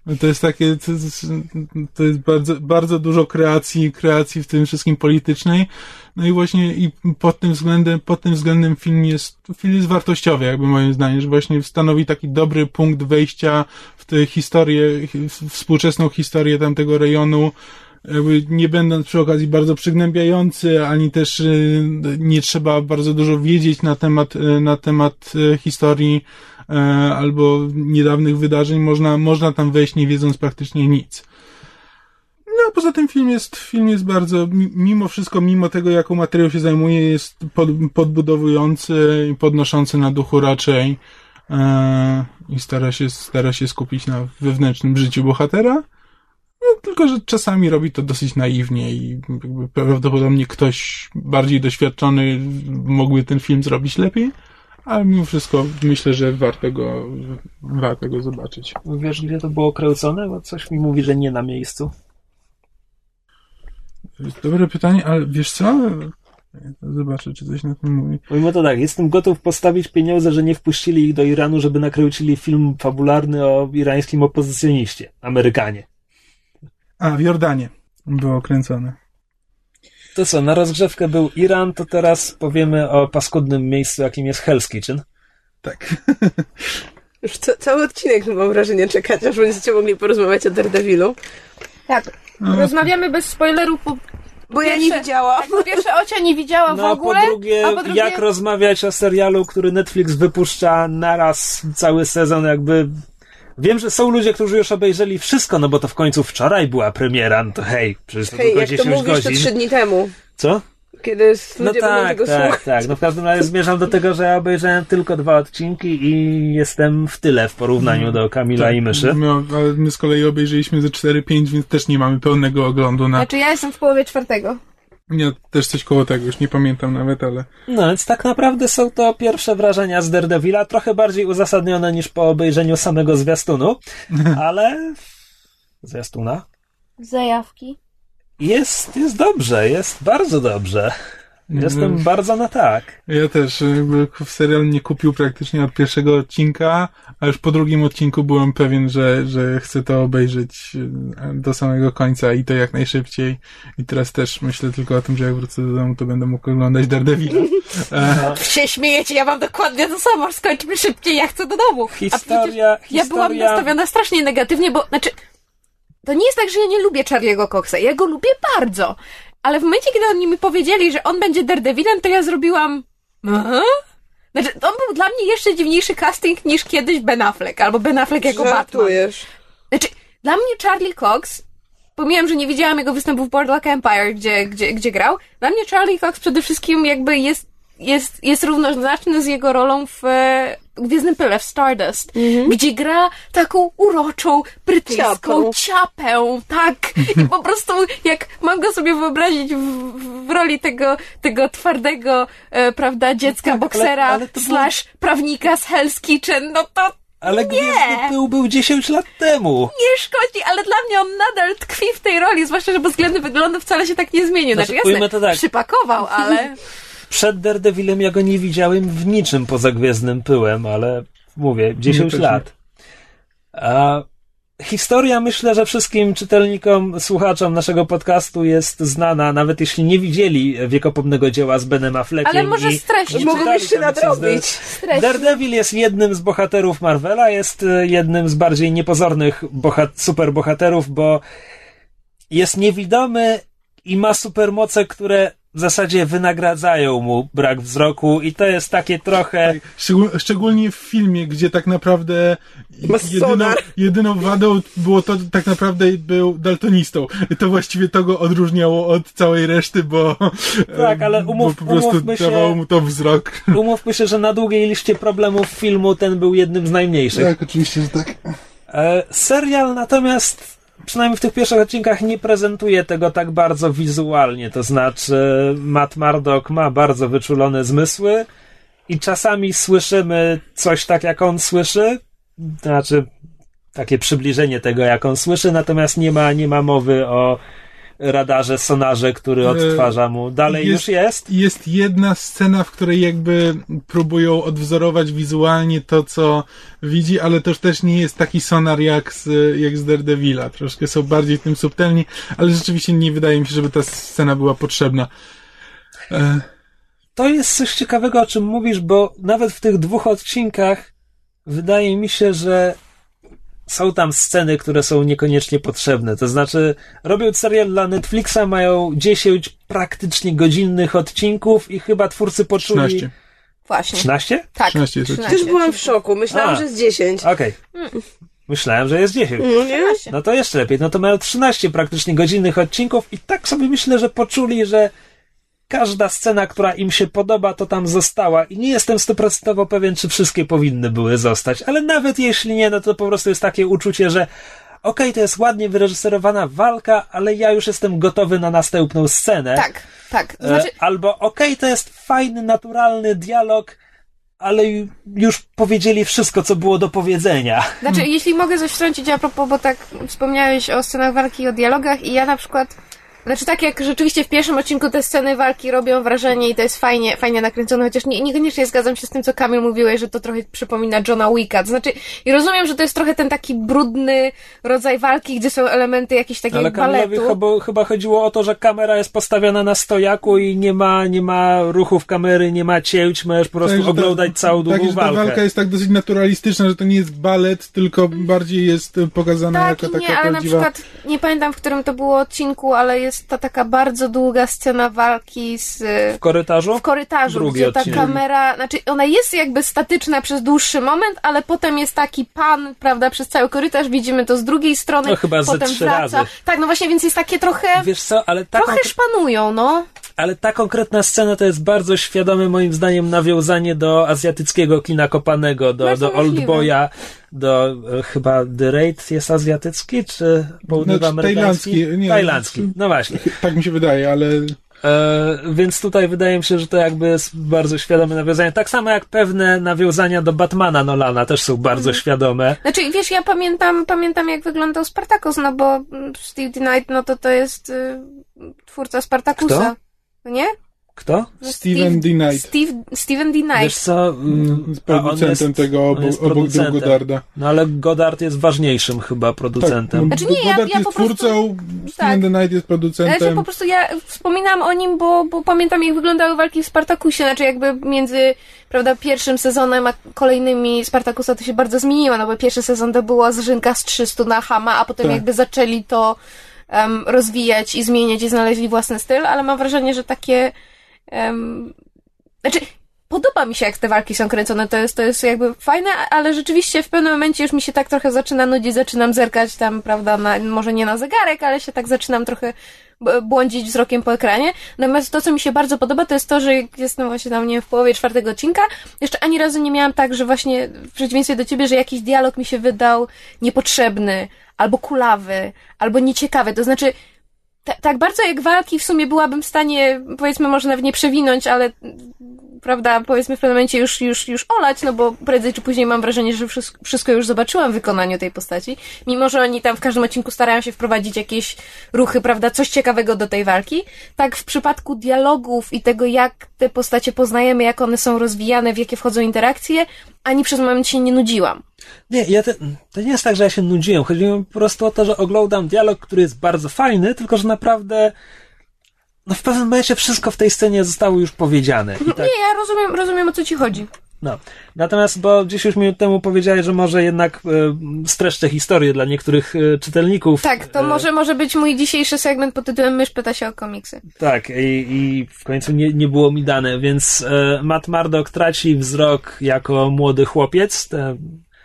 To jest takie, to jest, to jest bardzo, bardzo dużo kreacji, kreacji w tym wszystkim politycznej. No i właśnie i pod tym względem, pod tym względem film jest, film jest wartościowy, jakby moim zdaniem, że właśnie stanowi taki dobry punkt wejścia w tę historię, współczesną historię tamtego rejonu, jakby nie będąc przy okazji bardzo przygnębiający, ani też nie trzeba bardzo dużo wiedzieć na temat, na temat historii albo niedawnych wydarzeń. Można, można tam wejść nie wiedząc praktycznie nic. No, poza tym film jest, film jest bardzo, mimo wszystko, mimo tego, jaką materiał się zajmuje, jest pod, podbudowujący i podnoszący na duchu raczej e, i stara się, stara się skupić na wewnętrznym życiu bohatera. No, tylko, że czasami robi to dosyć naiwnie i jakby prawdopodobnie ktoś bardziej doświadczony mógłby ten film zrobić lepiej, ale mimo wszystko myślę, że warto go, warto go zobaczyć. Wiesz, gdzie to było kręcone? Bo coś mi mówi, że nie na miejscu. To jest dobre pytanie, ale wiesz co? Zobaczę, czy coś na tym mówi. Mówimy to tak, jestem gotów postawić pieniądze, że nie wpuścili ich do Iranu, żeby nakręcili film fabularny o irańskim opozycjoniście. Amerykanie. A, w Jordanie było kręcone. To co, na rozgrzewkę był Iran, to teraz powiemy o paskudnym miejscu, jakim jest Hell's Kitchen. Tak. Już ca- cały odcinek, mam wrażenie, czekać, aż będziecie mogli porozmawiać o Daredevilu. Tak. Rozmawiamy bez spoilerów, bo, Bo ja nie widziałam. Tak, po pierwsze, Ocia nie widziała No w a ogóle. po drugie, a po drugie, jak rozmawiać o serialu, który Netflix wypuszcza naraz cały sezon, jakby... Wiem, że są ludzie, którzy już obejrzeli wszystko, no bo to w końcu wczoraj była premiera, no to hej, przecież to Hej, tylko jak to dziesięć mówisz, godzin. to trzy dni temu. Co? Kiedy No ludzie będą tak, tego tak, słuchać. tak. No w każdym razie zmierzam do tego, że ja obejrzałem tylko dwa odcinki i jestem w tyle w porównaniu do Kamila Tak, i Myszy. My, ale my z kolei obejrzeliśmy ze cztery pięć, więc też nie mamy pełnego oglądu na... Znaczy ja jestem w połowie czwartego. Nie, też coś koło tego, już nie pamiętam nawet, ale... No więc tak naprawdę są to pierwsze wrażenia z Daredevila, trochę bardziej uzasadnione niż po obejrzeniu samego zwiastunu, ale... Zwiastuna? Zajawki. Jest, jest dobrze, jest bardzo dobrze. Jestem No, bardzo na tak. ja też, jakby serial mnie kupił praktycznie od pierwszego odcinka, a już po drugim odcinku byłem pewien, że, że chcę to obejrzeć do samego końca i to jak najszybciej. I teraz też myślę tylko o tym, że jak wrócę do domu, to będę mógł oglądać Daredevila. E, Się śmiejecie, ja mam dokładnie to samo. Skończmy szybciej, ja chcę do domu. Historia, A przecież ja byłam historia... nastawiona strasznie negatywnie, bo znaczy to nie jest tak, że ja nie lubię Charlie'ego Coxa. Ja go lubię bardzo. Ale w momencie, kiedy oni mi powiedzieli, że on będzie Daredevilem, to ja zrobiłam... Aha? Znaczy, on był dla mnie jeszcze dziwniejszy casting niż kiedyś Ben Affleck, albo Ben Affleck jako Batman. Żartujesz. Znaczy, dla mnie Charlie Cox, pomijam, że nie widziałam jego występu w Boardwalk Empire, gdzie, gdzie, gdzie grał, dla mnie Charlie Cox przede wszystkim jakby jest, jest, jest równoznaczny z jego rolą w e, Gwiezdnym Pyle, w Stardust, Mhm. gdzie gra taką uroczą, brytyjską Ciapę. ciapę, tak. I po prostu, jak mam go sobie wyobrazić w, w roli tego, tego twardego, e, prawda, dziecka, tak, boksera, ale- ale to slash prawnika z Hell's Kitchen, no to Ale Gwiezdny Pył był dziesięć lat temu. nie szkodzi, ale dla mnie on nadal tkwi w tej roli, zwłaszcza, że pod względem wyglądu wcale się tak nie zmienił. Znaczy, Znaczy, jasne, ujmę to tak. przypakował, ale... Przed Daredevilem ja go nie widziałem w niczym poza Gwiezdnym Pyłem, ale mówię, dziesięć też lat. A historia, myślę, że wszystkim czytelnikom, słuchaczom naszego podcastu jest znana, nawet jeśli nie widzieli wiekopomnego dzieła z Benem Affleckiem. Ale może i streścić. nie Mogą czytali jeszcze komiksu z nadrobić. Streścić. Daredevil jest jednym z bohaterów Marvela, jest e, jednym z bardziej niepozornych bohat- superbohaterów, bo jest niewidomy i ma supermoce, które w zasadzie wynagradzają mu brak wzroku i to jest takie trochę... Szczegól, szczególnie w filmie, gdzie tak naprawdę Ma jedyną, sonar. jedyną wadą było to, tak naprawdę był daltonistą. I to właściwie to go odróżniało od całej reszty, bo, Tak, ale bo umów- po prostu umówmy się- dawało mu to wzrok. Umówmy się, że na długiej liście problemów filmu ten był jednym z najmniejszych. Tak, oczywiście, że tak. E, serial natomiast, przynajmniej w tych pierwszych odcinkach, nie prezentuje tego tak bardzo wizualnie. To znaczy, Matt Murdock ma bardzo wyczulone zmysły i czasami słyszymy coś tak, jak on słyszy. To znaczy, takie przybliżenie tego, jak on słyszy, natomiast nie ma, nie ma mowy o radarze, sonarze, który odtwarza mu. Dalej jest, już jest? Jest jedna scena, w której jakby próbują odwzorować wizualnie to, co widzi, ale to też nie jest taki sonar jak z, jak z Daredevila. Troszkę są bardziej tym subtelni, ale rzeczywiście nie wydaje mi się, żeby ta scena była potrzebna. E... To jest coś ciekawego, o czym mówisz, bo nawet w tych dwóch odcinkach wydaje mi się, że są tam sceny, które są niekoniecznie potrzebne. To znaczy, robią serial dla Netflixa, mają dziesięć praktycznie godzinnych odcinków i chyba twórcy poczuli... trzynaście. Właśnie. trzynaście? Tak. trzynaście jest trzynaście. Też byłam w szoku. Myślałam, A. że jest dziesięć. Okej. Okay. Myślałem, że jest dziesięć. No nie? No to jeszcze lepiej. No to mają trzynaście praktycznie godzinnych odcinków i tak sobie myślę, że poczuli, że każda scena, która im się podoba, to tam została i nie jestem stuprocentowo pewien, czy wszystkie powinny były zostać, ale nawet jeśli nie, no to po prostu jest takie uczucie, że okej, okay, to jest ładnie wyreżyserowana walka, ale ja już jestem gotowy na następną scenę. Tak, tak. To znaczy... Albo okej, okay, to jest fajny, naturalny dialog, ale już powiedzieli wszystko, co było do powiedzenia. Znaczy, hmm. jeśli mogę coś wtrącić a propos, bo tak wspomniałeś o scenach walki i o dialogach i ja na przykład... Znaczy tak jak rzeczywiście w pierwszym odcinku te sceny walki robią wrażenie i to jest fajnie, fajnie nakręcone, chociaż nie, niekoniecznie zgadzam się z tym, co Kamil mówiłeś, że to trochę przypomina Johna Wicka. To znaczy, i rozumiem, że to jest trochę ten taki brudny rodzaj walki, gdzie są elementy jakichś takiego Ale Kamilowi baletu. chyba, chyba chodziło o to, że kamera jest postawiona na stojaku i nie ma, nie ma ruchów kamery, nie ma cięć, możesz po prostu tak, oglądać ta, całą długą tak, walkę. Ta walka jest tak dosyć naturalistyczna, że to nie jest balet, tylko bardziej jest pokazana tak, jako taka nie, ale prawdziwa... na przykład, nie pamiętam, w którym to było odcinku, ale jest ta taka bardzo bardzo długa scena walki z... W korytarzu? W korytarzu, Drugi gdzie ta odcinek. kamera... Znaczy, ona jest jakby statyczna przez dłuższy moment, ale potem jest taki pan, prawda, przez cały korytarz, widzimy to z drugiej strony, no, chyba potem ze trzy wraca. razy. Tak, no właśnie, więc jest takie trochę... Wiesz co, ale ta trochę konkre... szpanują, no. Ale ta konkretna scena to jest bardzo świadome, moim zdaniem, nawiązanie do azjatyckiego kina kopanego, do, do Oldboya, do e, chyba The Raid jest azjatycki, czy południowoamerykański? Tajlandzki. Nie, Tajlandzki, no właśnie. Tak mi się wydaje, ale... E, więc tutaj wydaje mi się, że to jakby jest bardzo świadome nawiązanie. Tak samo jak pewne nawiązania do Batmana Nolana też są bardzo mhm. świadome. Znaczy, wiesz, ja pamiętam, pamiętam jak wyglądał Spartacus, no bo Steve D. Knight, no to to jest y, twórca Spartacusa. Kto? No nie? Kto? No Steven D. Knight. Steve, Steven D. Knight. Wiesz co? Z producentem jest, tego obok, obok Drew Goddarda. No ale Goddard jest ważniejszym chyba producentem. Tak, no, znaczy nie, Goddard ja, ja jest po prostu, twórcą, tak. Steven D. Knight jest producentem. Znaczy po prostu ja wspominam o nim, bo, bo pamiętam jak wyglądały walki w Spartacusie, znaczy jakby między, prawda, pierwszym sezonem a kolejnymi Spartacusa to się bardzo zmieniło, no bo pierwszy sezon to była zżynka z trzystu na Hama, a potem tak. jakby zaczęli to um, rozwijać i zmieniać i znaleźli własny styl, ale mam wrażenie, że takie Um, znaczy, podoba mi się, jak te walki są kręcone, to jest, to jest jakby fajne, ale rzeczywiście w pewnym momencie już mi się tak trochę zaczyna nudzić, zaczynam zerkać tam, prawda, na, może nie na zegarek, ale się tak zaczynam trochę błądzić wzrokiem po ekranie. Natomiast to, co mi się bardzo podoba, to jest to, że jestem właśnie tam, nie wiem, w połowie czwartego odcinka, jeszcze ani razu nie miałam tak, że właśnie w przeciwieństwie do ciebie, że jakiś dialog mi się wydał niepotrzebny, albo kulawy, albo nieciekawy, to znaczy T- tak bardzo jak walki w sumie byłabym w stanie, powiedzmy, może nawet nie przewinąć, ale prawda, powiedzmy w pewnym momencie już, już, już olać, no bo prędzej czy później mam wrażenie, że wszystko, wszystko już zobaczyłam w wykonaniu tej postaci. Mimo że oni tam w każdym odcinku starają się wprowadzić jakieś ruchy, prawda, coś ciekawego do tej walki. Tak w przypadku dialogów i tego, jak te postacie poznajemy, jak one są rozwijane, w jakie wchodzą interakcje, ani przez moment się nie nudziłam. Nie, ja te, to nie jest tak, że ja się nudziłem. Chodziło mi po prostu o to, że oglądam dialog, który jest bardzo fajny, tylko że naprawdę no w pewnym momencie wszystko w tej scenie zostało już powiedziane. I tak... Nie, ja rozumiem, rozumiem o co ci chodzi. No. Natomiast, bo dziesięć minut temu powiedziałeś, że może jednak e, streszczę historię dla niektórych e, czytelników. Tak, to e... może może być mój dzisiejszy segment pod tytułem Mysz pyta się o komiksy. Tak, i, i w końcu nie, nie było mi dane, więc e, Matt Murdock traci wzrok jako młody chłopiec. Te,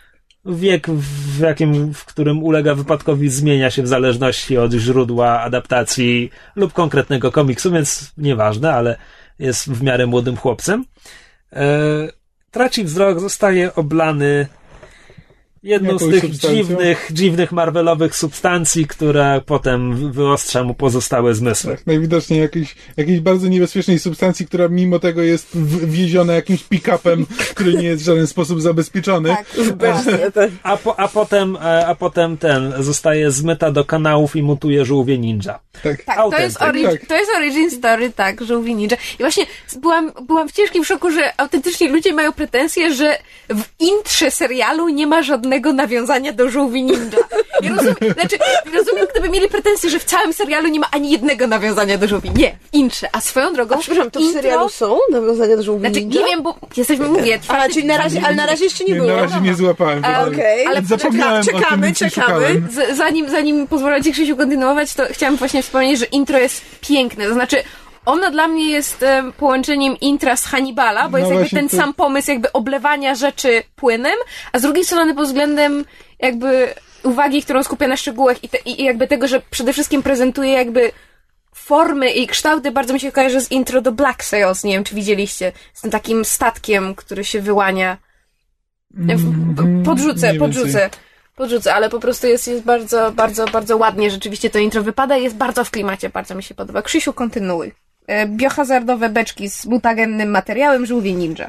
wiek, w, jakim, w którym ulega wypadkowi, zmienia się w zależności od źródła adaptacji lub konkretnego komiksu, więc nieważne, ale jest w miarę młodym chłopcem. E, traci wzrok, zostaje oblany jedną z Jakąś tych substancją? dziwnych, dziwnych Marvelowych substancji, która potem wyostrza mu pozostałe zmysły. Tak, najwidoczniej jakiejś, jakiejś bardzo niebezpiecznej substancji, która mimo tego jest w- wieziona jakimś pick-upem, który nie jest w żaden sposób zabezpieczony. Tak. Bezpiecznie, tak. A, po, a, potem, e, a potem ten zostaje zmyta do kanałów i mutuje żółwie ninja. Tak. Tak, to jest, Autentyk. ori- Tak. to jest origin story, tak, żółwi ninja. I właśnie byłam, byłam w ciężkim szoku, że autentycznie ludzie mają pretensje, że w intrze serialu nie ma żadnego nawiązania do żółwi ninja. Ja rozumiem, znaczy, rozumiem, gdyby mieli pretensje, że w całym serialu nie ma ani jednego nawiązania do żółwi. Nie, w intrze. A swoją drogą... A przepraszam, to w intro- serialu są nawiązania do żółwi Znaczy, ninja? nie wiem, bo jesteśmy, mówię... A, czwarty- czyli na razie, ale na razie jeszcze nie Nie, było. na razie nie złapałem. A, tego. Okej, Ale Zapomniałem czeka- o tym, czekamy, więc nie czekamy. szukałem. Z, zanim, zanim pozwolę Ci, Krzysiu, kontynuować, to chciałam właśnie wspomnieć, że intro jest piękne. To znaczy, ono dla mnie jest um, połączeniem intra z Hannibala, bo No jest jakby właśnie ten to- sam pomysł jakby oblewania rzeczy płynem, a z drugiej strony pod względem jakby uwagi, którą skupia na szczegółach i, te, i jakby tego, że przede wszystkim prezentuje jakby formy i kształty. Bardzo mi się kojarzy z intro do Black Sails, nie wiem, czy widzieliście, z tym takim statkiem, który się wyłania. W- p- Podrzucę, Mniej podrzucę. więcej. Podrzucę, ale po prostu jest, jest bardzo, bardzo, bardzo ładnie rzeczywiście to intro wypada i jest bardzo w klimacie, bardzo mi się podoba. Krzysiu, kontynuuj. E, Biohazardowe beczki z mutagennym materiałem, żółwie ninja.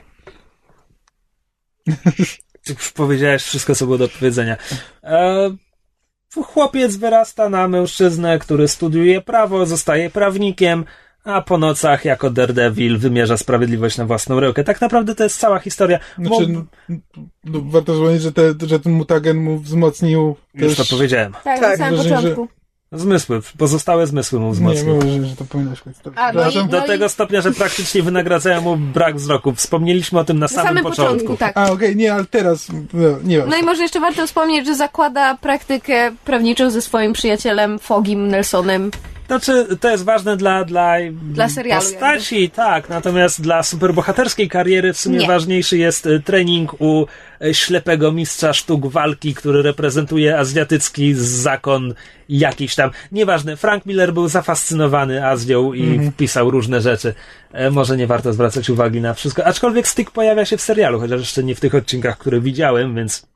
Ty już powiedziałeś wszystko, co było do powiedzenia. E, chłopiec wyrasta na mężczyznę, który studiuje prawo, zostaje prawnikiem, a po nocach jako Daredevil wymierza sprawiedliwość na własną rękę. Tak naprawdę to jest cała historia. Znaczy, Bo- no, no, warto powiedzieć, że, te, że ten mutagen mu wzmocnił Już to też... powiedziałem. Tak, Tak, na samym wrażenie, początku. Zmysły, pozostałe zmysły mu Nie, wzmocnił. mówię, że to powinnaś powiedzieć. A, no i- Do tego stopnia, że praktycznie wynagradzają mu brak wzroku. Wspomnieliśmy o tym na Na samym, samym początku. początku, tak. A, okej, nie, ale teraz, no, nie wiem. No i może jeszcze warto wspomnieć, że zakłada praktykę prawniczą ze swoim przyjacielem Fogim Nelsonem. Znaczy, to jest ważne dla, dla, Dla serialu postaci, tak, natomiast dla superbohaterskiej kariery w sumie Nie. ważniejszy jest y, trening u y, ślepego mistrza sztuk walki, który reprezentuje azjatycki zakon jakiś tam. Nieważne, Frank Miller był zafascynowany Azją i Mhm. wpisał różne rzeczy. E, może nie warto zwracać uwagi na wszystko, aczkolwiek Stick pojawia się w serialu, chociaż jeszcze nie w tych odcinkach, które widziałem, więc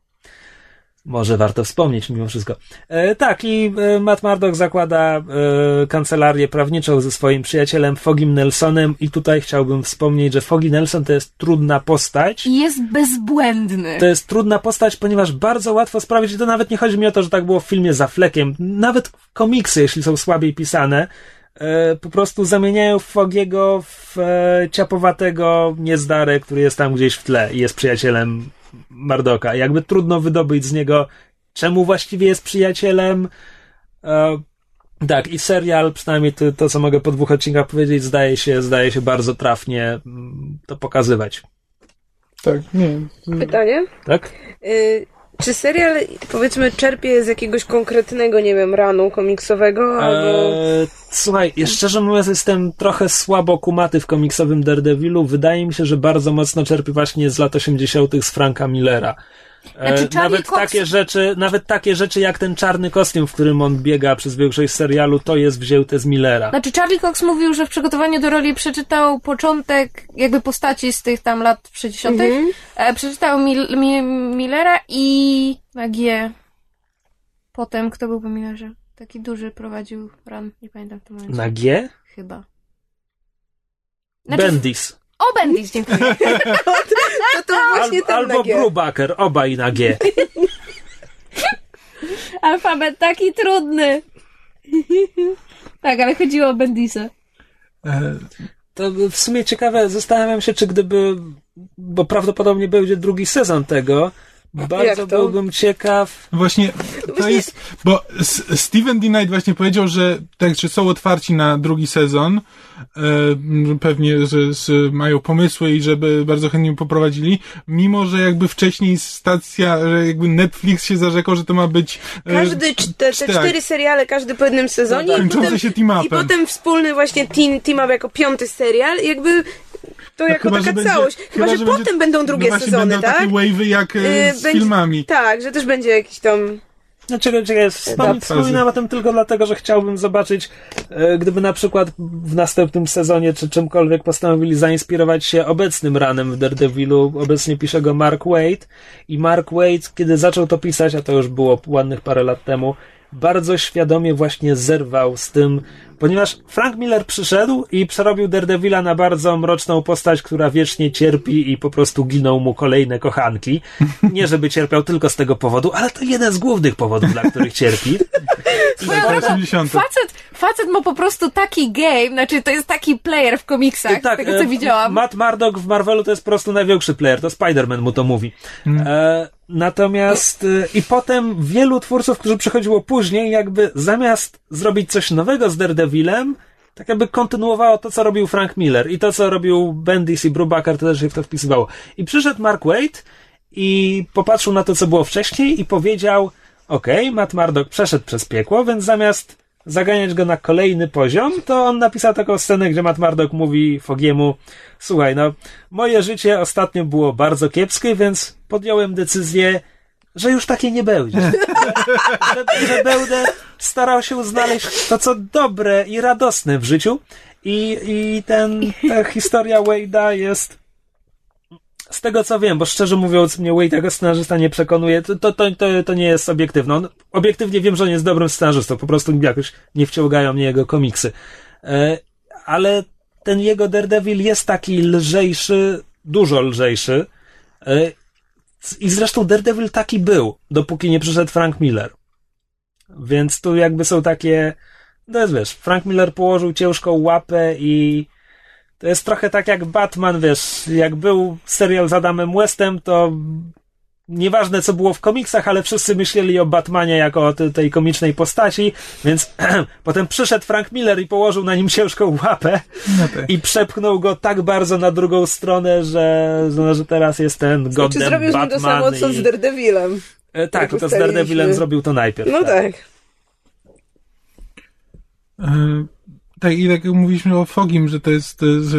może warto wspomnieć mimo wszystko. E, tak, i e, Matt Murdock zakłada e, kancelarię prawniczą ze swoim przyjacielem Fogim Nelsonem i tutaj chciałbym wspomnieć, że Foggy Nelson to jest trudna postać. I jest bezbłędny. To jest trudna postać, ponieważ bardzo łatwo sprawić, i to nawet nie chodzi mi o to, że tak było w filmie za Fleckiem, nawet komiksy, jeśli są słabiej pisane, e, po prostu zamieniają Foggiego w e, ciapowatego niezdarę, który jest tam gdzieś w tle i jest przyjacielem Murdocka. Jakby trudno wydobyć z niego, czemu właściwie jest przyjacielem. E, tak, i serial, przynajmniej to, to, co mogę po dwóch odcinkach powiedzieć, zdaje się, zdaje się bardzo trafnie mm, to pokazywać. Tak, nie. Pytanie? Tak? Y, czy serial, powiedzmy, czerpie z jakiegoś konkretnego, nie wiem, ranu komiksowego, albo... Eee, słuchaj, ja szczerze mówiąc jestem trochę słabo kumaty w komiksowym Daredevilu. Wydaje mi się, że bardzo mocno czerpie właśnie z lat osiemdziesiątych z Franka Millera. Eee, Znaczy, Charlie nawet Cox- takie rzeczy, nawet takie rzeczy jak ten czarny kostium, w którym on biega przez większość serialu, to jest wzięte z Millera. Znaczy, Charlie Cox mówił, że w przygotowaniu do roli przeczytał początek jakby postaci z tych tam lat sześćdziesiątych. Mhm. E, przeczytał Mil- Mi- Millera i na G. Potem, kto był po Millerze? Taki duży prowadził run, nie pamiętam w tym momencie. Na G? Chyba. Znaczy- Bendis. O, Bendis, dziękuję. To to właśnie Al, ten albo na G. Brubaker, obaj na G. Alfabet taki trudny. Tak, ale chodziło o Bendisa. E, To w sumie ciekawe, zastanawiam się, czy gdyby, bo prawdopodobnie będzie drugi sezon tego, bardzo Jak to? byłbym ciekaw. Właśnie to jest, bo S- Steven D. Knight właśnie powiedział, że tak, że są otwarci na drugi sezon, e, pewnie, że, że mają pomysły i żeby bardzo chętnie poprowadzili, mimo, że jakby wcześniej stacja, że jakby Netflix się zarzekał, że to ma być e, Każdy, cz- te, te tak. cztery seriale, każdy po jednym sezonie No tak. i, Kończące potem, się team-upem. i potem wspólny właśnie team, team up jako piąty serial, jakby to No jako chyba, taka że będzie- całość. Chyba, że, będzie- potem będą drugie no właśnie sezony, będą tak? takie wave'y jak e, Yy, z będzie- filmami. Tak, że też będzie jakiś tam... No czekaj, czekaj, wspom- wspominam o tym tylko dlatego, że chciałbym zobaczyć, e, gdyby na przykład w następnym sezonie czy czymkolwiek postanowili zainspirować się obecnym ranem w Daredevilu. Obecnie pisze go Mark Waid i Mark Waid, kiedy zaczął to pisać, a to już było ładnych parę lat temu, bardzo świadomie właśnie zerwał z tym, ponieważ Frank Miller przyszedł i przerobił Daredevila na bardzo mroczną postać, która wiecznie cierpi i po prostu giną mu kolejne kochanki. Nie żeby cierpiał tylko z tego powodu, ale to jeden z głównych powodów, dla których cierpi. Facet, facet ma po prostu taki game, znaczy to jest taki player w komiksach, tak, z tego co widziałam. Matt Murdock w Marvelu to jest po prostu największy player, to Spider-Man mu to mówi. Hmm. E, natomiast e, i potem wielu twórców, którzy przychodziło później, jakby zamiast zrobić coś nowego z Daredevilem, tak jakby kontynuowało to, co robił Frank Miller i to, co robił Bendis i Brubaker, to też się w to wpisywało. I przyszedł Mark Waid i popatrzył na to, co było wcześniej i powiedział: okej, okay, Matt Murdock przeszedł przez piekło, więc zamiast zaganiać go na kolejny poziom, to on napisał taką scenę, gdzie Matt Murdock mówi Fogiemu: słuchaj, no, moje życie ostatnio było bardzo kiepskie, więc podjąłem decyzję, że już takie nie będzie. że, że będę starał się znaleźć to, co dobre i radosne w życiu. I, i ten, ta historia Wade'a jest, z tego co wiem, bo szczerze mówiąc mnie Wade jako scenarzysta nie przekonuje, to, to, to, to nie jest obiektywne. On, obiektywnie wiem, że on jest dobrym scenarzystą, po prostu jakoś nie wciągają mnie jego komiksy. E, ale ten jego Daredevil jest taki lżejszy, dużo lżejszy. E, I zresztą Daredevil taki był, dopóki nie przyszedł Frank Miller. Więc tu jakby są takie, to jest, wiesz, Frank Miller położył ciężką łapę i to jest trochę tak jak Batman, wiesz, jak był serial z Adamem Westem, to nieważne co było w komiksach, ale wszyscy myśleli o Batmanie jako o tej komicznej postaci, więc potem przyszedł Frank Miller i położył na nim ciężką łapę no tak. i przepchnął go tak bardzo na drugą stronę, że, że teraz jest ten znaczy, godny zrobił Batman. to samo, co i... z Daredevilem. E, tak, tylko z Daredevilem zrobił to najpierw. No tak. tak. E, tak, i tak jak mówiliśmy o Fogim, że to jest, że,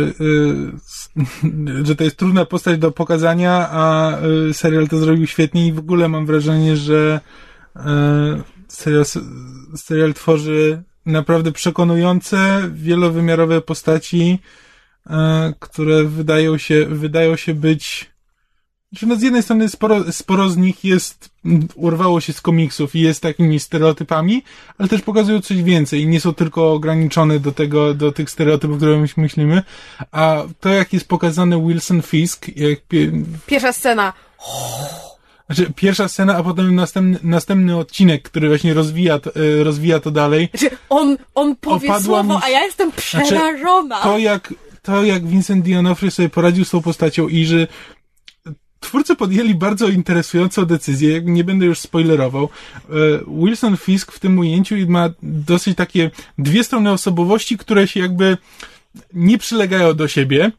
że to jest trudna postać do pokazania, a serial to zrobił świetnie i w ogóle mam wrażenie, że serial, serial tworzy naprawdę przekonujące, wielowymiarowe postaci, które wydają się, wydają się być, że no z jednej strony sporo, sporo z nich jest, urwało się z komiksów i jest takimi stereotypami, ale też pokazują coś więcej i nie są tylko ograniczone do tego, do tych stereotypów, które my myślimy, a to jak jest pokazany Wilson Fisk, jak... Pierwsza scena. Znaczy, pierwsza scena, a potem następny, następny odcinek, który właśnie rozwija to, rozwija to dalej. Znaczy, on, on powie Opadła słowo, mi... a ja jestem przerażona. Znaczy, to jak, to jak Vincent D'Onofrio sobie poradził z tą postacią i że twórcy podjęli bardzo interesującą decyzję, nie będę już spoilerował. Wilson Fisk w tym ujęciu ma dosyć takie dwie strony osobowości, które się jakby nie przylegają do siebie,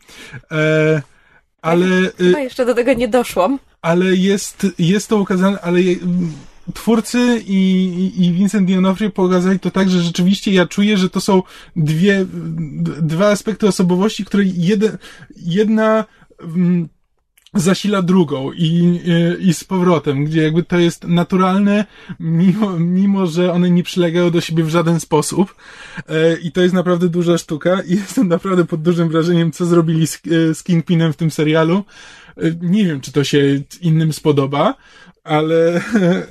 ale... Chyba jeszcze do tego nie doszłam. Ale jest, jest to ukazane, ale twórcy i, i Vincent D'Onofrio pokazali to tak, że rzeczywiście ja czuję, że to są dwie, dwa aspekty osobowości, które jeden, jedna zasila drugą i, i, i z powrotem, gdzie jakby to jest naturalne, mimo, mimo że one nie przylegają do siebie w żaden sposób. I to jest naprawdę duża sztuka i jestem naprawdę pod dużym wrażeniem, co zrobili z, z Kingpinem w tym serialu. Nie wiem, czy to się innym spodoba, ale,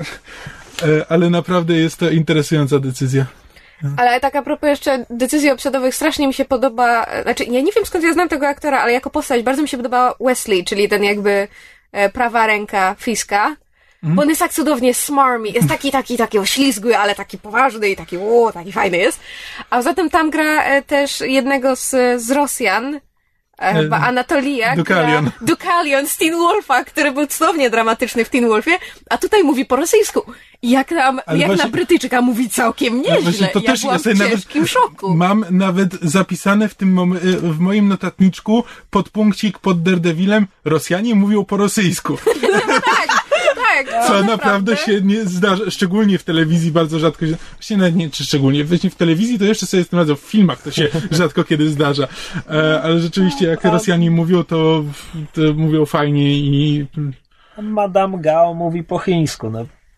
ale naprawdę jest to interesująca decyzja. Ale tak a propos jeszcze decyzji obsadowych, strasznie mi się podoba, znaczy ja nie wiem skąd ja znam tego aktora, ale jako postać bardzo mi się podoba Wesley, czyli ten jakby e, prawa ręka Fiska, mm. bo on jest tak cudownie smarmy, jest taki, taki, taki oślizgły, ale taki poważny i taki, o, taki fajny jest. A zatem tam gra e, też jednego z, z Rosjan, chyba Anatolia, Dukalion. Która, Dukalion z Teen Wolfa, który był cudownie dramatyczny w Teen Wolfie, a tutaj mówi po rosyjsku. Jak, tam, jak właśnie, na Brytyjczyka mówi całkiem nieźle. To ja też byłam ja w ciężkim nawet, szoku. Mam nawet zapisane w tym mom- w moim notatniczku podpunkcik pod Daredevilem Rosjanie mówią po rosyjsku. tak, tak. Co naprawdę. naprawdę się nie zdarza, szczególnie w telewizji bardzo rzadko się, właśnie nawet nie, czy szczególnie, właśnie w telewizji to jeszcze sobie z tym radzą, w filmach to się rzadko kiedy zdarza, e, ale rzeczywiście jak Rosjanie mówią, to, to mówią fajnie i... Madame Gao mówi po chińsku, no.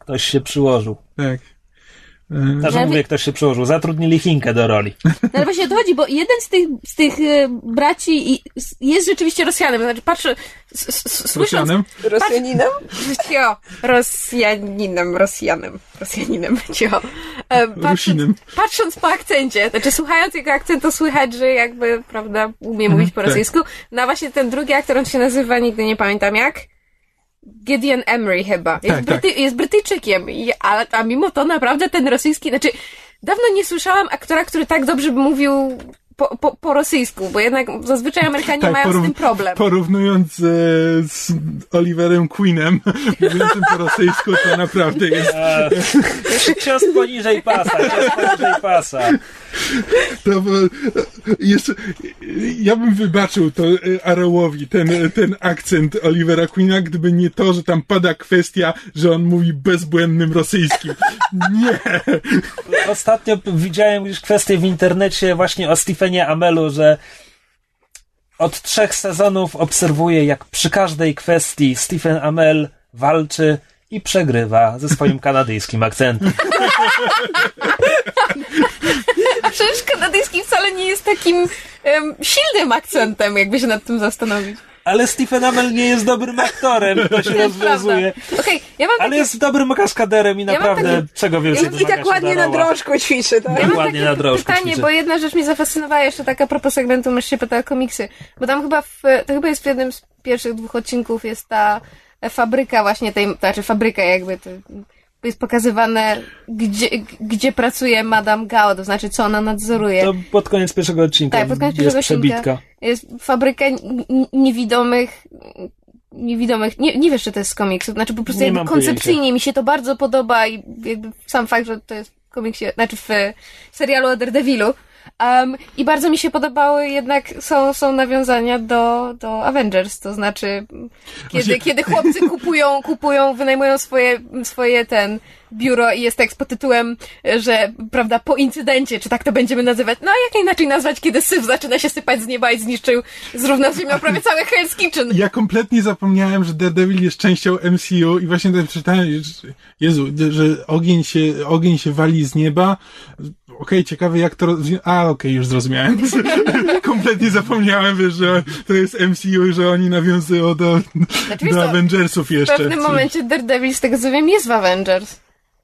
Ktoś się przyłożył. Tak. Też Ja mówię, wie- ktoś się przyłożył. Zatrudnili Chinkę do roli. No ale właśnie o to chodzi, bo jeden z tych, z tych e, braci i, jest rzeczywiście Rosjanem. Znaczy, patrzę, s, s, s, słysząc... Rosjanem? Rosjaninem? Cio, Rosjaninem, Rosjanem, Rosjaninem, cio. E, patrząc, Rusinem. patrząc po akcencie, znaczy słuchając jego akcentu słychać, że jakby, prawda, umie mówić po tak. rosyjsku. No a właśnie ten drugi aktor, on się nazywa, nigdy nie pamiętam jak, Gideon Emery chyba. Jest, Tak, Bryty- tak. jest Brytyjczykiem, I, a, a mimo to naprawdę ten rosyjski, znaczy dawno nie słyszałam aktora, który tak dobrze by mówił po, po, po rosyjsku, bo jednak zazwyczaj Amerykanie Tak, mają porów- z tym problem. Porównując e, z Oliverem Queenem, mówiącym po rosyjsku, to naprawdę jest... A, cios poniżej pasa, cios poniżej pasa. To, bo, jeszcze, ja bym wybaczył to e, Arrowowi, ten, ten akcent Olivera Queena, gdyby nie to, że tam pada kwestia, że on mówi bezbłędnym rosyjskim. Nie! Ostatnio widziałem już kwestię w internecie właśnie o Stephenie Amelu, że od trzech sezonów obserwuję, jak przy każdej kwestii Stephen Amell walczy i przegrywa ze swoim kanadyjskim akcentem. Przecież kanadyjski wcale nie jest takim em, silnym akcentem, jakby się nad tym zastanowić. Ale Stephen Amell nie jest dobrym aktorem, to się To jest rozwiązuje. prawda. Okej, ja mam Ale takie... jest dobrym kaskaderem i mam naprawdę takie- czego więcej I, I domaga tak się ładnie na darowa. drążku ćwiczy, tak? Ja mam Ładnie takie na drążku pytanie, ćwiczy. bo jedna rzecz mnie zafascynowała jeszcze taka a propos segmentu Mysz się pyta o komiksy. Bo tam chyba w, to chyba jest w jednym z pierwszych dwóch odcinków jest ta fabryka właśnie tej, znaczy fabryka jakby to jest pokazywane, gdzie, gdzie pracuje Madame Gao, to znaczy co ona nadzoruje. To pod koniec pierwszego odcinka Tak, pod koniec jest pierwszego odcinka. przebitka. Jest fabryka n- n- niewidomych, niewidomych, nie, nie wiesz, czy to jest z komiksu, znaczy po prostu Nie jakby mam koncepcyjnie pojęcia. mi się to bardzo podoba i jakby sam fakt, że to jest w komiksie, znaczy w serialu o Daredevilu. Um, I bardzo mi się podobały, jednak są, są nawiązania do, do Avengers, to znaczy kiedy, Właśnie- kiedy chłopcy kupują, kupują, wynajmują swoje, swoje ten biuro i jest tekst pod tytułem, że prawda, po incydencie, czy tak to będziemy nazywać, no a jak inaczej nazwać, kiedy syf zaczyna się sypać z nieba i zniszczył, zrównał z ziemią prawie cały Hell's Kitchen. Ja kompletnie zapomniałem, że Daredevil jest częścią M C U i właśnie tak przeczytałem, że- Jezu, że ogień się, ogień się wali z nieba. Okej, ciekawe jak to... rozwi- A, okej, już zrozumiałem. Kompletnie zapomniałem, wiesz, że to jest M C U i że oni nawiązują do, Znaczy, wiesz do co, Avengersów W jeszcze. pewnym momencie Daredevil, z tego co wiem, jest w Avengers.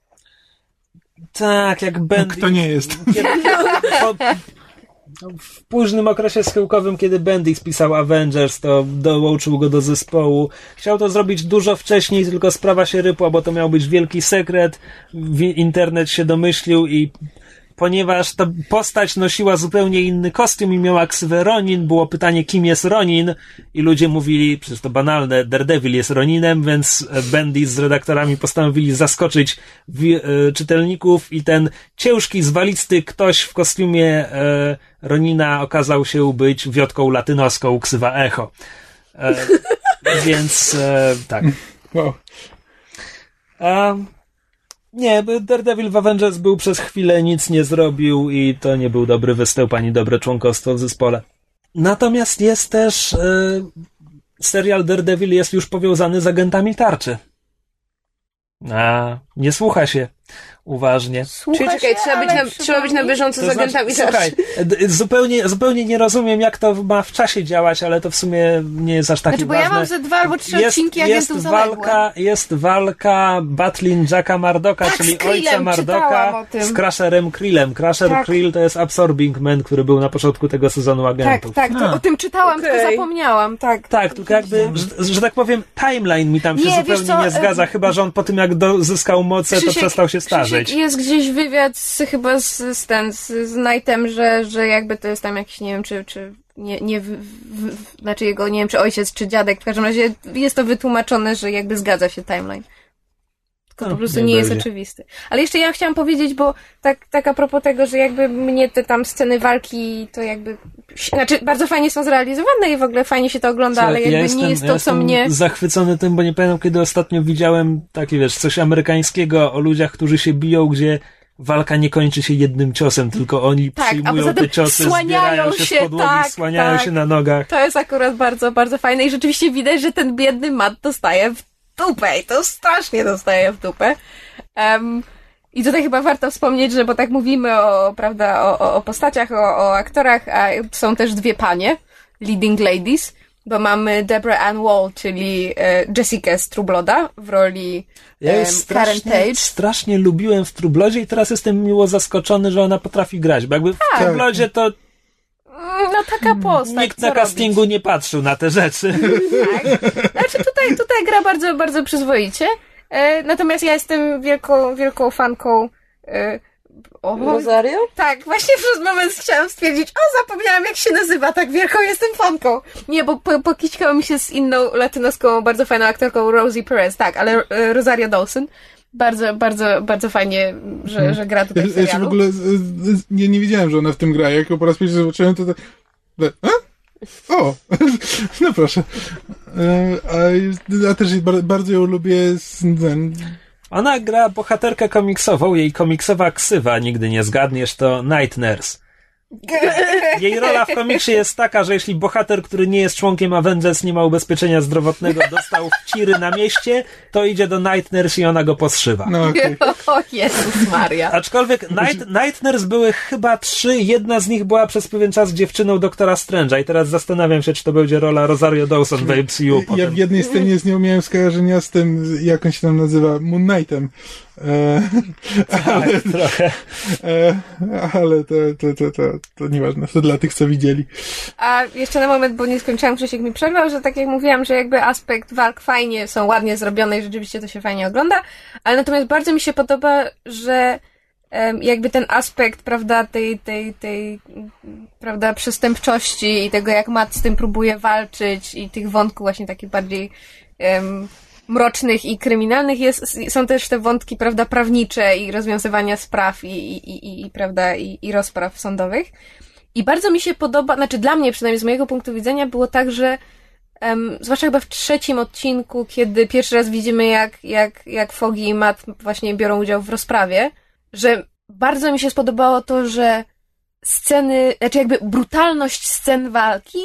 Tak, jak Bendy... Kto nie jest? Kiedy, po, w późnym okresie schyłkowym, kiedy Bendis pisał Avengers, to dołączył go do zespołu. Chciał to zrobić dużo wcześniej, tylko sprawa się rypła, bo to miał być wielki sekret. W- Internet się domyślił i ponieważ ta postać nosiła zupełnie inny kostium i miała ksywę Ronin, było pytanie, kim jest Ronin i ludzie mówili, przecież to banalne, Daredevil jest Roninem, więc Bendis z redaktorami postanowili zaskoczyć wi- e, czytelników i ten ciężki, zwalisty ktoś w kostiumie e, Ronina okazał się być wiotką latynoską, ksywa Echo. E, więc e, tak. Wow. A, nie, bo Daredevil w Avengers był przez chwilę, nic nie zrobił i to nie był dobry występ, ani dobre członkostwo w zespole. Natomiast jest też e, serial Daredevil jest już powiązany z agentami tarczy. A, nie słucha się uważnie. Czyli czekaj, trzeba być, na, trzeba być na bieżąco z To znaczy, agentami słuchaj, tarczy. d- zupełnie, zupełnie nie rozumiem, jak to ma w czasie działać, ale to w sumie nie jest aż takie Znaczy, bo ważne. ja mam ze dwa albo trzy jest, odcinki jest agentów zaległe. walka, jest walka Batlin Jacka Mardocka, Tak, czyli z Krillem, ojca Mardocka czytałam o tym. z Crusherem Krillem. Crusher Tak. Krill to jest Absorbing Man, który był na początku tego sezonu Tak, agentów. tak, to A. o tym czytałam, Okej. tylko zapomniałam, tak. Tak, tylko jakby, że, że tak powiem, timeline mi tam się Nie, wiesz zupełnie co, nie zgadza, e, chyba że on po tym jak do, zyskał moce, to Krzysiek- przestał się starzeć. Krzysiek, jest gdzieś wywiad z, chyba z, z, ten, z, z Knightem, że, że jakby to jest tam jakiś, nie wiem, czy, czy nie, nie w, w, w, znaczy jego, nie wiem, czy ojciec, czy dziadek, w każdym razie jest to wytłumaczone, że jakby zgadza się timeline. Tylko No, po prostu nie nie jest będzie. oczywisty. Ale jeszcze ja chciałam powiedzieć, bo tak, tak a propos tego, że jakby mnie te tam sceny walki to jakby, znaczy bardzo fajnie są zrealizowane i w ogóle fajnie się to ogląda, ale jakby ja jestem, nie jest ja to, co jestem mnie... zachwycony tym, bo nie pamiętam, kiedy ostatnio widziałem takie, wiesz, coś amerykańskiego o ludziach, którzy się biją, gdzie walka nie kończy się jednym ciosem, tylko oni Tak, a przyjmują poza tym te ciosy, słaniają zbierają się, się, z podłogi, tak, słaniają tak. się na nogach. To jest akurat bardzo, bardzo fajne i rzeczywiście widać, że ten biedny Matt dostaje w dupę i to strasznie dostaje w dupę. Um, I tutaj chyba warto wspomnieć, że bo tak mówimy o, prawda, o, o, o postaciach, o, o aktorach, a są też dwie panie, leading ladies, bo mamy Deborah Ann Woll, czyli e, Jessica z True Blooda w roli Ja e, ją Karen strasznie, Page. strasznie lubiłem w True Bloodzie i teraz jestem miło zaskoczony, że ona potrafi grać, bo jakby w Tak. True Bloodzie to No taka postać. nikt co na castingu robić? nie patrzył na te rzeczy. Tak. Znaczy tutaj, tutaj gra bardzo, bardzo przyzwoicie. E, natomiast ja jestem wielką, wielką fanką e, o, Rosario? Tak, właśnie przez moment chciałam stwierdzić, o, zapomniałam jak się nazywa, tak wielką jestem fanką. Nie, bo po, pokićkało mi się z inną latynoską, bardzo fajną aktorką Rosie Perez, tak, ale e, Rosario Dawson. Bardzo, bardzo, bardzo fajnie, że, że gra tutaj w Ja, ja się w serialu. ogóle z, z, nie, nie wiedziałem, że ona w tym gra. Jak ją po raz pierwszy zobaczyłem, to... to a? O! No proszę. E, A, a też bar- bardzo ją lubię z... Ten, Ona gra bohaterkę komiksową, jej komiksowa ksywa, nigdy nie zgadniesz, to Night Nurse. Jej rola w komiksie jest taka, że jeśli bohater, który nie jest członkiem Avengers, nie ma ubezpieczenia zdrowotnego, dostał wciry na mieście, to idzie do Night Nurse i ona go poszywa. no okej. O Jezus Maria. Aczkolwiek Night, Night Nurse były chyba trzy, jedna z nich była przez pewien czas dziewczyną doktora Strange'a i teraz zastanawiam się, czy to będzie rola Rosario Dawson w M C U. Ja Potem. w jednej scenie z nią miałem skojarzenia z tym, jak on się tam nazywa, Moon Knightem. E, ale, Tak, trochę. e, ale to, to, to, to, to nieważne, to dla tych, co widzieli. A jeszcze na moment, bo nie skończyłam, Krzysiek mi przerwał, że tak jak mówiłam, że jakby aspekt walk fajnie są ładnie zrobione i rzeczywiście to się fajnie ogląda, ale natomiast bardzo mi się podoba, że um, jakby ten aspekt, prawda, tej, tej, tej, prawda, przestępczości i tego, jak Matt z tym próbuje walczyć i tych wątków właśnie takich bardziej um, mrocznych i kryminalnych jest, są też te wątki, prawda, prawnicze i rozwiązywania spraw i, i, i, i prawda, i, i rozpraw sądowych. I bardzo mi się podoba, znaczy dla mnie przynajmniej z mojego punktu widzenia było tak, że um, zwłaszcza chyba w trzecim odcinku, kiedy pierwszy raz widzimy jak, jak, jak Foggy i Matt właśnie biorą udział w rozprawie, że bardzo mi się spodobało to, że sceny, znaczy jakby brutalność scen walki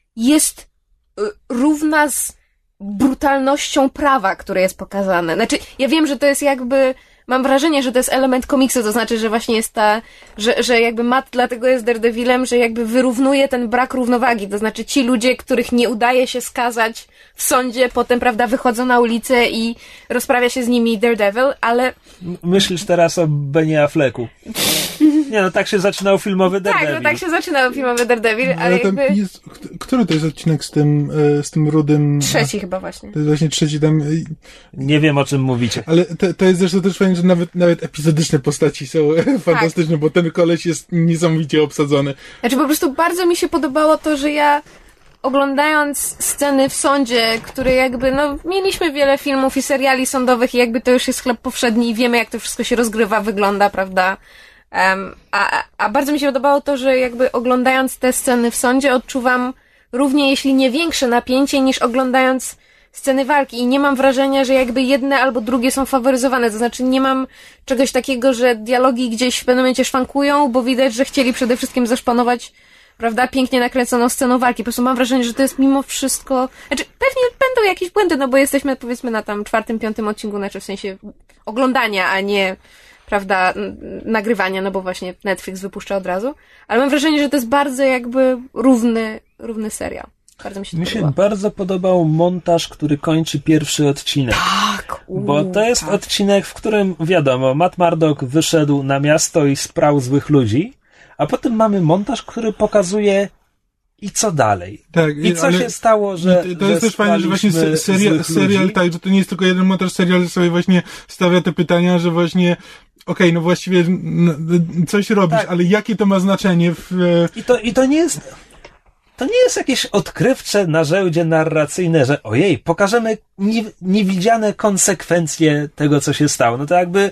jest y, równa z brutalnością prawa, które jest pokazane. Znaczy, ja wiem, że to jest jakby, mam wrażenie, że to jest element komiksu, to znaczy, że właśnie jest ta, że, że jakby Matt dlatego jest Daredevilem, że jakby wyrównuje ten brak równowagi, to znaczy ci ludzie, których nie udaje się skazać w sądzie, potem, prawda, wychodzą na ulicę i rozprawia się z nimi Daredevil, ale... Myślisz teraz o Benie Afflecku. Nie no, tak się zaczynał filmowy Daredevil. Tak, no tak się zaczynał filmowy Daredevil, ale, Ale tam jakby... jest, który to jest odcinek z tym, e, z tym rudym... Trzeci chyba właśnie. To jest właśnie trzeci tam... Nie wiem, o czym mówicie. Ale to, to jest zresztą też fajne, że nawet, nawet epizodyczne postaci są fantastyczne, bo ten koleś jest niesamowicie obsadzony. Znaczy po prostu bardzo mi się podobało to, że ja oglądając sceny w sądzie, które jakby, no mieliśmy wiele filmów i seriali sądowych i jakby to już jest chleb powszedni i wiemy jak to wszystko się rozgrywa, wygląda, prawda? Um, a, a bardzo mi się podobało to, że jakby oglądając te sceny w sądzie odczuwam równie, jeśli nie większe napięcie niż oglądając sceny walki i nie mam wrażenia, że jakby jedne albo drugie są faworyzowane, to znaczy nie mam czegoś takiego, że dialogi gdzieś w pewnym momencie szwankują, bo widać, że chcieli przede wszystkim zaszpanować, prawda, pięknie nakręconą sceną walki. Po prostu mam wrażenie, że to jest mimo wszystko... Znaczy, pewnie będą jakieś błędy, no bo jesteśmy, powiedzmy, na tam czwartym, piątym odcinku, znaczy w sensie oglądania, a nie, prawda, n- nagrywania, no bo właśnie Netflix wypuszcza od razu. Ale mam wrażenie, że to jest bardzo jakby równy, równy serial. Bardzo mi się to Mi się podoba. bardzo podobał montaż, który kończy pierwszy odcinek. Tak, uu, Bo to jest tak. odcinek, w którym, wiadomo, Matt Murdock wyszedł na miasto i sprał złych ludzi, a potem mamy montaż, który pokazuje i co dalej. Tak, I co ale się stało, że to, to jest że też fajne, że właśnie spraliśmy se- serial, złych serial ludzi. tak, że to nie jest tylko jeden montaż, serial sobie właśnie stawia te pytania, że właśnie okej, no właściwie no, coś robisz, Tak. ale jakie to ma znaczenie w... e, I to, I to nie jest... To nie jest jakieś odkrywcze narzędzie narracyjne, że ojej, pokażemy nie, niewidziane konsekwencje tego, co się stało. No to jakby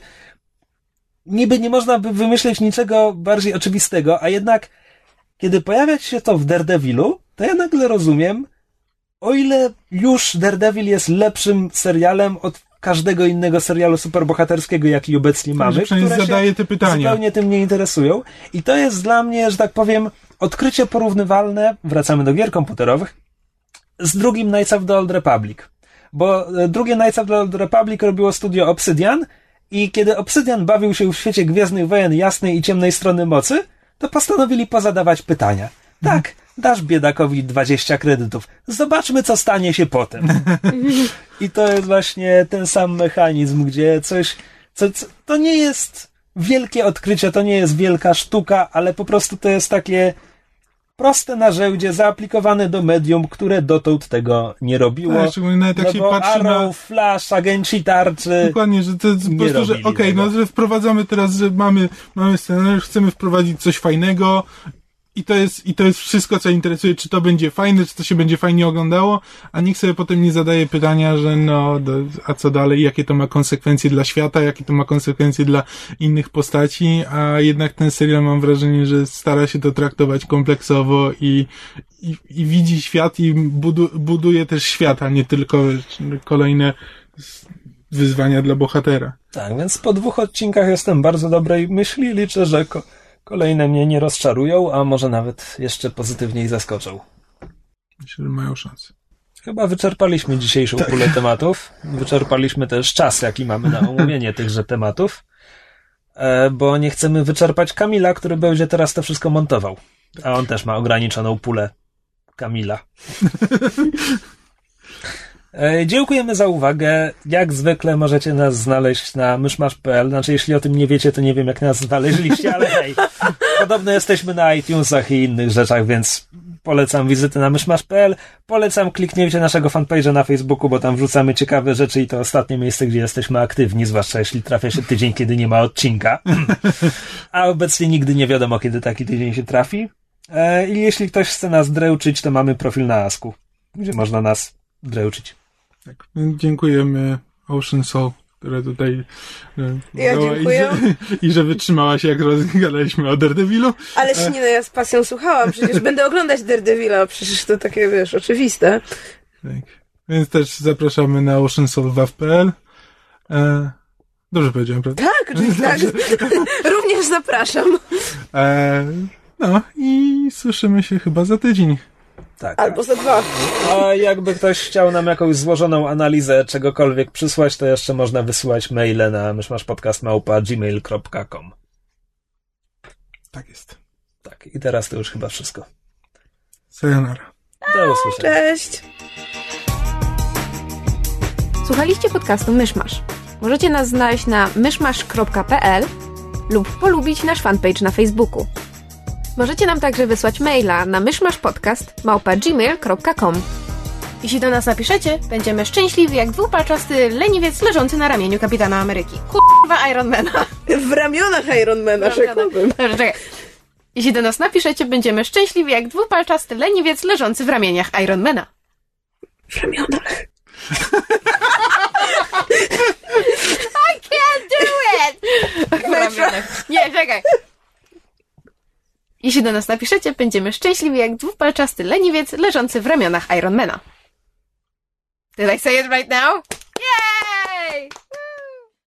niby nie można by wymyśleć niczego bardziej oczywistego, a jednak kiedy pojawia się to w Daredevilu, to ja nagle rozumiem, o ile już Daredevil jest lepszym serialem od każdego innego serialu superbohaterskiego, jaki obecnie że mamy, przynajmniej które zadaje się te pytania. zupełnie tym nie interesują. I to jest dla mnie, że tak powiem, odkrycie porównywalne, wracamy do gier komputerowych, z drugim Knights of the Old Republic. Bo drugie Knights of the Old Republic robiło studio Obsidian I kiedy Obsydian bawił się w świecie Gwiezdnych Wojen jasnej i ciemnej strony mocy, to postanowili pozadawać pytania. Tak, dasz biedakowi dwadzieścia kredytów. Zobaczmy, co stanie się potem. I to jest właśnie ten sam mechanizm, gdzie coś, co, co, to nie jest wielkie odkrycie, to nie jest wielka sztuka, ale po prostu to jest takie proste narzędzie zaaplikowane do medium, które dotąd tego nie robiło. Tak, szczególnie nawet jak no się bo patrzy Arrow, na... Flash, agenci tarczy. Dokładnie, że to jest po prostu, że okej, okay, no że wprowadzamy teraz, że mamy, mamy scenariusz, chcemy wprowadzić coś fajnego i to jest, i to jest wszystko, co interesuje, czy to będzie fajne, czy to się będzie fajnie oglądało, a nikt sobie potem nie zadaje pytania, że no, do, a co dalej, jakie to ma konsekwencje dla świata, jakie to ma konsekwencje dla innych postaci, a jednak ten serial, mam wrażenie, że stara się to traktować kompleksowo i, i, i widzi świat i budu, buduje też świat, a nie tylko kolejne wyzwania dla bohatera. Tak, więc po dwóch odcinkach jestem bardzo dobrej myśli, liczę, że ko- kolejne mnie nie rozczarują, a może nawet jeszcze pozytywniej zaskoczą. Myślę, że mają szansę. Chyba wyczerpaliśmy dzisiejszą tak. pulę tematów. Wyczerpaliśmy też czas, jaki mamy na omówienie tychże tematów, bo nie chcemy wyczerpać Kamila, który będzie teraz to wszystko montował. A on też ma ograniczoną pulę Kamila. Dziękujemy za uwagę. Jak zwykle możecie nas znaleźć na myszmasz kropka p l. Znaczy, jeśli o tym nie wiecie, to nie wiem, jak nas znaleźliście, ale hej, podobno jesteśmy na iTunesach i innych rzeczach, więc polecam wizytę na myszmasz kropka p l. Polecam kliknięcie naszego fanpage'a na Facebooku, bo tam wrzucamy ciekawe rzeczy i to ostatnie miejsce, gdzie jesteśmy aktywni, zwłaszcza jeśli trafia się tydzień, kiedy nie ma odcinka. A obecnie nigdy nie wiadomo, kiedy taki tydzień się trafi. I jeśli ktoś chce nas dręczyć, to mamy profil na Asku, gdzie można nas dręczyć. Tak, dziękujemy Ocean Soul, która tutaj ja dziękuję. I, i że wytrzymała się, jak rozgadaliśmy o Daredevilu. Ale się nie, no ja z pasją słuchałam, przecież będę oglądać Daredevila, przecież to takie, wiesz, oczywiste. Tak, więc też zapraszamy na ocean soul waw kropka p l. E, dobrze powiedziałem, prawda? Tak, oczywiście, tak. Również zapraszam. E, no i słyszymy się chyba za tydzień. Tak. Albo za dwa. A jakby ktoś chciał nam jakąś złożoną analizę czegokolwiek przysłać, to jeszcze można wysyłać maile na myszmaszpodcast małpa gmail kropka com. Tak jest. Tak, i teraz to już chyba wszystko. Sayonara. Do usłyszenia. Cześć. Słuchaliście podcastu Myszmasz. Możecie nas znaleźć na myszmasz kropka p l lub polubić nasz fanpage na Facebooku. Możecie nam także wysłać maila na myszmaszpodcast małpa gmail kropka com. Jeśli do nas napiszecie, będziemy szczęśliwi jak dwupalczasty leniwiec leżący na ramieniu kapitana Ameryki. Kurwa Ironmana. W ramionach Ironmana, rzekłbym. Dobrze, czekaj. Jeśli do nas napiszecie, będziemy szczęśliwi jak dwupalczasty leniwiec leżący w ramieniach Ironmana. W ramionach. I can't do it! W ramionach. Nie, czekaj. Jeśli do nas napiszecie, będziemy szczęśliwi jak dwupalczasty leniwiec leżący w ramionach Ironmana. Did I say it right now?